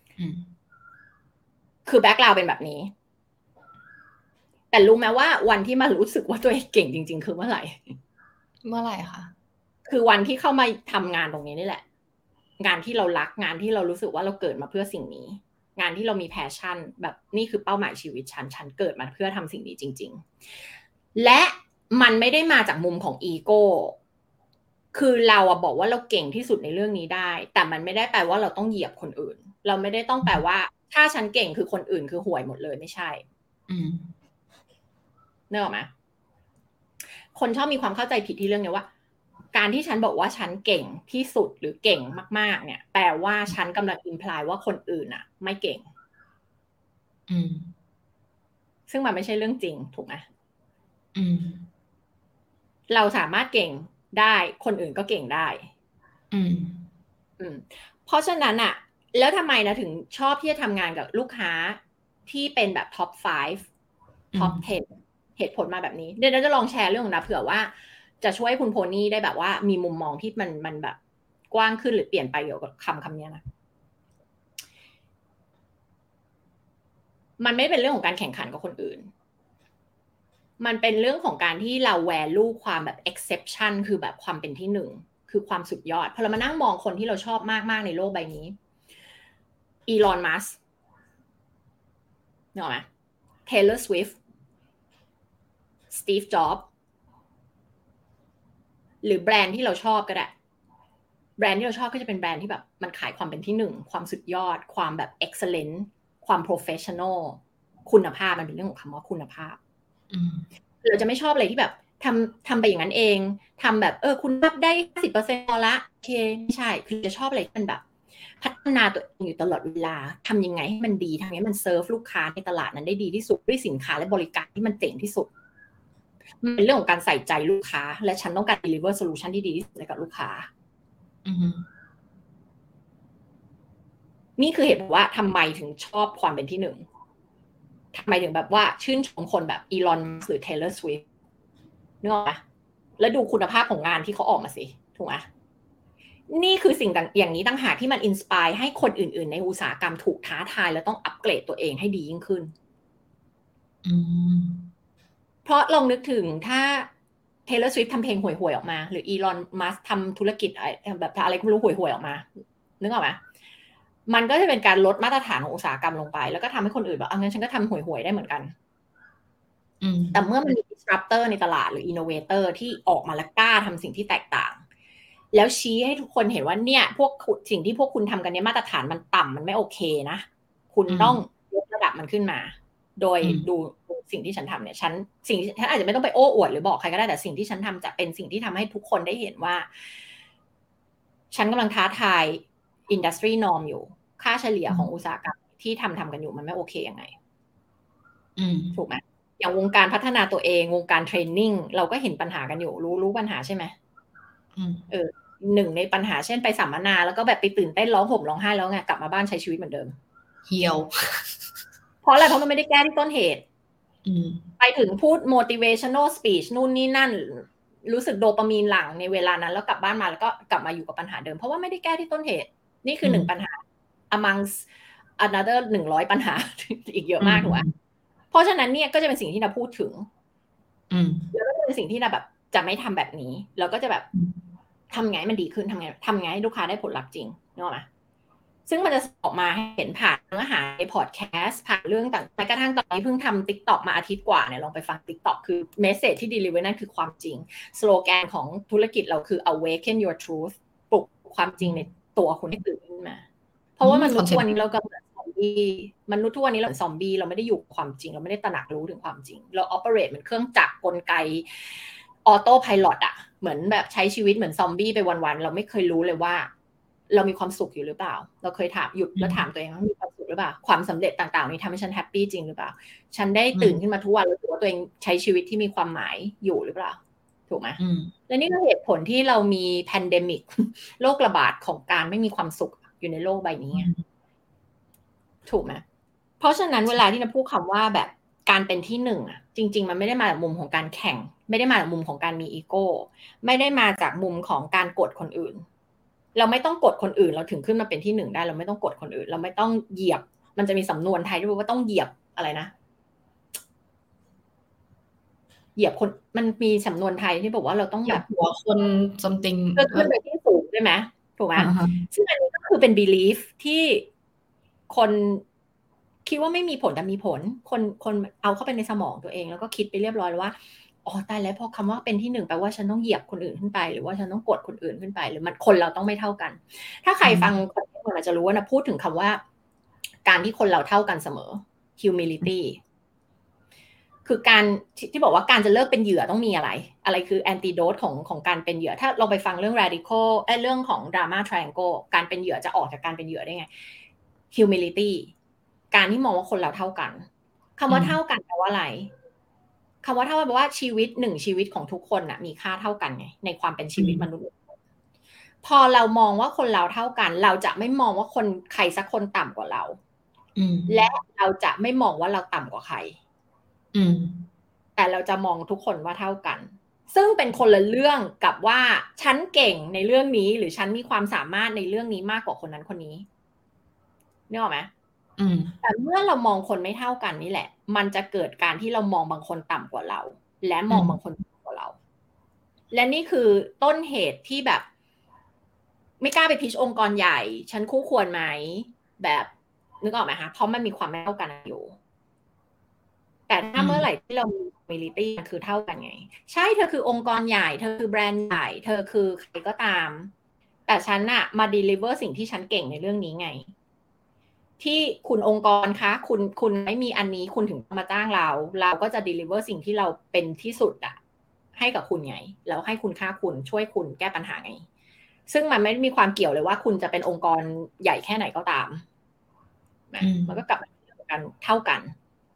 คือแบ็คกราวด์เป็นแบบนี้แต่รู้ไหมว่าวันที่มารู้สึกว่าตัวเองเก่งจริงๆคือเมื่อไหร่เมื่อไหร่คะคือวันที่เข้ามาทำงานตรงนี้นี่แหละงานที่เรารักงานที่เรารู้สึกว่าเราเกิดมาเพื่อสิ่งนี้งานที่เรามีแพชชั่นแบบนี่คือเป้าหมายชีวิตฉันฉันเกิดมาเพื่อทำสิ่งนี้จริงๆและมันไม่ได้มาจากมุมของอีโก้คือเราอะบอกว่าเราเก่งที่สุดในเรื่องนี้ได้แต่มันไม่ได้แปลว่าเราต้องเหยียบคนอื่นเราไม่ได้ต้องแปลว่าถ้าฉันเก่งคือคนอื่นคือห่วยหมดเลยไม่ใช่นึกออกไหมคนชอบมีความเข้าใจผิดที่เรื่องนี้ว่าการที่ฉันบอกว่าฉันเก่งที่สุดหรือเก่งมากๆเนี่ยแปลว่าฉันกำลังอิมพลายว่าคนอื่นอะไม่เก่งซึ่งมันไม่ใช่เรื่องจริงถูกไหมเราสามารถเก่งได้คนอื่นก็เก่งได้เพราะฉะนั้นอะแล้วทำไมนะถึงชอบที่จะทำงานกับลูกค้าที่เป็นแบบท็อปห้า ท็อปสิบเหตุผลมาแบบนี้เดี๋ยวเราจะลองแชร์เรื่องของนะเผื่อว่าจะช่วยคุณโพนี่ได้แบบว่ามีมุมมองที่มันมันแบบกว้างขึ้นหรือเปลี่ยนไปเกี่ยวกับคำคำนี้นะมันไม่เป็นเรื่องของการแข่งขันกับคนอื่นมันเป็นเรื่องของการที่เรา value ความแบบ exception คือแบบความเป็นที่หนึ่งคือความสุดยอดพอเรามานั่งมองคนที่เราชอบมากๆในโลกใบนี้อีลอน มัสก์เนอะไหม Taylor Swift Steve Jobs หรือแบรนด์ที่เราชอบก็ได้แบรนด์ที่เราชอบก็จะเป็นแบรนด์ที่แบบมันขายความเป็นที่หนึ่งความสุดยอดความแบบ excellent ความ professional คุณภาพมันเป็นเรื่องของคำว่าคุณภาพเราจะไม่ชอบอะไรที่แบบทำทำไปอย่างนั้นเองทำแบบเออคุณภาพได้ ห้าสิบเปอร์เซ็นต์ พอละโอเคไม่ใช่คือจะชอบอะไรที่มันแบบพัฒนาตัวเองอยู่ตลอดเวลาทำยังไงให้มันดีทำยังไงมันเซิร์ฟลูกค้าในตลาดนั้นได้ดีที่สุดด้วยสินค้าและบริการที่มันเจ๋งที่สุดมันเป็นเรื่องของการใส่ใจลูกค้าและฉันต้องการ deliver solution ที่ดีที่สุดให้กับลูกค้านี่คือเหตุผลว่าทำไมถึงชอบความเป็นที่หนึ่งทำไมถึงแบบว่าชื่นชมคนแบบอีลอนหรือ Taylor Swift นึกออกไหมแล้วดูคุณภาพของงานที่เขาออกมาสิถูกไหมนี่คือสิ่งอย่างนี้ต่างหากที่มันอินสไปร์ให้คนอื่นๆในอุตสาหกรรมถูกท้าทายและต้องอัปเกรดตัวเองให้ดียิ่งขึ้นเพราะลองนึกถึงถ้า Taylor Swift ทำเพลงห่วยๆออกมาหรืออีลอน มัสก์ทำธุรกิจแบบอะไรก็ไม่รู้ห่วยๆออกมานึกออกไหมมันก็จะเป็นการลดมาตรฐานของอุตสาหกรรมลงไปแล้วก็ทำให้คนอื่นแบบอ่ะงั้นฉันก็ทำห่วยๆได้เหมือนกันแต่เมื่อมันมี disruptor ในตลาดหรือ innovator ที่ออกมาแล้วกล้าทำสิ่งที่แตกต่างแล้วชี้ให้ทุกคนเห็นว่าเนี่ยพวกสิ่งที่พวกคุณทำกันเนี่ยมาตรฐานมันต่ำมันไม่โอเคนะคุณต้องยกระดับมันขึ้นมาโดยดูสิ่งที่ฉันทำเนี่ยฉันสิ่งที่ฉันอาจจะไม่ต้องไปโอ้อวดหรือบอกใครก็ได้แต่สิ่งที่ฉันทำจะเป็นสิ่งที่ทำให้ทุกคนได้เห็นว่าฉันกำลังท้าทาย industry norm อยู่ค่าเฉลี่ยของอุตสาหกรรมที่ทำทำกันอยู่มันไม่โอเคยังไงถูกไหมอย่างวงการพัฒนาตัวเองวงการเทรนนิ่งเราก็เห็นปัญหากันอยู่รู้รู้ปัญหาใช่ไหมเออหนึ่งในปัญหาเช่นไปสัมมนาแล้วก็แบบไปตื่นเต้นร้องห่มร้องไห้แล้วไงกลับมาบ้านใช้ชีวิตเหมือนเดิมเหี่ยวเพราะอะไรเพราะมันไม่ได้แก้ที่ต้นเหตุไปถึงพูด motivational speech นู่นนี่นั่นรู้สึกโดปามีนหลั่งในเวลานั้นแล้วกลับบ้านมาแล้วก็กลับมาอยู่กับปัญหาเดิมเพราะว่าไม่ได้แก้ที่ต้นเหตุนี่คือหนึ่งปัญหา among another หนึ่งร้อยปัญหาอีกเยอะมากถูกไหมเพราะฉะนั้นเนี่ยก็จะเป็นสิ่งที่เราพูดถึงแล้วก็เป็นสิ่งที่เราแบบจะไม่ทำแบบนี้แล้วก็จะแบบทำไงมันดีขึ้นทำไงทำไงให้ลูกค้าได้ผลลัพธ์จริงนึกออกไหมซึ่งมันจะออกมาให้เห็นผ่านเนื้อหาในพอดแคสต์ผ่านเรื่องต่างๆแม้กระทั่งตอนนี้เพิ่งทำ TikTok มาอาทิตย์กว่าเนี่ยลองไปฟัง TikTok คือเมสเสจที่ deliver นั่นคือความจริงสโลแกนของธุรกิจเราคือ awaken your truth ปลุกความจริงในตัวคุณให้ตื่นขึ้นมาเพราะว่ามนุษย์ทุกวันนี้เราก็เหมือนซอมบี้มนุษย์ทุกวันนี้เราเหมือนซอมบี้เราไม่ได้อยู่ความจริงเราไม่ได้ตระหนักรู้ถึงความจริงเราออเปเรตเหมือนเครื่องจักรกลไกออโต้ไพลอตอะเหมือนแบบใช้ชีวิตเหมือนซอมบี้ไปวันๆเราไม่เคยรู้เลยว่าเรามีความสุขอยู่หรือเปล่าเราเคยถามหยุดแล้วถามตัวเองว่ามีความสุขหรือเปล่าความสำเร็จต่างๆนี้ทำให้ฉันแฮปปี้จริงหรือเปล่าฉันได้ตื่นขึ้นมาทุกวันรู้สึกว่าตัวเองใช้ชีวิตที่มีความหมายอยู่หรือเปล่าถูกไหมและนี่ก็เหตุผลที่เรามีแพนเดมิกโรคระบาดของการไม่มีความสุขอยู่ในโลกใบนี้ถูกไหมเพราะฉะนั้นเวลาที่เราพูดคำว่าแบบการเป็นที่หนึ่งอ่ะจริงๆมันไม่ได้มาจากมุมของการแข่งไม่ได้มาจากมุมของการมีอีโก้ไม่ได้มาจากมุมของการกดคนอื่นเราไม่ต้องกดคนอื่นเราถึงขึ้นมาเป็นที่หนึ่งได้เราไม่ต้องกดคนอื่นเราไม่ต้องเหยียบมันจะมีสำนวนไทยที่บอกว่าต้องเหยียบอะไรนะเหยียบคนมันมีสำนวนไทยที่บอกว่าเราต้องแบบหัวคน something เพื่อขึ้นไปที่สูงใช่ไหมถูกไหมซึ่งอันนี้ก็คือเป็น belief ที่คนคิดว่าไม่มีผลแต่มีผลคนคนเอาเข้าไปในสมองตัวเองแล้วก็คิดไปเรียบร้อยแล้วว่าอ๋อตายแล้วพอคำว่าเป็นที่หนึ่งแปลว่าฉันต้องเหยียบคนอื่นขึ้นไปหรือว่าฉันต้องกดคนอื่นขึ้นไปหรือมันคนเราต้องไม่เท่ากันถ้าใครฟังคนที่มันอาจจะรู้ว่านะพูดถึงคำว่าการที่คนเราเท่ากันเสมอ humility คือการที่บอกว่าการจะเลิกเป็นเหยื่อต้องมีอะไรอะไรคือแอนติโดตของของการเป็นเหยื่อถ้าเราไปฟังเรื่อง radical เอ้ยเรื่องของ drama triangle การเป็นเหยื่อจะออกจากการเป็นเหยื่อได้ไง humility การที่มองว่าคนเราเท่ากันคำว่าเท่ากันแปลว่าอะไรคำว่าเท่ากันแปลว่าชีวิตหนึ่งชีวิตของทุกคนน่ะมีค่าเท่ากันไงในความเป็นชีวิตมนุษย์พอเรามองว่าคนเราเท่ากันเราจะไม่มองว่าคนใครสักคนต่ำกว่าเราและเราจะไม่มองว่าเราต่ำกว่าใครแต่เราจะมองทุกคนว่าเท่ากันซึ่งเป็นคนละเรื่องกับว่าฉันเก่งในเรื่องนี้หรือฉันมีความสามารถในเรื่องนี้มากกว่าคนนั้นคนนี้นึกออกไหมแต่เมื่อเรามองคนไม่เท่ากันนี่แหละมันจะเกิดการที่เรามองบางคนต่ำกว่าเราและมองบางคนต่ำกว่าเราและนี่คือต้นเหตุที่แบบไม่กล้าไปพิชองค์กรใหญ่ฉันคู่ควรไหมแบบนึกออกไหมคะเพราะมันมีความไม่เท่ากันอยู่แต่ถ้าเมื่อไหร่ที่เรามี humility มันคือเท่ากันไงใช่เธอคือองค์กรใหญ่เธอคือแบรนด์ใหญ่เธอคือใครก็ตามแต่ฉันอะมา deliver สิ่งที่ฉันเก่งในเรื่องนี้ไงที่คุณองค์กรคะคุณคุณไม่มีอันนี้คุณถึงมาจ้างเราเราก็จะ deliver สิ่งที่เราเป็นที่สุดอะให้กับคุณไงแล้วให้คุณค่าคุณช่วยคุณแก้ปัญหาไงซึ่งมันไม่มีความเกี่ยวเลยว่าคุณจะเป็นองค์กรใหญ่แค่ไหนก็ตามนะมันก็กลับมาเท่ากันเท่ากัน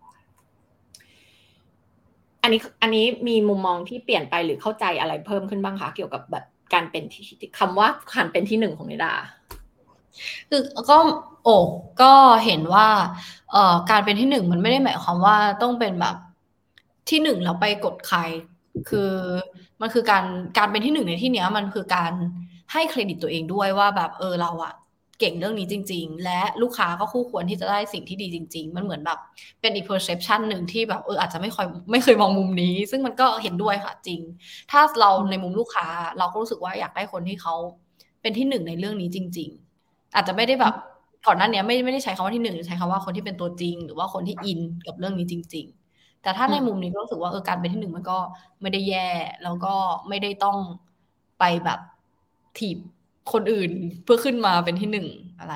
อันนี้อันนี้มีมุมมองที่เปลี่ยนไปหรือเข้าใจอะไรเพิ่มขึ้นบ้างคะเกี่ยวกับแบบการเป็นคำว่าการเป็นที่หนึ่งของนิดาคือก็โอ้ก็เห็นว่าเอ่อการเป็นที่หนึ่งมันไม่ได้หมายความว่าต้องเป็นแบบที่หนึ่งแล้วไปกดใครคือมันคือการการเป็นที่หนึ่งในที่เนี้ยมันคือการให้เครดิตตัวเองด้วยว่าแบบเออเราอะเก่งเรื่องนี้จริงๆและลูกค้าก็คู่ควรที่จะได้สิ่งที่ดีจริงๆมันเหมือนแบบเป็นอีก perception หนึ่งที่แบบเอออาจจะไม่ค่อยไม่เคยมองมุมนี้ซึ่งมันก็เห็นด้วยค่ะจริงถ้าเราในมุมลูกค้าเราก็รู้สึกว่าอยากได้คนที่เขาเป็นที่หนึ่งในเรื่องนี้จริงๆอาจจะไม่ได้แบบก่อนหน้านี้ไม่ไม่ได้ใช้คำว่าที่หนึ่งใช้คำว่าคนที่เป็นตัวจริงหรือว่าคนที่อินกับเรื่องนี้จริงๆแต่ถ้าในมุมนี้ก็รู้สึกว่าเออการเป็นที่หนึ่งมันก็ไม่ได้แย่แล้วก็ไม่ได้ต้องไปแบบถีบคนอื่นเพื่อขึ้นมาเป็นที่หนึ่งอะไร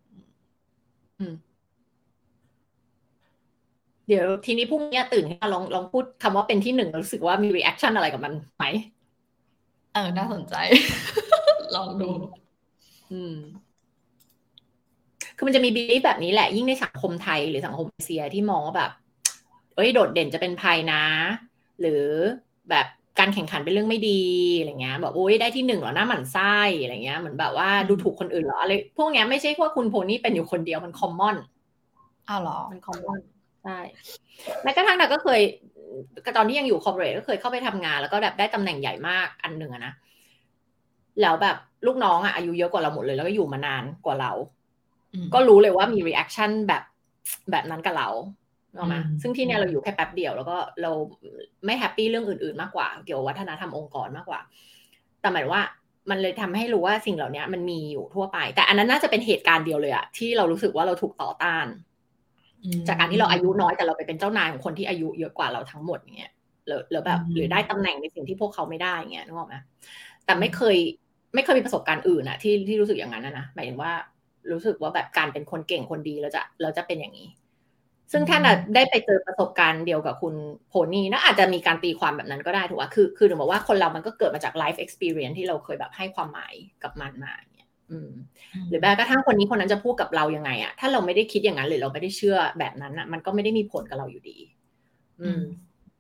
เดี๋ยวทีนี้พรุ่งนี้ตื่นขึ้นมาลองลองพูดคำว่าเป็นที่หนึ่งรู้สึกว่ามี reaction อะไรกับมันไหมเออน่าสนใจ ลองดูอืมคือมันจะมีบีลีฟแบบนี้แหละยิ่งในสังคมไทยหรือสังคมเอเชียที่มองว่าแบบเอ้ยโดดเด่นจะเป็นภัยนะหรือแบบการแข่งขันเป็นเรื่องไม่ดีอะไรเงี้ยแบบโอ้ยได้ที่หนึ่งเหรอหน้าหมั่นไส้อะไรเงี้ยเหมือนแบบว่าดูถูกคนอื่นเหรออะไรพวกเนี้ยไม่ใช่ว่าคุณโพนี่เป็นอยู่คนเดียวมันคอมมอนอ้าวเหรอมันคอมมอนใช่แม้กระทั่งเราก็เคยตอนที่ยังอยู่คอร์ปอเรทก็เคยเข้าไปทำงานแล้วก็แบบได้ตำแหน่งใหญ่มากอันหนึ่งนะแล้วแบบลูกน้องอ่ะอายุเยอะกว่าเราหมดเลยแล้วก็อยู่มานานกว่าเราก็รู้เลยว่ามี reaction แบบแบบนั้นกับเราเนาะมั้ยซึ่งที่เนี่ยเราอยู่แค่แป๊บเดียวแล้วก็เราไม่แฮปปี้เรื่องอื่นๆมากกว่าเกี่ยวกับวัฒนธรรมองค์กรมากกว่าแต่หมายว่ามันเลยทำให้รู้ว่าสิ่งเหล่านี้มันมีอยู่ทั่วไปแต่อันนั้นน่าจะเป็นเหตุการณ์เดียวเลยอะที่เรารู้สึกว่าเราถูกต่อต้านจากการที่เราอายุน้อยแต่เราไปเป็นเจ้านายของคนที่อายุเยอะกว่าเราทั้งหมดเงี้ยหรือแบบหรือได้ตำแหน่งในสิ่งที่พวกเขาไม่ได้เงี้ยนึกออกไหมแต่ไม่เคยไม่เคยมีประสบการณ์อื่นอะที่ที่รู้สึกอย่างนั้นนะหมายถึงว่ารู้สึกว่าแบบการเป็นคนเก่งคนดีแล้วจะเราจะเป็นอย่างนี้ซึ่งท่านได้ไปเจอประสบการณ์เดียวกับคุณโพนี่น่าอาจจะมีการตีความแบบนั้นก็ได้ถูกป่ะคือคือถึงบอกว่าคนเรามันก็เกิดมาจาก life experience ที่เราเคยแบบให้ความหมายกับมันมาเนี่ยอืมหรือแม้กระทั่งคนนี้คนนั้นจะพูดกับเรายังไงอะถ้าเราไม่ได้คิดอย่างนั้นหรือเราไม่ได้เชื่อแบบนั้นอะมันก็ไม่ได้มีผลกับเราอยู่ดี อืม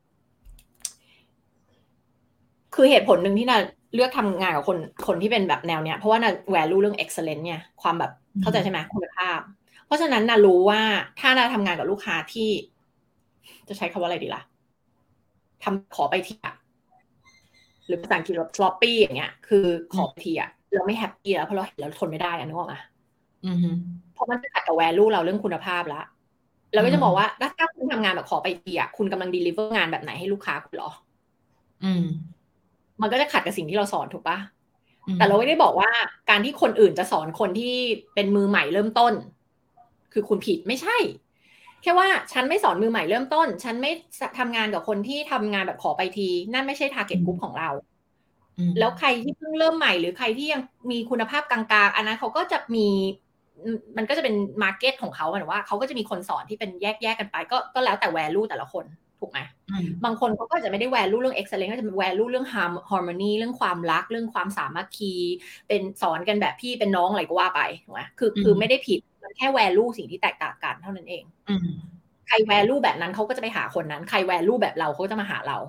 คือเหตุผลหนึ่งที่น่าเลือกทำงานกับคนคนที่เป็นแบบแนวเนี้ยเพราะว่าน่า value เรื่อง excellence เนี่ยความแบบเข้าใจใช่ไหมคุณภาพเพราะฉะนั้นน่ารู้ว่าถ้าน่าทำงานกับลูกค้าที่จะใช้คำว่าอะไรดีล่ะทำขอไปทีอะหรือภาษาอังกฤษแบบ sloppy อย่างเงี้ยคือขอไปทีอะเราไม่แฮปปี้แล้วเพราะเราเห็นแล้วทนไม่ได้อะนึกออกไหมเพราะมันจะขัดกับ value เราเรื่องคุณภาพแล้วเราก็จะบอกว่าถ้าคุณทำงานแบบขอไปทีอะคุณกำลัง deliver งานแบบไหนให้ลูกค้าคุณหรออืมมันก็จะขัดกับสิ่งที่เราสอนถูกปะแต่เราไม่ได้บอกว่าการที่คนอื่นจะสอนคนที่เป็นมือใหม่เริ่มต้นคือคุณผิดไม่ใช่แค่ว่าฉันไม่สอนมือใหม่เริ่มต้นฉันไม่ทำงานกับคนที่ทำงานแบบขอไปทีนั่นไม่ใช่ target group ของเราแล้วใครที่เพิ่งเริ่มใหม่หรือใครที่ยังมีคุณภาพกลางๆอันนั้นเขาก็จะมีมันก็จะเป็น market ของเขาหมายถึงว่าเขาก็จะมีคนสอนที่เป็นแยกๆกันไปก็ก็แล้วแต่ value แต่ละคนถูกไหมบางคนเขาก็จะไม่ได้ value เรื่อง excellence ก็จะเป็น value เรื่อง harmony เรื่องความรักเรื่องความสามัคคีเป็นสอนกันแบบพี่เป็นน้องอะไรก็ว่าไปถูกไหมคือคือไม่ได้ผิดมันแค่ value สิ่งที่แตกต่างกันเท่านั้นเองใคร value แบบนั้นเขาก็จะไปหาคนนั้นใคร value แบบเราเขาจะมาหาเรา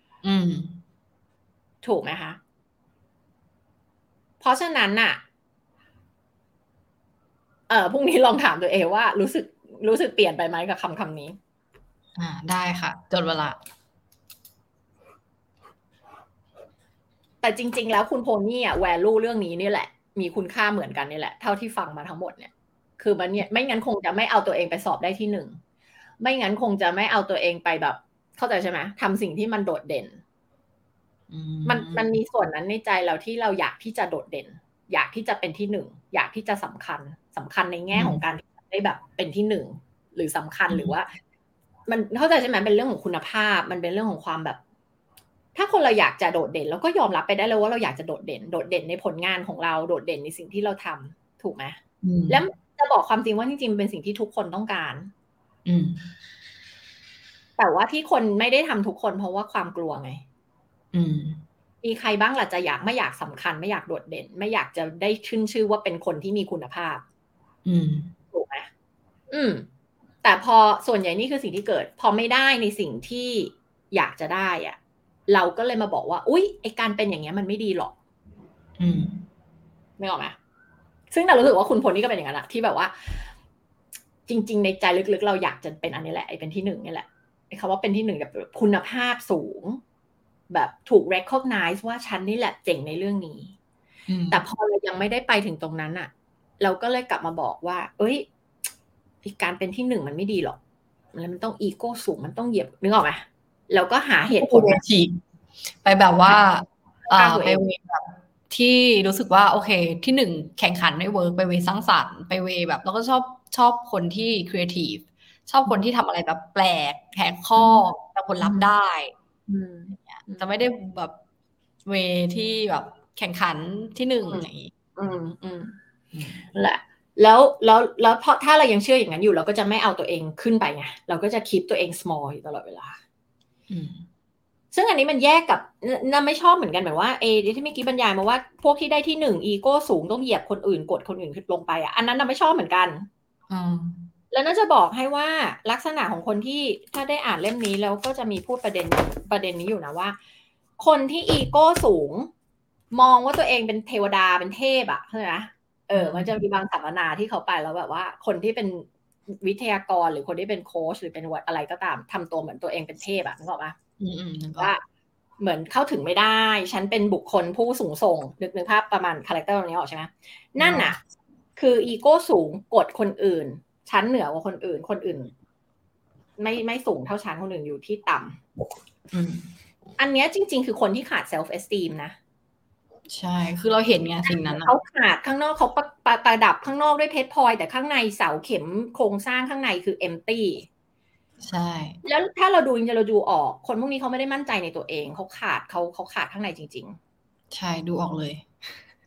ถูกไหมคะเพราะฉะนั้นน่ะเออพรุ่งนี้ลองถามตัวเองว่ารู้สึกรู้สึกเปลี่ยนไปไหมกับคำคำนี้อ่าได้ค่ะจดเวลาแต่จริงๆแล้วคุณโพนี่อ่ะ value เรื่องนี้นี่แหละมีคุณค่าเหมือนกันนี่แหละเท่าที่ฟังมาทั้งหมดเนี่ยคือมันเนี่ยไม่งั้นคงจะไม่เอาตัวเองไปสอบได้ที่หนึ่งไม่งั้นคงจะไม่เอาตัวเองไปแบบเข้าใจใช่ไหมทำสิ่งที่มันโดดเด่นมันมันมีส่วนนั้นในใจเราที่เราอยากที่จะโดดเด่นอยากที่จะเป็นที่หนึ่งอยากที่จะสำคัญสำคัญในแง่ของการได้แบบเป็นที่หนึ่งหรือสำคัญหรือว่ามันเข้าใจใช่ไหมเป็นเรื่องของคุณภาพมันเป็นเรื่องของความแบบถ้าคนเราอยากจะโดดเด่นเราก็ยอมรับไปได้เลยว่าเราอยากจะโดดเด่นโดดเด่นในผลงานของเราโดดเด่นในสิ่งที่เราทำถูกไหมแล้วจะบอกความจริงว่าจริงๆเป็นสิ่งที่ทุกคนต้องการแต่ว่าที่คนไม่ได้ทำทุกคนเพราะว่าความกลัวไงมีใครบ้างล่ะจะอยากไม่อยากสำคัญไม่อยากโดดเด่นไม่อยากจะได้ขึ้นชื่อว่าเป็นคนที่มีคุณภาพถูกไหมอืมแต่พอส่วนใหญ่นี่คือสิ่งที่เกิดพอไม่ได้ในสิ่งที่อยากจะได้อะเราก็เลยมาบอกว่าอุ๊ยไอการเป็นอย่างเงี้ยมันไม่ดีหรอกอืมไม่ออกไหมซึ่งเรารู้สึกว่าคุณพลนี่ก็เป็นอย่างนั้นแหละที่แบบว่าจริงๆในใจลึกๆเราอยากจะเป็นอันนี้แหละไอเป็นที่หนึ่งนี่แหละไอคำว่าเป็นที่หนึ่งแบบคุณภาพสูงแบบถูก recognize ว่าฉันนี่แหละเจ๋งในเรื่องนี้แต่พอเรายังไม่ได้ไปถึงตรงนั้นอ่ะเราก็เลยกลับมาบอกว่าเอ้ยการเป็นที่หนึ่งมันไม่ดีหรอกมันต้องอีโก้สูงมันต้องเหยียบนึกออกไหมแล้วก็หาเหตุผลฉีกไปแบบว่าเอ่อไปเวแบบที่รู้สึกว่าโอเคที่หนึ่งแข่งขันไม่เวิร์กไปเวสร้างสรรค์ไปเวแบบแล้วก็ชอบชอบคนที่ครีเอทีฟชอบคนที่ทำอะไรแบบแปลกแหกข้อแต่คนรับได้จะไม่ได้แบบเวที่แบบแข่งขันที่หนึ่งอย่างนี้อืมอืมแหละแล้วแล้วแล้วเพราะถ้าเรายังเชื่ออย่างนั้นอยู่เราก็จะไม่เอาตัวเองขึ้นไปไงเราก็จะคิดตัวเอง small อยู่ตลอดเวลาซึ่งอันนี้มันแยกกับน่าไม่ชอบเหมือนกันแบบว่าเอที่เมื่อกี้บรรยายมาว่าพวกที่ได้ที่หนึ่งอีโก้สูงต้องเหยียบคนอื่นกดคนอื่นขึ้นลงไปอ่ะอันนั้นน่าไม่ชอบเหมือนกันแล้วน่าจะบอกให้ว่าลักษณะของคนที่ถ้าได้อ่านเล่มนี้แล้วก็จะมีพูดประเด็นประเด็นนี้อยู่นะว่าคนที่อีโก้สูงมองว่าตัวเองเป็นเทวดาเป็นเทพอะใช่ไหมเออมันจะมีบางสัมมนาที่เขาไปแล้วแบบว่าคนที่เป็นวิทยากรหรือคนที่เป็นโค้ชหรือเป็นอะไรก็ตามทำตัวเหมือนตัวเองเป็นเทพอะนึกออกปะว่าเหมือนเข้าถึงไม่ได้ฉันเป็นบุคคลผู้สูงส่งนึกนึกภาพประมาณคาแรคเตอร์ตรงนี้ออกใช่ไหมนั่นน่ะคืออีโก้สูงกดคนอื่นชั้นเหนือกว่าคนอื่นคนอื่นไม่ไม่สูงเท่าชั้นคนอื่นอยู่ที่ต่ำอันนี้จริงๆคือคนที่ขาดเซลฟ์เอสตีมนะใช่คือเราเห็นไงสิ่งนั้นเขาขาดข้างนอกเขาประประดับข้างนอกด้วยเพชรพลอยแต่ข้างในเสาเข็มโครงสร้างข้างในคือ empty ใช่แล้วถ้าเราดูจริงๆเราดูออกคนพวกนี้เขาไม่ได้มั่นใจในตัวเองเขาขาดเขาเขาขาดข้างในจริงๆใช่ดูออกเลย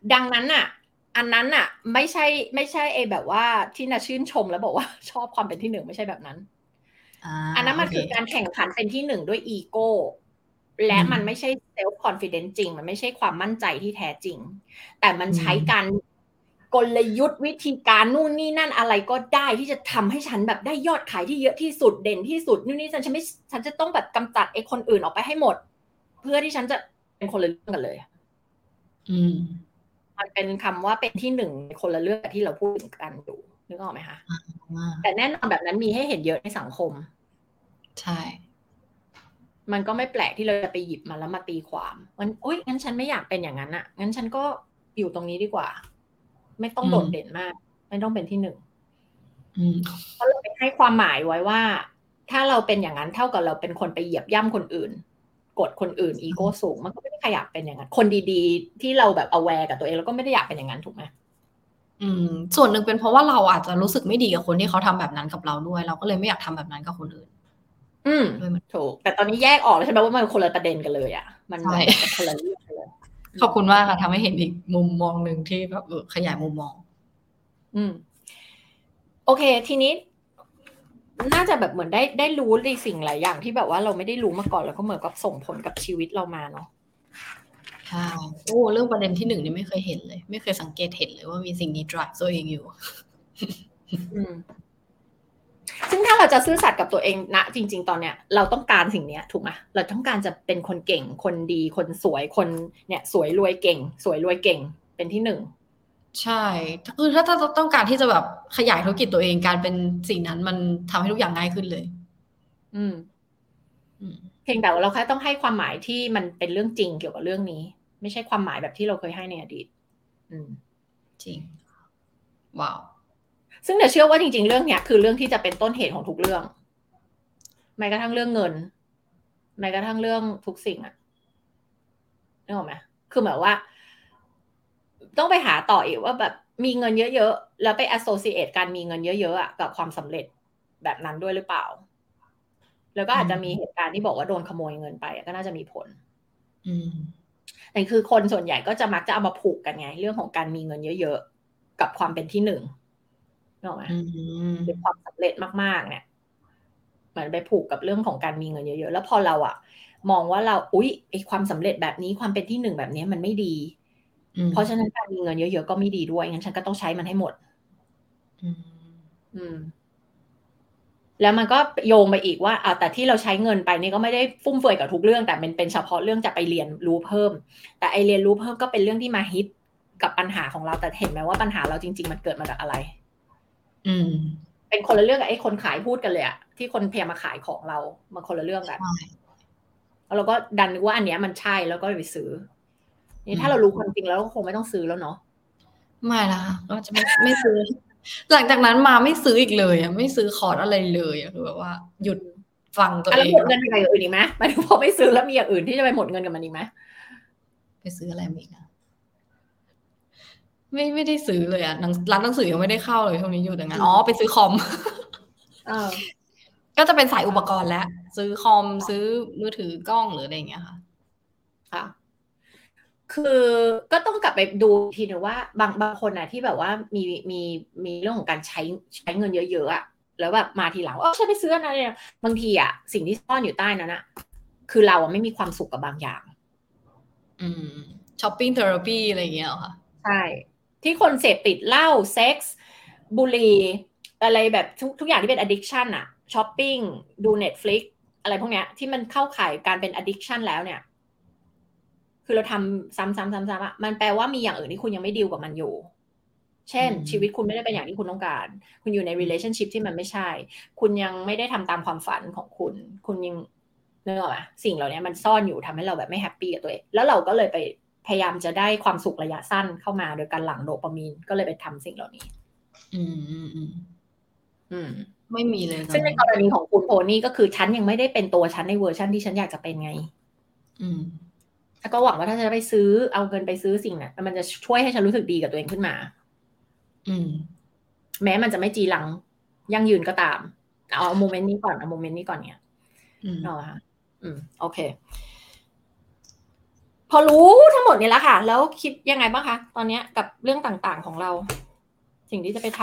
ดังนั้นอ่ะอันนั้นอ่ะไม่ใช่ไม่ใช่ไอ้แบบว่าที่น่าชื่นชมแล้วบอกว่าชอบความเป็นที่หนึ่งไม่ใช่แบบนั้นอันนั้นมันคือการแข่งขันเป็นที่หนึ่งด้วยอีโก้และมันไม่ใช่เซลฟ์คอนฟิเดนซ์จริงมันไม่ใช่ความมั่นใจที่แท้จริงแต่มันใช้การกลยุทธ์วิธีการนู่นนี่นั่นอะไรก็ได้ที่จะทำให้ฉันแบบได้ยอดขายที่เยอะที่สุดเด่นที่สุดนู่นนี่ฉันไม่ฉันจะต้องแบบกำจัดไอ้คนอื่นออกไปให้หมดเพื่อที่ฉันจะเป็นคนละเรื่องกันเลยอืมมันเป็นคำว่าเป็นที่หนึ่งในคนละเรื่องที่เราพูดถึงกันอยู่นึกออกไหมคะแต่แน่นอนแบบนั้นมีให้เห็นเยอะในสังคมใช่มันก็ไม่แปลกที่เราจะไปหยิบมาแล้วมาตีความมันอุ๊ยงั้นฉันไม่อยากเป็นอย่างนั้นอะงั้นฉันก็อยู่ตรงนี้ดีกว่าไม่ต้องโดดเด่นมากไม่ต้องเป็นที่หนึ่งเพราะเราไปให้ความหมายไว้ว่าถ้าเราเป็นอย่างนั้นเท่ากับเราเป็นคนไปเหยียบย่ำคนอื่นกดคนอื่นอีโก้สูงมันก็ไม่ได้ขยับเป็นอย่างนั้นคนดีๆที่เราแบบ aware กับตัวเองแล้วก็ไม่ได้อยากเป็นอย่างนั้นถูกไหมอืมส่วนหนึ่งเป็นเพราะว่าเราอาจจะรู้สึกไม่ดีกับคนที่เขาทำแบบนั้นกับเราด้วยเราก็เลยไม่อยากทำแบบนั้นกับคนอื่นอืมถูกแต่ตอนนี้แยกออกแล้วใช่ไหมว่ามันคนละประเด็นกันเลยอ่ะมันเหมือนกับคนละเรื่องเลยขอบคุณมากค่ะทำให้เห็นอีกมุมมองหนึ่งที่แบบเออขยายมุมมองอืมโอเคทีนี้น่าจะแบบเหมือนได้ได้รู้ในสิ่งหลายอย่างที่แบบว่าเราไม่ได้รู้มาก่อนแล้วก็เหมือนกับส่งผลกับชีวิตเรามาเนาะใช่โอ้เรื่องประเด็นที่หนึ่งนี่ไม่เคยเห็นเลยไม่เคยสังเกตเห็นเลยว่ามีสิ่งนี้ drive ตัวเองอยู่อืมซึ่งถ้าเราจะซื่อสัตย์กับตัวเองณจริงๆตอนเนี้ยเราต้องการสิ่งนี้ถูกไหมเราต้องการจะเป็นคนเก่งคนดีคนสวยคนเนี่ยสวยรวยเก่งสวยรวยเก่งเป็นที่หนึ่งใช่คือถ้าถ้าต้องการที่จะแบบขยายธุรกิจตัวเองการเป็นสิ่งนั้นมันทำให้ทุกอย่างง่ายขึ้นเลยอืมเพียงแต่ว่าเราแค่ต้องให้ความหมายที่มันเป็นเรื่องจริงเกี่ยวกับเรื่องนี้ไม่ใช่ความหมายแบบที่เราเคยให้ในอดีตอืมจริงว้าวซึ่งเดี๋ยวเชื่อว่าจริงๆเรื่องเนี้ยคือเรื่องที่จะเป็นต้นเหตุของทุกเรื่องแม้กระทั่งเรื่องเงินแม้กระทั่งเรื่องทุกสิ่งอะนึกออกไหมคือหมายว่าต้องไปหาต่ออีกว่าแบบมีเงินเยอะๆแล้วไป associate การมีเงินเยอะๆอะกับความสำเร็จแบบนั้นด้วยหรือเปล่าแล้วก็อาจจะมีเหตุการณ์ที่บอกว่าโดนขโมยเงินไปก็น่าจะมีผลแต่คือคนส่วนใหญ่ก็จะมักจะเอามาผูกกันไงเรื่องของการมีเงินเยอะๆกับความเป็นที่หนึ่งนึกออกไหมหรือความสำเร็จมากๆเนี่ยเหมือนไปผูกกับเรื่องของการมีเงินเยอะๆแล้วพอเราอะมองว่าเราอุ๊ยไอ้ความสำเร็จแบบนี้ความเป็นที่หนึ่งแบบนี้มันไม่ดีเพราะฉะนั้นการมีเงินเยอะๆก็ไม่ดีด้วยงั้นฉันก็ต้องใช้มันให้หมดอืมแล้วมันก็โยงไปอีกว่าอ่าแต่ที่เราใช้เงินไปนี่ก็ไม่ได้ฟุ่มเฟือยกับทุกเรื่องแต่มันเป็นเฉพาะเรื่องจะไปเรียนรู้เพิ่มแต่ไอเรียนรู้เพิ่มก็เป็นเรื่องที่มาฮิตกับปัญหาของเราแต่เห็นไหมว่าปัญหาเราจริงๆมันเกิดมาจากอะไรอืมเป็นคนละเรื่องกับไอ้คนขายพูดกันเลยอะที่คนพยายามมาขายของเรามันคนละเรื่องกันแล้วเราก็ดันนึกว่าอันเนี้ยมันใช่แล้วก็ไปซื้อนี่ถ้าเรารู้ความจริงแล้วก็คงไม่ต้องซื้อแล้วเนาะไม่ละค่ะก็จะไม่ไม่ซื้อหลังจากนั้นมาไม่ซื้ออีกเลยอ่ะไม่ซื้อคอร์สอะไรเลยอ่ะคือแบบว่าหยุดฟังตัวเองแล้วหมดเงินไปกับอื่นอีกไหมหมายถึงพอไม่ซื้อแล้วมีอย่างอื่นที่จะไปหมดเงินกับมันอีกไหมไปซื้ออะไรอีกนะไม่ไม่ได้ซื้อเลยอ่ะร้านหนังสือยังไม่ได้เข้าเลยช่วงนี้อยู่แต่งานอ๋อไปซื้อคอมก็จะเป็นสายอุปกรณ์แล้วซื้อคอมซื้อมือถือกล้องหรืออะไรอย่างเงี้ยค่ะค่ะคือก็ต้องกลับไปดูทีนึงว่าบางบางคนนะที่แบบว่ามีมีมีเรื่องของการใช้ใช้เงินเยอะๆอ่ะแล้วแบบมาทีหลังว่าฉันไปซื้ออะไรเนี่ยบางทีอ่ะสิ่งที่ซ่อนอยู่ใต้นั้นอ่ะคือเราไม่มีความสุขกับบางอย่างอืมช้อปปิ้งเทอราปีอะไรอย่างเงี้ยเหรอค่ะใช่ที่คนเสพติดเหล้าเซ็กส์บุหรี่อะไรแบบทุกทุกอย่างที่เป็น addiction อ่ะช้อปปิ้งดู Netflix อะไรพวกเนี้ยที่มันเข้าข่ายการเป็น addiction แล้วเนี่ยคือเราทำซ้ำๆๆๆอ่ะมันแปลว่ามีอย่างอื่นที่คุณยังไม่ดีลกับมันอยู่เช่นชีวิตคุณไม่ได้เป็นอย่างที่คุณต้องการคุณอยู่ใน relationship ที่มันไม่ใช่คุณยังไม่ได้ทำตามความฝันของคุณคุณยังเนอะป่ะสิ่งเหล่านี้มันซ่อนอยู่ทำให้เราแบบไม่แฮปปี้กับตัวเองแล้วเราก็เลยไปพยายามจะได้ความสุขระยะสั้นเข้ามาโดยการหลั่งโดปามีนก็เลยไปทำสิ่งเหล่านี้อืมอืมอืมอืมไม่มีเลยซึ่งในกรณีของคุณโพนี่ก็คือฉันยังไม่ได้เป็นตัวฉันในเวอร์ชันที่ฉันอยากจะเป็นไงอืมแล้วก็หวังว่าถ้าจะไปซื้อเอาเงินไปซื้อสิ่งนั้นมันจะช่วยให้ฉันรู้สึกดีกับตัวเองขึ้นมาอืมแม้มันจะไม่จีรังยั่งยืนก็ตามเอาโมเมนต์นี้ก่อนเอาโมเมนต์นี้ก่อนเนี่ยเนาะค่ะอืมโอเคพพอรู้ทั้งหมดนี้แล้วค่ะแล้วคิดยังไงบ้างคะตอนนี้กับเรื่องต่างๆของเราสิ่งที่จะไปท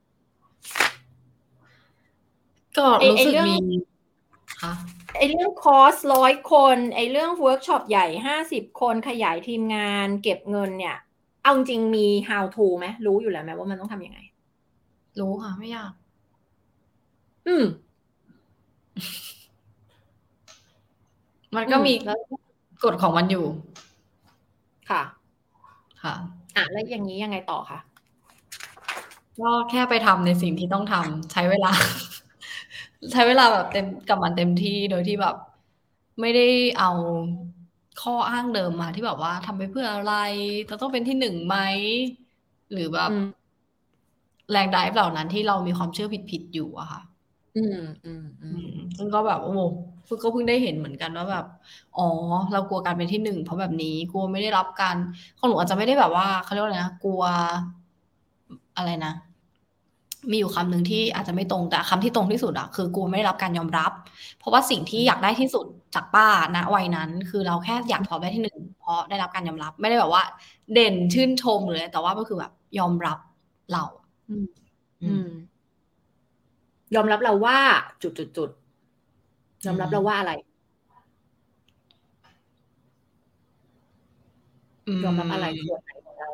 ำก็รู้สึกมีค่ะไอเรื่องคอร์สร้อยคนไอเรื่องเวิร์กช็อปใหญ่ห้าสิบคนขยายทีมงานเก็บเงินเนี่ยเอาจริงมี how to ไหมรู้อยู่แล้วไหมว่ามันต้องทำยังไงรู้ค่ะไม่ยากอืมมันก็มีกฎของมันอยู่ค่ะค่ะอ่ะแล้วอย่างนี้ยังไงต่อคะก็แค่ไปทำในสิ่งที่ต้องทำใช้เวลา ใช้เวลาแบบเต็มกับมันเต็มที่โดยที่แบบไม่ได้เอาข้ออ้างเดิมมาที่แบบว่าทำไปเพื่ออะไรจะต้องเป็นที่หนึ่งไหมหรือแบบแรงไดฟ์เหล่านั้นที่เรามีความเชื่อผิดๆอยู่อะค่ะอืมอืมอืมซึ่งก็แบบโอ้พึ่งก็เพิ่งได้เห็นเหมือนกันว่าแบบอ๋อเรากลัวการเป็นที่หนึ่งเพราะแบบนี้กลัวไม่ได้รับการของหนูอาจจะไม่ได้แบบว่าเขาเรียกว่าอะไรนะกลัวอะไรนะมีอยู่คำหนึ่งที่อาจจะไม่ตรงแต่คำที่ตรงที่สุดอะคือกลัวไม่ได้รับการยอมรับเพราะว่าสิ่งที่อยากได้ที่สุดจากป้าณวัยนั้นคือเราแค่อยากสอบได้ที่หนึ่งเพราะได้รับการยอมรับไม่ได้แบบว่าเด่นชื่นชมหรืออะไรแต่ว่าก็คือแบบยอมรับเราอืมอืมยอมรับเราว่าจุดจุดจุดยอมรับเราว่าอะไรยอมรับอะไรส่วนไหนของเรา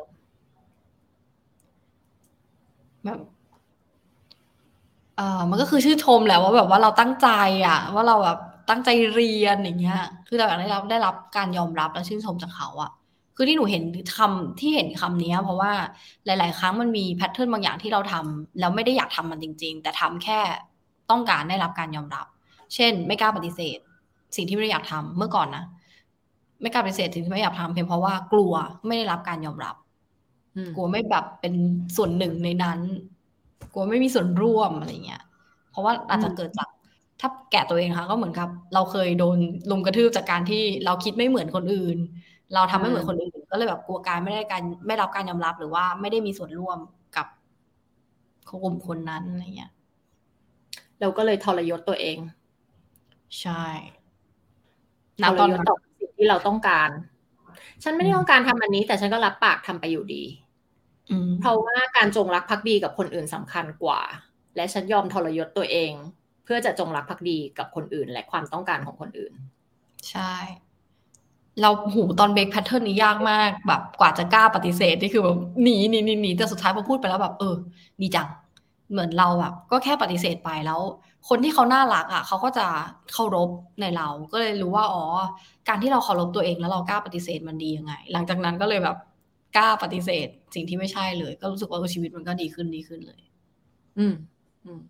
แบบเอ่อมันก็คือชื่นชมแหละว่าแบบว่าเราตั้งใจอะว่าเราแบบตั้งใจเรียนอย่างเงี้ยคือเราอยากได้รับได้รับการยอมรับและชื่นชมจากเขาอะคือที่หนูเห็นคำที่เห็นคำนี้เพราะว่าหลายๆครั้งมันมีแพทเทิร์นบางอย่างที่เราทำแล้วไม่ได้อยากทำมันจริงๆแต่ทำแค่ต้องการได้รับการยอมรับเช่นไม่กล้าปฏิเสธสิ่งที่ไม่ได้อยากทำเมื่อก่อนนะไม่กล้าปฏิเสธสิ่งที่ไม่อยากทำเพียงเพราะว่ากลัวไม่ได้รับการยอมรับกลัวไม่แบบเป็นส่วนหนึ่งในนั้นกลัวไม่มีส่วนร่วมอะไรเงี้ยเพราะว่าอาจจะเกิดจากถ้าแกะตัวเองค่ะก็เหมือนกับเราเคยโดนลุมกระทืบจากการที่เราคิดไม่เหมือนคนอื่นเราทำไม่เหมือนคนอื่นก็เลยแบบกลัวการไม่ได้การไม่รับการยอมรับหรือว่าไม่ได้มีส่วนร่วมกับกลุ่มคนนั้นอะไรเงี้ยเราก็เลยทรยศตัวเองใช่ทรยศต่อสิ่งที่เราต้องการฉันไม่ได้ต้องการทำอันนี้แต่ฉันก็รับปากทำไปอยู่ดีเพราะว่าการจงรักภักดีกับคนอื่นสำคัญกว่าและฉันยอมทรยศตัวเองเพื่อจะจงรักภักดีกับคนอื่นและความต้องการของคนอื่นใช่เราหูตอนเบรกแพทเทิร์นนี้ยากมากแบบกว่าจะกล้าปฏิเสธนี่คือแบบหนีหนีหนีหนีแต่สุดท้ายพอพูดไปแล้วแบบเออดีจังเหมือนเราแบบก็แค่ปฏิเสธไปแล้วคนที่เขาน่ารักอ่ะเขาก็จะเคารพในเราก็เลยรู้ว่าอ๋อการที่เราเคารพตัวเองแล้วเรากล้าปฏิเสธมันดียังไงหลังจากนั้นก็เลยแบบกล้าปฏิเสธสิ่งที่ไม่ใช่เลยก็รู้สึกว่าชีวิตมันก็ดีขึ้นดีขึ้นเลยอืมอืม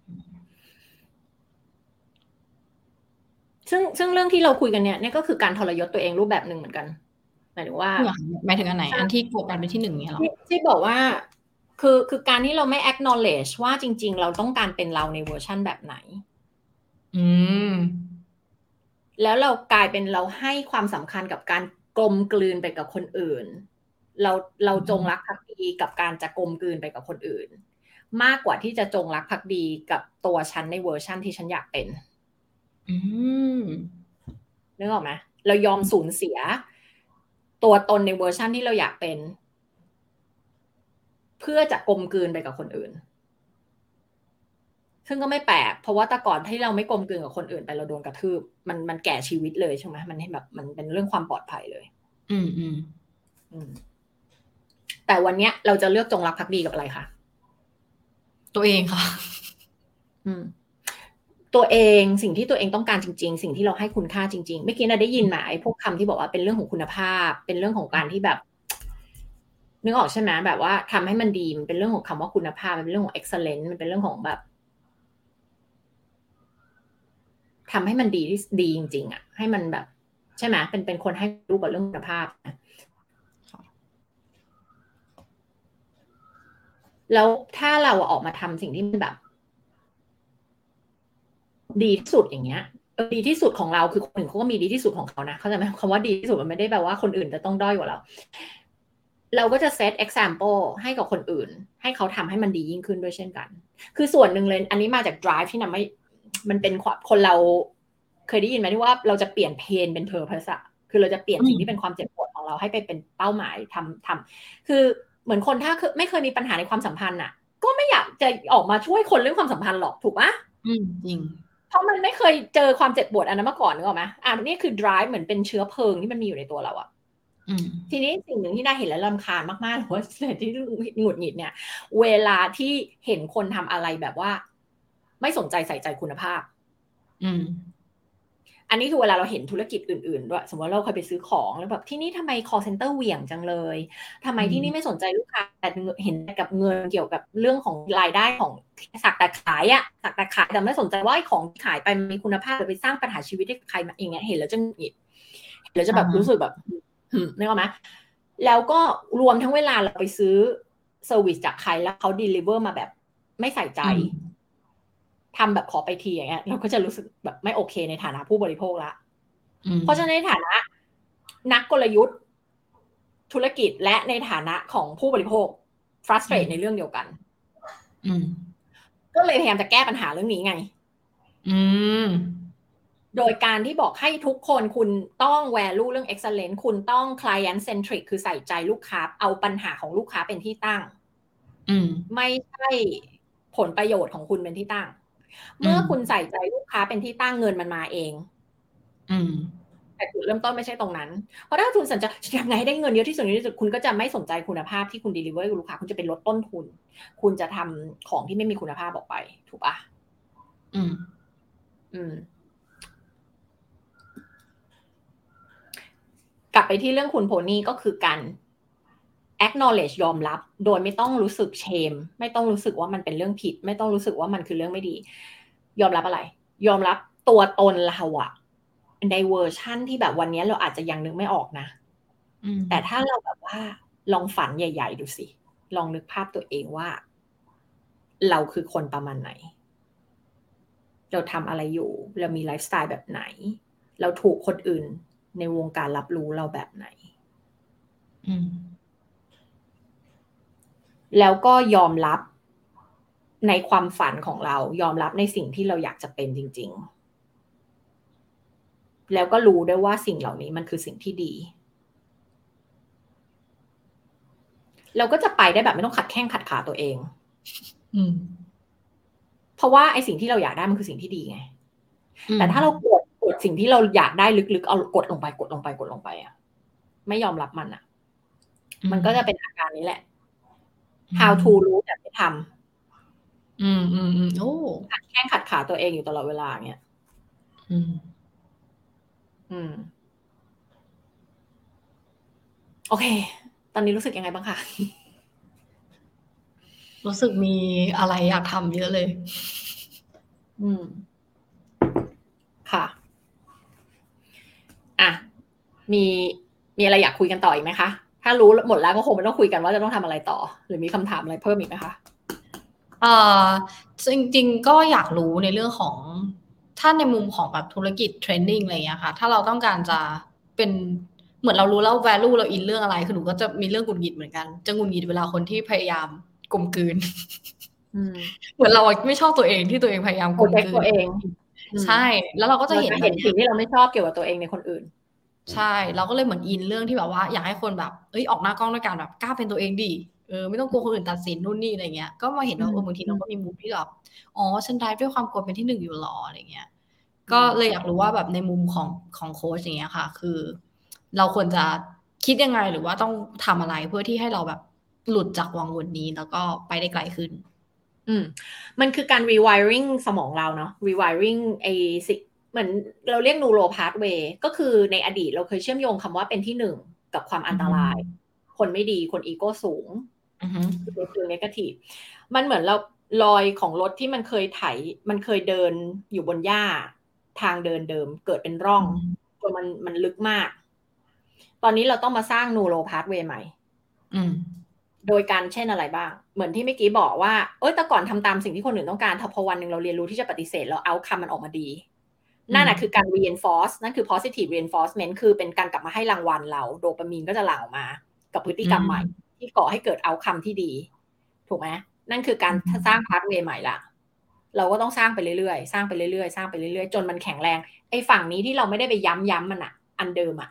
ซึ่งซึ่งเรื่องที่เราคุยกันเนี่ยเนี่ยก็คือการทรยศตัวเองรูปแบบหนึ่งเหมือนกันหมายถึงว่าหมายถึงอันไหนอันที่กลัวการเป็นที่หนึ่งเนี่ยหรอที่บอกว่าคือคือการที่เราไม่ acknowledge ว่าจริงๆเราต้องการเป็นเราในเวอร์ชั่นแบบไหนอืมแล้วเรากลายเป็นเราให้ความสำคัญกับการกลมกลืนไปกับคนอื่นเราเราจงรักภักดีกับการจะกลมกลืนไปกับคนอื่นมากกว่าที่จะจงรักภักดีกับตัวฉันในเวอร์ชั่นที่ฉันอยากเป็นอืมนึกออกไหมเรายอมสูญเสียตัวตนในเวอร์ชั่นที่เราอยากเป็นเพื่อจะกลมกลืนไปกับคนอื่นซึ่งก็ไม่แปลกเพราะว่าแต่ก่อนที่เราไม่กลมกลืนกับคนอื่นไปเราโดนกระทืบมันมันแก่ชีวิตเลยใช่ไหมมันแบบมันเป็นเรื่องความปลอดภัยเลยอืมอืมอืมแต่วันนี้เราจะเลือกจงรักภักดีกับอะไรคะตัวเองค่ะอืมตัวเองสิ่งที่ตัวเองต้องการจริงๆสิ่งที่เราให้คุณค่าจริงๆเมื่อกี้น่ะได้ยินมาไอ้พวกคำที่บอกว่าเป็นเรื่องของคุณภาพเป็นเรื่องของการที่แบบนึกออกใช่ไหมแบบว่าทำให้มันดีมันเป็นเรื่องของคำว่าคุณภาพมันเป็นเรื่องของ excellence มันเป็นเรื่องของแบบทำให้มันดีที่ดีจริงๆอ่ะให้มันแบบใช่ไหมเป็นเป็นคนให้รู้กับเรื่องคุณภาพนะแล้วถ้าเราออกมาทำสิ่งที่มันแบบดีที่สุดอย่างเงี้ยดีที่สุดของเราคือคนอื่นเขาก็มีดีที่สุดของเขานะเขาใจไหมคำว่าดีที่สุดมันไม่ได้แปลว่าคนอื่นจะต้องด้อยกว่าเราเราก็จะเซต example ให้กับคนอื่นให้เขาทำให้มันดียิ่งขึ้นด้วยเช่นกันคือส่วนหนึ่งเลยอันนี้มาจาก drive ที่นำไม่มันเป็นคนเราเคยได้ยินไหมที่ว่าเราจะเปลี่ยนเพนเป็นเพอร์เพสอะคือเราจะเปลี่ยนสิ่งที่เป็นความเจ็บปวดของของเราให้ไปเป็นเป้าหมายทำทำคือเหมือนคนถ้าไม่เคยมีปัญหาในความสัมพันธ์อ่ะก็ไม่อยากจะออกมาช่วยคนเรื่องความสัมพันธ์หรอกถูกปะอืมจริงเพราะมันไม่เคยเจอความเจ็บปวดอันนั้นมาก่อนนึกออกไหมอ่ะนี่คือ drive เหมือนเป็นเชื้อเพลิงที่มันมีอยู่ในตัวเราอะทีนี้สิ่งหนึ่งที่น่าเห็นแล้วรำคาญมากๆหรือว่าที่หงุดหงิดเนี่ยเวลาที่เห็นคนทำอะไรแบบว่าไม่สนใจใส่ใจคุณภาพอืมอันนี้คือเวลาเราเห็นธุรกิจอื่นๆด้วยสมมติเราเคยไปซื้อของแล้วแบบที่นี่ทำไม call center เหวี่ยงจังเลยทำไมที่นี่ไม่สนใจลูกค้าแต่เห็นกับเงินเกี่ยวกับเรื่องของรายได้ของสักแต่ขายอะสักแต่ขายแต่ไม่สนใจว่าของขายไปมีคุณภาพไปสร้างปัญหาชีวิตให้ใครมาอย่างเงี้ยเห็นแล้วจะหงุดหงิดเห็นแล้วจะแบบรู้สึกแบบนึกออกไหมแล้วก็รวมทั้งเวลาเราไปซื้อเซอร์วิสจากใครแล้วเขาดีลิเวอร์มาแบบไม่ใส่ใจทำแบบขอไปทีอย่างเงี้ยเราก็จะรู้สึกแบบไม่โอเคในฐานะผู้บริโภคละเพราะฉะนั้นในฐานะนักกลยุทธ์ธุรกิจและในฐานะของผู้บริโภค frustrate ในเรื่องเดียวกันก็เลยพยายามจะแก้ปัญหาเรื่องนี้ไงโดยการที่บอกให้ทุกคนคุณต้อง value เรื่อง excellence คุณต้อง client centric คือใส่ใจลูกค้าเอาปัญหาของลูกค้าเป็นที่ตั้งไม่ใช่ผลประโยชน์ของคุณเป็นที่ตั้งเมื่อคุณใส่ใจลูกค้าเป็นที่ตั้งเงินมันมาเองแต่จุดเริ่มต้นไม่ใช่ตรงนั้นเพราะถ้าคุณสนใจทำไงให้ได้เงินเยอะที่สุดที่สุดคุณก็จะไม่สนใจคุณภาพที่คุณ deliver กับลูกค้าคุณจะเป็นลดต้นทุนคุณจะทำของที่ไม่มีคุณภาพออกไปถูกปะอืมอืมกลับไปที่เรื่องคุณโพนี่ก็คือการ acknowledge ยอมรับโดยไม่ต้องรู้สึก shame ไม่ต้องรู้สึกว่ามันเป็นเรื่องผิดไม่ต้องรู้สึกว่ามันคือเรื่องไม่ดียอมรับอะไรยอมรับตัวตนเราอะในเวอร์ชั่นที่แบบวันนี้เราอาจจะยังนึกไม่ออกนะแต่ถ้าเราแบบว่าลองฝันใหญ่ๆดูสิลองนึกภาพตัวเองว่าเราคือคนประมาณไหนเราทำอะไรอยู่เรามีไลฟ์สไตล์แบบไหนเราถูกคนอื่นในวงการรับรู้เราแบบไหนแล้วก็ยอมรับในความฝันของเรายอมรับในสิ่งที่เราอยากจะเป็นจริงๆแล้วก็รู้ด้วยว่าสิ่งเหล่านี้มันคือสิ่งที่ดีเราก็จะไปได้แบบไม่ต้องขัดแข้งขัดขาตัวเองเพราะว่าไอ้สิ่งที่เราอยากได้มันคือสิ่งที่ดีไงแต่ถ้าเรากดกดสิ่งที่เราอยากได้ลึกๆเอากดลงไปกดลงไปกดลงไปอ่ะไม่ยอมรับมันอ่ะมันก็จะเป็นอาการนี้แหละ how to รู้แต่ไม่ทำอืมอืมอืมโอ้ขัดแข้งขัดขาตัวเองอยู่ตลอดเวลาเงี้ยอืมอืมโอเคตอนนี้รู้สึกยังไงบ้างคะรู้สึกมีอะไรอยากทำเยอะเลยอืมค่ะอ่ะมีมีอะไรอยากคุยกันต่ออีกไหมคะถ้ารู้หมดแล้วก็คงไม่ต้องคุยกันว่าจะต้องทำอะไรต่อหรือมีคำถามอะไรเพิ่มอีกไหมคะเอ่อจริงๆก็อยากรู้ในเรื่องของถ้าในมุมของแบบธุรกิจเทรนนิ่งอะไรอย่างเงี้ยค่ะถ้าเราต้องการจะเป็นเหมือนเรารู้แล้ว value เราอินเรื่องอะไรคือหนูก็จะมีเรื่องหงุดหงิดเหมือนกันจะหงุดหงิดเวลาคนที่พยายามกลมกลืนเหมือนเราไม่ชอบตัวเองที่ตัวเองพยายามกลมกลืนตัวเองใช่แล้วเราก็จะเห็นเห็นสิ่งที่เราไม่ชอบเกี่ยวกับตัวเองในคนอื่นใช่เราก็เลยเหมือนอินเรื่องที่แบบว่าอยากให้คนแบบเอ้ยออกหน้ากล้องด้วยการแบบกล้าเป็นตัวเองดิเออไม่ต้องกลัวคนอื่นตัดสินนู่นนี่อะไรเงี้ยก็มาเห็นว่าบางทีเราก็มีมุมที่แบบอ๋อฉันได้ด้วยความกลัวเป็นที่หนึ่งอยู่หรออะไรเงี้ยก็เลยอยากรู้ว่าแบบในมุมของของโค้ชอย่างเงี้ยค่ะคือเราควรจะคิดยังไงหรือว่าต้องทำอะไรเพื่อที่ให้เราแบบหลุดจากวังวนนี้แล้วก็ไปได้ไกลขึ้นอืมมันคือการ rewiring สมองเราเนาะ rewiring ไอสิเหมือนเราเรียก neuro pathway ก็คือในอดีตเราเคยเชื่อมโยงคำว่าเป็นที่หนึ่งกับความอันตรายคนไม่ดีคนอีโก้สูงคือ negative มันเหมือนเรารอยของรถที่มันเคยไถมันเคยเดินอยู่บนหญ้าทางเดินเดิมเกิดเป็นร่องจนมันมันลึกมากตอนนี้เราต้องมาสร้าง neuro pathway ใหม่โดยการเช่นอะไรบ้างเหมือนที่เมื่อกี้บอกว่าเอ้ยแต่ก่อนทำตามสิ่งที่คนอื่นต้องการพอวันหนึ่งเราเรียนรู้ที่จะปฏิเสธแล้วเอาคำมันออกมาดีนั่นแหะคือการ reinforce นั่นคือ positive reinforcement คือเป็นการกลับมาให้รางวัลเราโดปามีนก็จะหลั่งออกมากับพฤติกรรมใหม่ที่ก่อให้เกิดเอาคำที่ดีถูกไหมนั่นคือการสร้าง pathway ใหม่ละเราก็ต้องสร้างไปเรื่อยๆสร้างไปเรื่อยๆสร้างไปเรื่อยๆจนมันแข็งแรงไอ้ฝั่งนี้ที่เราไม่ได้ไปย้ำๆมันอะอันเดิมอะ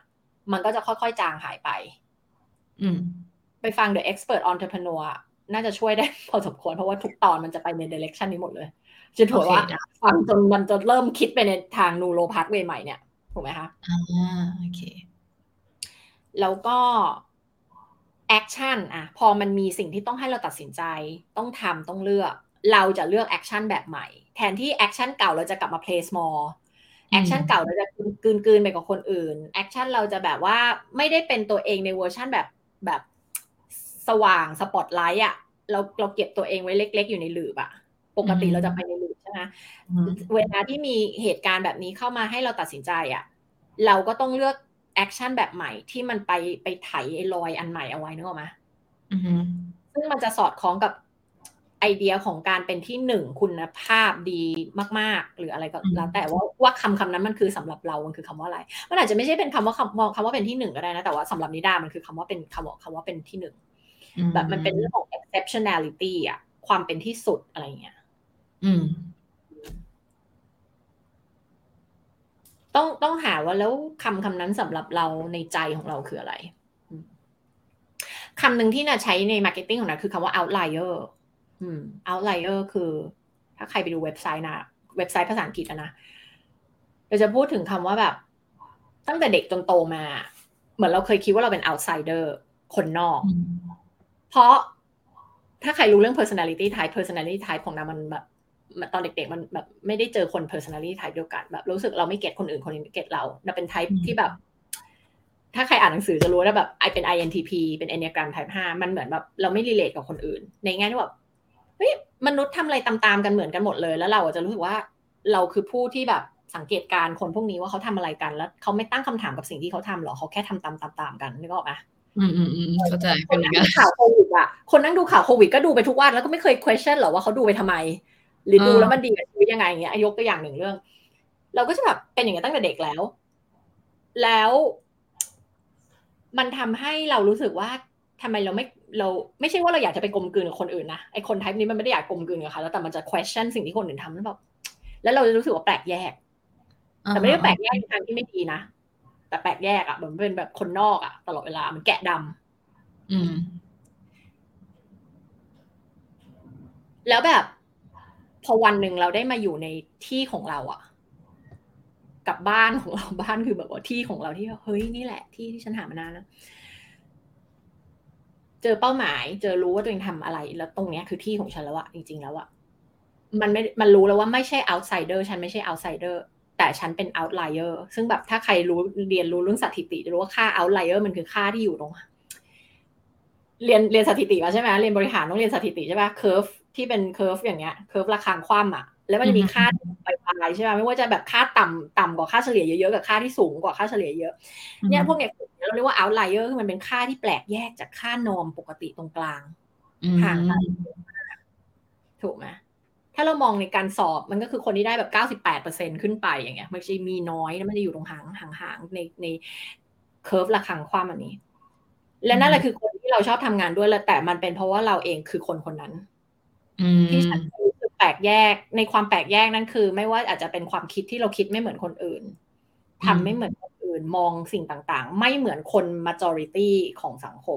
มันก็จะค่อยๆจางหายไปอืมไปฟัง The Expert Entrepreneur น่าจะช่วยได้พอสมควรเพราะว่าทุกตอนมันจะไปใน direction นี้หมดเลยจะถือว่าฟังจนมันจะเริ่มคิดไปในทาง neural pathway ใหม่เนี่ยถูกไหมคะอ่าโอเคแล้วก็ action อะพอมันมีสิ่งที่ต้องให้เราตัดสินใจต้องทำต้องเลือกเราจะเลือก action แบบใหม่แทนที่ action เก่าเราจะกลับมา play small action เก่าเราจะกลืนๆไปกับคนอื่น action เราจะแบบว่าไม่ได้เป็นตัวเองในเวอร์ชันแบบแบบสว่างสปอตไลท์อะเราเราเก็บตัวเองไว้เล็กๆอยู่ในหลืบอะปกติเราจะไปในหลืบใช่ไหมเวลาที่มีเหตุการณ์แบบนี้เข้ามาให้เราตัดสินใจอะเราก็ต้องเลือกแอคชั่นแบบใหม่ที่มันไปไปไถไอ้รอยอันใหม่เอาไว้นึกออกไหมซึ่งมันจะสอดคล้องกับไอเดียของการเป็นที่หนึ่งคุณภาพดีมากๆหรืออะไรก็แล้วแต่ว่าว่าคำคำนั้นมันคือสำหรับเรามันคือคำว่าอะไรมันอาจจะไม่ใช่เป็นคำว่าคำมองคำว่าเป็นที่หนึ่งก็ได้นะแต่ว่าสำหรับนิดามันคือคำว่าเป็นคำว่าคำว่าเป็นที่หนึ่งแบบมันเป็นเรื่องของ exceptionality อะความเป็นที่สุดอะไรอย่างเงี้ยอืมต้องต้องหาว่าแล้วคำคำนั้นสำหรับเราในใจของเราคืออะไรคำหนึ่งที่น่าใช้ในมาร์เก็ตติ้งของเราคือคำว่า outlier อืม outlier คือถ้าใครไปดูเว็บไซต์นะเว็บไซต์ภาษาอังกฤษนะเราจะพูดถึงคำว่าแบบตั้งแต่เด็กจนโตมาเหมือนเราเคยคิดว่าเราเป็น outsider คนนอกเพราะถ้าใครรู้เรื่อง personality type personality type ของเรามันแบบตอนเด็กๆมันแบบไม่ได้เจอคน personality type เดียวกันแบบรู้สึกเราไม่เก็ตคนอื่นคนอื่นไม่เก็ตเราเราเป็น type ที่แบบถ้าใครอ่านหนังสือจะรู้ว่าแบบไอเป็น ไอ เอ็น ที พี เป็น Enneagram Type ห้ามันเหมือนแบบเราไม่ relate กับคนอื่นในแง่ที่แบบเฮ้ยมนุษย์ทำอะไรตามๆกันเหมือนกันหมดเลยแล้วเราจะรู้สึกว่าเราคือผู้ที่แบบสังเกตการคนพวกนี้ว่าเขาทำอะไรกันแล้วเขาไม่ตั้งคำถามกับสิ่งที่เขาทำหรอเขาแค่ทำตามๆกันนึกออกไหมอืมอืมอืมเข้าใจคนนั่งดูข่าวโควิดอ่ะคนนั่งดูข่าวโควิดก็ดูไปทุกวันแล้วก็ไม่เคย question หรอว่าเขาดูไปทำไมหรือดูแล้วมันดีกับชีวิตยังไงอย่างเงี้ยยกตัวอย่างหนึ่งเรื่องเราก็จะแบบเป็นอย่างนี้ตั้งแต่เด็กแล้วแล้วมันทำให้เรารู้สึกว่าทำไมเราไม่เราไม่ใช่ว่าเราอยากจะไปกลมกลืนกับคนอื่นนะไอคนไทป์นี้มันไม่ได้อยากกลมกลืนกับเขาแล้วแต่มันจะ question สิ่งที่คนอื่นทำแล้วแบบแล้วเราจะรู้สึกว่าแปลกแยกแต่ไม่ได้แปลกแยกในทางที่ไม่ดีนะแต่แปลกแยกอ่ะเหมือนเป็นแบบคนนอกอ่ะตลอดเวลามันแกะดำอืมแล้วแบบพอวันหนึ่งเราได้มาอยู่ในที่ของเราอ่ะกับบ้านของเราบ้านคือแบบว่าที่ของเราที่เฮ้ยนี่แหละที่ที่ฉันหามานานแล้วเจอเป้าหมายเจอรู้ว่าตัวเองทำอะไรแล้วตรงนี้คือที่ของฉันแล้วอะจริงๆแล้วอะมันไม่มันรู้แล้วว่าไม่ใช่ outsider ฉันไม่ใช่ outsider แต่ฉันเป็น outlier ซึ่งแบบถ้าใครรู้เรียนรู้เรื่องสถิติจะรู้ว่าค่า outlier มันคือค่าที่อยู่ตรงเรียนเรียนสถิติมาใช่ไหมเรียนบริหารต้องเรียนสถิติใช่ป่ะ curve ที่เป็น curve อย่างเงี้ย curve ระฆังคว่ำอ่ะแล้วมันจะมีค่าปลายๆใช่ไหมไม่ว่าจะแบบค่าต่ำต่ำกว่าค่าเฉลี่ยเยอะๆกับค่าที่สูงกว่าค่าเฉลี่ยเยอะเนี่ยพวกเนี้ยเราเรียกว่า outlier คือมันเป็นค่าที่แปลกแยกจากค่านอร์มปกติตรงกลางห่างกันถูกไหมถ้าเรามองในการสอบมันก็คือคนที่ได้แบบ เก้าสิบแปดเปอร์เซ็นต์ ขึ้นไปอย่างเงี้ยมันจะมีน้อยแล้วมันจะอยู่ตรงหางห่างๆในใน curve ระฆังคว่ำแบบนี้และนั่นแหละคือคนที่เราชอบทำงานด้วยแต่มันเป็นเพราะว่าเราเองคือคนคนนั้นที่ฉันรู้สึกแปลกแยกในความแปลกแยกนั่นคือไม่ว่าอาจจะเป็นความคิดที่เราคิดไม่เหมือนคนอื่นทำไม่เหมือนคนอื่นมองสิ่งต่างๆไม่เหมือนคน majority ของสังคม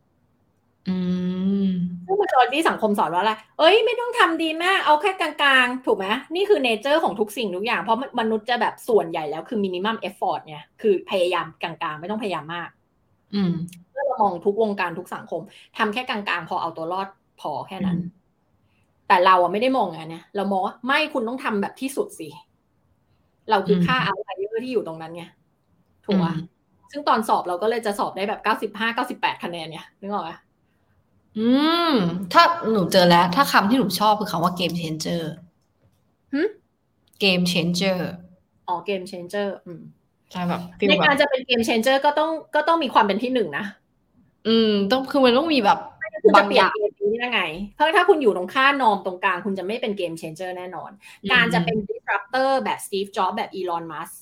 ซึ่ง majority สังคมสอนว่าอะไรเอ้ยไม่ต้องทำดีมากเอาแค่กลางๆถูกไหมนี่คือ nature ของทุกสิ่งทุกอย่างเพราะมนุษย์จะแบบส่วนใหญ่แล้วคือ minimum effort เนี่ยคือพยายามกลางๆไม่ต้องพยายามมากเมื่อเรามองทุกวงการทุกสังคมทำแค่กลางๆพอเอาตัวรอดพอแค่นั้นแต่เราอะไม่ได้มองอย่างนั้นเนี่ยเรามองว่าไม่คุณต้องทำแบบที่สุดสิเราคือค่า outlier ที่อยู่ตรงนั้นไงถูกป่ะซึ่งตอนสอบเราก็เลยจะสอบได้แบบเก้าสิบห้า เก้าสิบแปดคะแนนเนี่ยนึกออกป่ะอืมถ้าหนูเจอแล้วถ้าคำที่หนูชอบคือคำว่า game changer หึ game changer อ๋อ game changer อืมใช่แบบในการจะเป็น game changer ก็ต้องก็ต้องมีความเป็นที่หนึ่งนะอืมต้องคือมันต้องมีแบบคุณจะเปลี่ยนเกมนี้ได้ไงเพราะถ้าคุณอยู่ตรงค่านอมตรงกลางคุณจะไม่เป็นเกมเชนเจอร์แน่นอนการจะเป็น disruptor แบบ Steve Jobs แบบ Elon Musk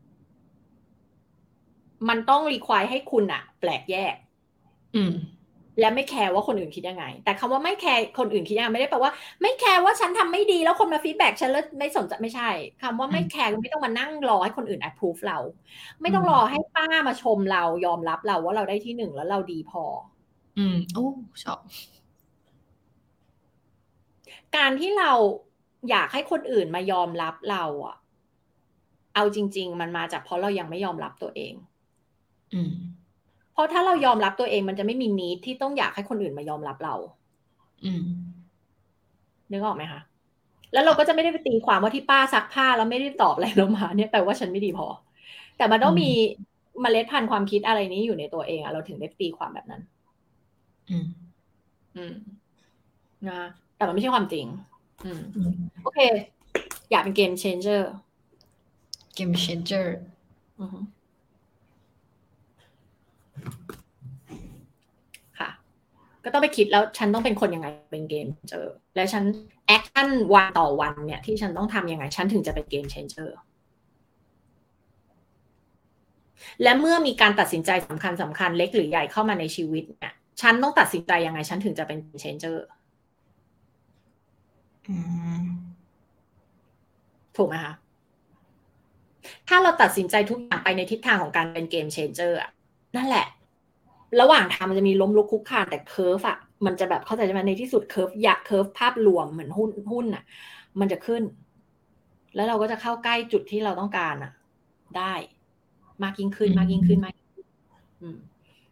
มันต้อง require ให้คุณอะแปลกแยกอืมและไม่แคร์ว่าคนอื่นคิดยังไงแต่คำว่าไม่แคร์คนอื่นคิดยังไงไม่ได้แปลว่าไม่แคร์ว่าฉันทำไม่ดีแล้วคนมาฟีดแบ็กฉันแล้วไม่สนใจไม่ใช่คำว่าไม่แคร์ไม่ต้องมานั่งรอให้คนอื่น approve เราไม่ต้องรอให้ป้ามาชมเรายอมรับเราว่าเราได้ที่หนึ่งแล้วเราดีพออืมโอ้ชอบการที่เราอยากให้คนอื่นมายอมรับเราอะเอาจริงๆมันมาจากเพราะเรายังไม่ยอมรับตัวเองอืมเพราะถ้าเรายอมรับตัวเองมันจะไม่มีneedที่ต้องอยากให้คนอื่นมายอมรับเราอืมนึกออกไหมคะแล้วเราก็จะไม่ได้ไปตีความว่าที่ป้าซักผ้าแล้วไม่ได้ตอบอะไรเรามาเนี่ยแปลว่าฉันไม่ดีพอแต่มันต้องมีเมล็ดพันธุ์ความคิดอะไรนี้อยู่ในตัวเองอะเราถึงได้ตีความแบบนั้นอืมอืมนะแต่มันไม่ใช่ความจริงอืมโอเคอยากเป็นเกม changer เกม changer อือฮึค่ะก็ต้องไปคิดแล้วฉันต้องเป็นคนยังไงเป็นเกม changer และฉันแอคชั่นวันต่อวันเนี่ยที่ฉันต้องทำยังไงฉันถึงจะเป็นเกม changer และเมื่อมีการตัดสินใจสำคัญสำคัญเล็กหรือใหญ่เข้ามาในชีวิตเนี่ยฉันต้องตัดสินใจยังไงฉันถึงจะเป็น changer อืมถูกไหมคะถ้าเราตัดสินใจทุกอย่างไปในทิศทางของการเป็นเกม changer อะนั่นแหละระหว่างทางมันจะมีล้มลุกคลุกคลานแต่เคอร์ฟอะมันจะแบบเข้าใจใช่ไหมในที่สุดเคอร์ฟอยากเคอร์ฟภาพรวมเหมือนหุ้นหุ้นอะมันจะขึ้นแล้วเราก็จะเข้าใกล้จุดที่เราต้องการอะได้มากยิ่งขึ้นมากยิ่งขึ้นมากยิ่งขึ้นอืม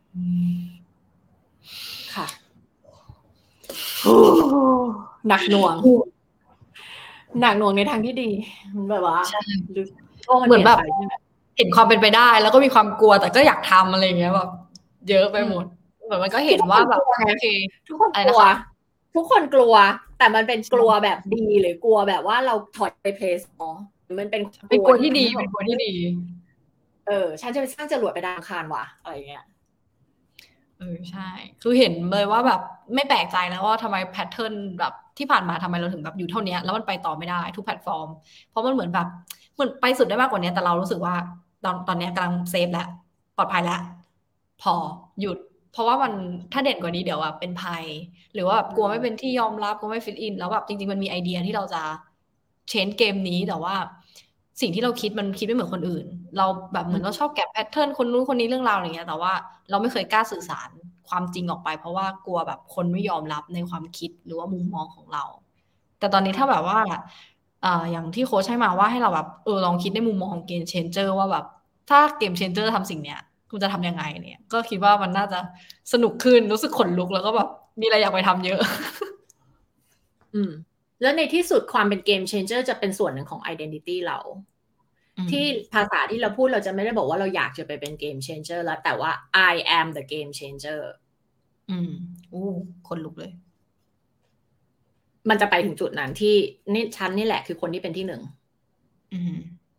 ค่ะหนักหน่วงหนักหน่วงในทางที่ดีมันแบบว่าเหมือนแบบเห็นความเป็นไปได้แล้วก็มีความกลัวแต่ก็อยากทำอะไรอย่างเงี้ยแบบเยอะไปหมดเหมือนมันก็เห็นว่าแบบโอเคทุกคนกลัวทุกคนกลัวแต่มันเป็นกลัวแบบดีหรือกลัวแบบว่าเราถอยไปเพลสอ๋อมันเป็นเป็นกลัวที่ดีเป็นกลัวที่ดีเออฉันจะไปสร้างจรวดไปดาวอังคารว่ะอะไรเงี้ยเออใช่คือเห็นเลยว่าแบบไม่แปลกใจแล้วว่าทำไมแพทเทิร์นแบบที่ผ่านมาทำไมเราถึงแบบอยู่เท่านี้แล้วมันไปต่อไม่ได้ทุกแพลตฟอร์มเพราะมันเหมือนแบบเหมือนไปสุดได้มากกว่านี้แต่เรารู้สึกว่าตอนตอนนี้กำลังเซฟแล้วปลอดภัยแล้วพอหยุดเพราะว่ามันถ้าเด่นกว่านี้เดี๋ยวอ่ะเป็นภัยหรือว่าแบบกลัวไม่เป็นที่ยอมรับกลัวไม่ฟิตอินแล้วแบบจริงๆมันมีไอเดียที่เราจะเชนเกมนี้แต่ว่าสิ่งที่เราคิดมันคิดไม่เหมือนคนอื่นเราแบบเหมือนเราชอบแกะแพทเทิร์นคนนู้นคนนี้เรื่องราวอะไรเงี้ยแต่ว่าเราไม่เคยกล้าสื่อสารความจริงออกไปเพราะว่ากลัวแบบคนไม่ยอมรับในความคิดหรือว่ามุมมองของเราแต่ตอนนี้ถ้าแบบว่าอ่าอย่างที่โค้ชให้มาว่าให้เราแบบเออลองคิดในมุมมองของเกมเชนเจอร์ว่าแบบถ้าเกมเชนเจอร์ทำสิ่งเนี้ยคุณจะทำยังไงเนี่ยก็คิดว่ามันน่าจะสนุกขึ้นรู้สึกขนลุกแล้วก็แบบมีอะไรอยากไปทำเยอะอืมแล้วในที่สุดความเป็นเกม changer จะเป็นส่วนหนึ่งของ identity เราที่ภาษาที่เราพูดเราจะไม่ได้บอกว่าเราอยากจะไปเป็นเกม changer แล้วแต่ว่า I am the game changer อืมอู้คนลุกเลยมันจะไปถึงจุดนั้นที่นี่ฉันนี่แหละคือคนที่เป็นที่หนึ่งอืม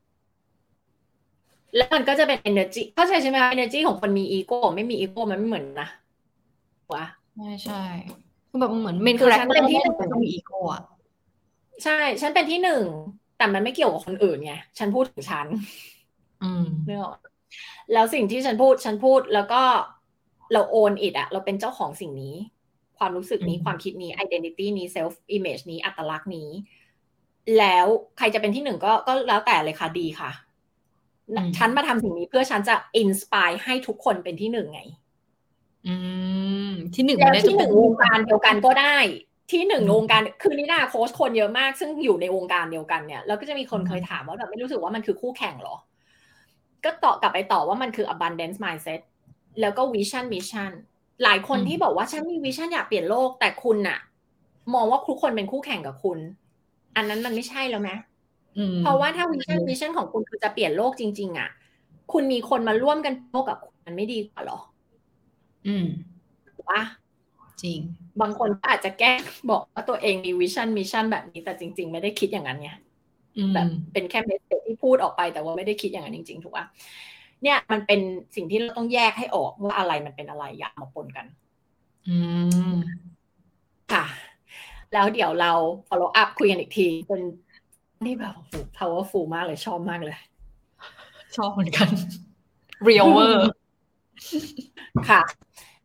แล้วมันก็จะเป็น energy เข้าใจใช่ไหมคะ energy ของคนมีอีโก้ไม่มีอีโก้มันไม่เหมือนนะวะใช่ใช่คือแบบเหมือนเมนคาแรคเตอร์ต้องมีอีโก้อะใช่ฉันเป็นที่หนึ่งแต่มันไม่เกี่ยวกับคนอื่นไงฉันพูดถึงฉันอืมเนื้อแล้วสิ่งที่ฉันพูดฉันพูดแล้วก็เราโอนอิดอะเราเป็นเจ้าของสิ่งนี้ความรู้สึกนี้ความคิดนี้ identity นี้ self image นี้อัตลักษณ์นี้แล้วใครจะเป็นที่หนึ่งก็ก็แล้วแต่เลยค่ะดีค่ะฉันมาทำสิ่งนี้เพื่อฉันจะอินสปายให้ทุกคนเป็นที่หนึ่งไงอืมที่หนึ่งแล้วที่หนึ่งวงการเดียวกันก็ได้ที่หนึ่งวงการคือนี่นาโค้ชคนเยอะมากซึ่งอยู่ในวงการเดียวกันเนี่ยแล้วก็จะมีคนเคยถามว่าแบบไม่รู้สึกว่ามันคือคู่แข่งหรอก็ตอบกลับไปต่อว่ามันคือ abundance mindset แล้วก็ vision mission หลายคนที่บอกว่าฉันมีวิชั่นอยากเปลี่ยนโลกแต่คุณน่ะมองว่าทุกคนเป็นคู่แข่งกับคุณอันนั้นมันไม่ใช่แล้วไหมเพราะว่าถ้าวิชั่นวิชั่นของคุณคือจะเปลี่ยนโลกจริงๆอ่ะคุณมีคนมาร่วมกันโลกกับคุณมันไม่ดีกว่าหรออืมถูกปะจริงบางคนก็อาจจะแกล้งบอกว่าตัวเองมีวิชั่นมิชชั่นแบบนี้แต่จริงๆไม่ได้คิดอย่างนั้นไงแบบเป็นแค่เมสเสจที่พูดออกไปแต่ว่าไม่ได้คิดอย่างนั้นจริงๆถูกปะเนี่ยมันเป็นสิ่งที่เราต้องแยกให้ออกว่าอะไรมันเป็นอะไรอย่ามาปนกันอืมค่ะแล้วเดี๋ยวเรา follow up คุยกันอีกทีเป็นนี่แบบ powerful มากเลยชอบมากเลยชอบเหมือนกัน real เวอร์ค่ะ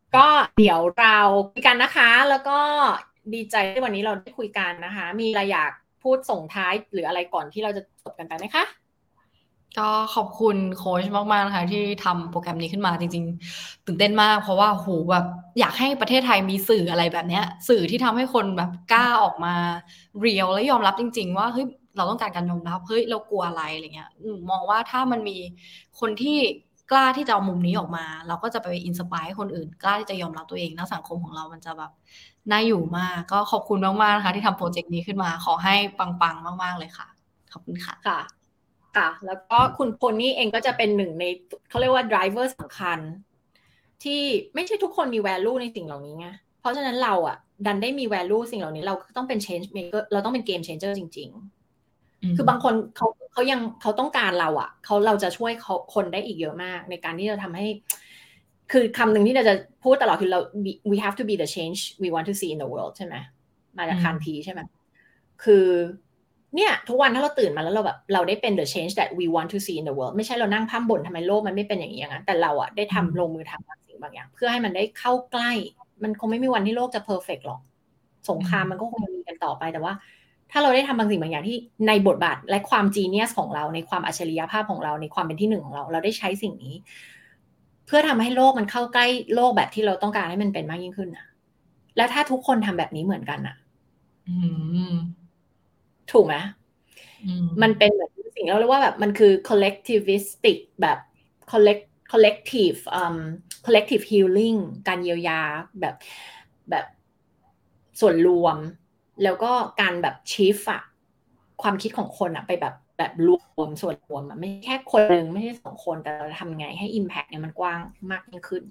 ก็เดี๋ยวเราคุยกันนะคะแล้วก็ดีใจที่วันนี้เราได้คุยกันนะคะมีอะไรอยากพูดส่งท้ายหรืออะไรก่อนที่เราจะจบกันไปไหมคะก็ขอบคุณโค้ชมากๆนะคะที่ทำโปรแกรมนี้ขึ้นมาจริงๆตื่นเต้นมากเพราะว่าโหแบบอยากให้ประเทศไทยมีสื่ออะไรแบบเนี้ยสื่อที่ทำให้คนแบบกล้าออกมาเรียลและยอมรับจริงๆว่าเฮ้ยเราต้องการการยอมรับเฮ้ยเรากลัวอะไรอะไรเงี้ยอืมมองว่าถ้ามันมีคนที่กล้าที่จะเอามุมนี้ออกมาเราก็จะไปอินสไปร์ให้คนอื่นกล้าที่จะยอมรับตัวเองแล้วสังคมของเรามันจะแบบน่าอยู่มากก็ขอบคุณมากๆนะคะที่ทำโปรเจกต์นี้ขึ้นมาขอให้ปังๆมากๆเลยค่ะขอบคุณค่ะค่ะค่ะแล้วก็คุณโพนี่เองก็จะเป็นหนึ่งในเขาเรียกว่า driver สำคัญที่ไม่ใช่ทุกคนมี value ในสิ่งเหล่านี้ไงเพราะฉะนั้นเราอ่ะดันได้มี value สิ่งเหล่านี้เราต้องเป็น change maker เราต้องเป็น game changer จริงๆคือบางคนเขาเขายังเขาต้องการเราอ่ะเขาเราจะช่วยเขาคนได้อีกเยอะมากในการที่จะทำให้คือคำหนึ่งที่เราจะพูดตลอดคือเรา we have to be the change we want to see in the world ใช่ไหมมาจากคันทีใช่ไหมคือเนี่ยทุกวันถ้าเราตื่นมาแล้วเราแบบเราได้เป็น the change that we want to see in the world ไม่ใช่เรานั่งพร่ำบ่นทำไมโลกมันไม่เป็นอย่างนี้อย่างนั้นแต่เราอะได้ทำลงมือทำบางสิ่งบางอย่างเพื่อให้มันได้เข้าใกล้มันคงไม่มีวันที่โลกจะ perfect หรอกสงครามมันก็คงมีกันต่อไปแต่ว่าถ้าเราได้ทำบางสิ่งบางอย่างที่ในบทบาทและความ genius ของเราในความอัจฉริยภาพของเราในความเป็นที่หนึ่งของเราเราได้ใช้สิ่งนี้เพื่อทำให้โลกมันเข้าใกล้โลกแบบที่เราต้องการให้มันเป็นมากยิ่งขึ้นนะแล้วถ้าทุกคนทำแบบนี้เหมือนกันอะถูกไหมมันเป็นเหมือนสิ่งเราเรียกว่าแบบมันคือ collectivistic แบบ collect collective um collective healing การเยียวยาแบบแบบส่วนรวมแล้วก็การแบบ shift อะความคิดของคนอะไปแบบแบบรวมส่วนรวมอะไม่แค่คนหนึ่งไม่ใช่สองคนแต่เราทำไงให้ impact เนี่ยมันกว้างมากยิ่งขึ้น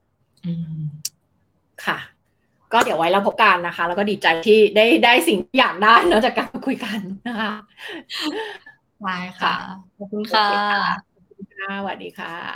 ค่ะก็เดี๋ยวไว้เราพบกันนะคะแล้วก็ดีใจที่ได้ได้สิ่งที่อยากได้เนอะจากการคุยกันนะคะได้ค่ะขอบคุณค่ะสวัสดีค่ะ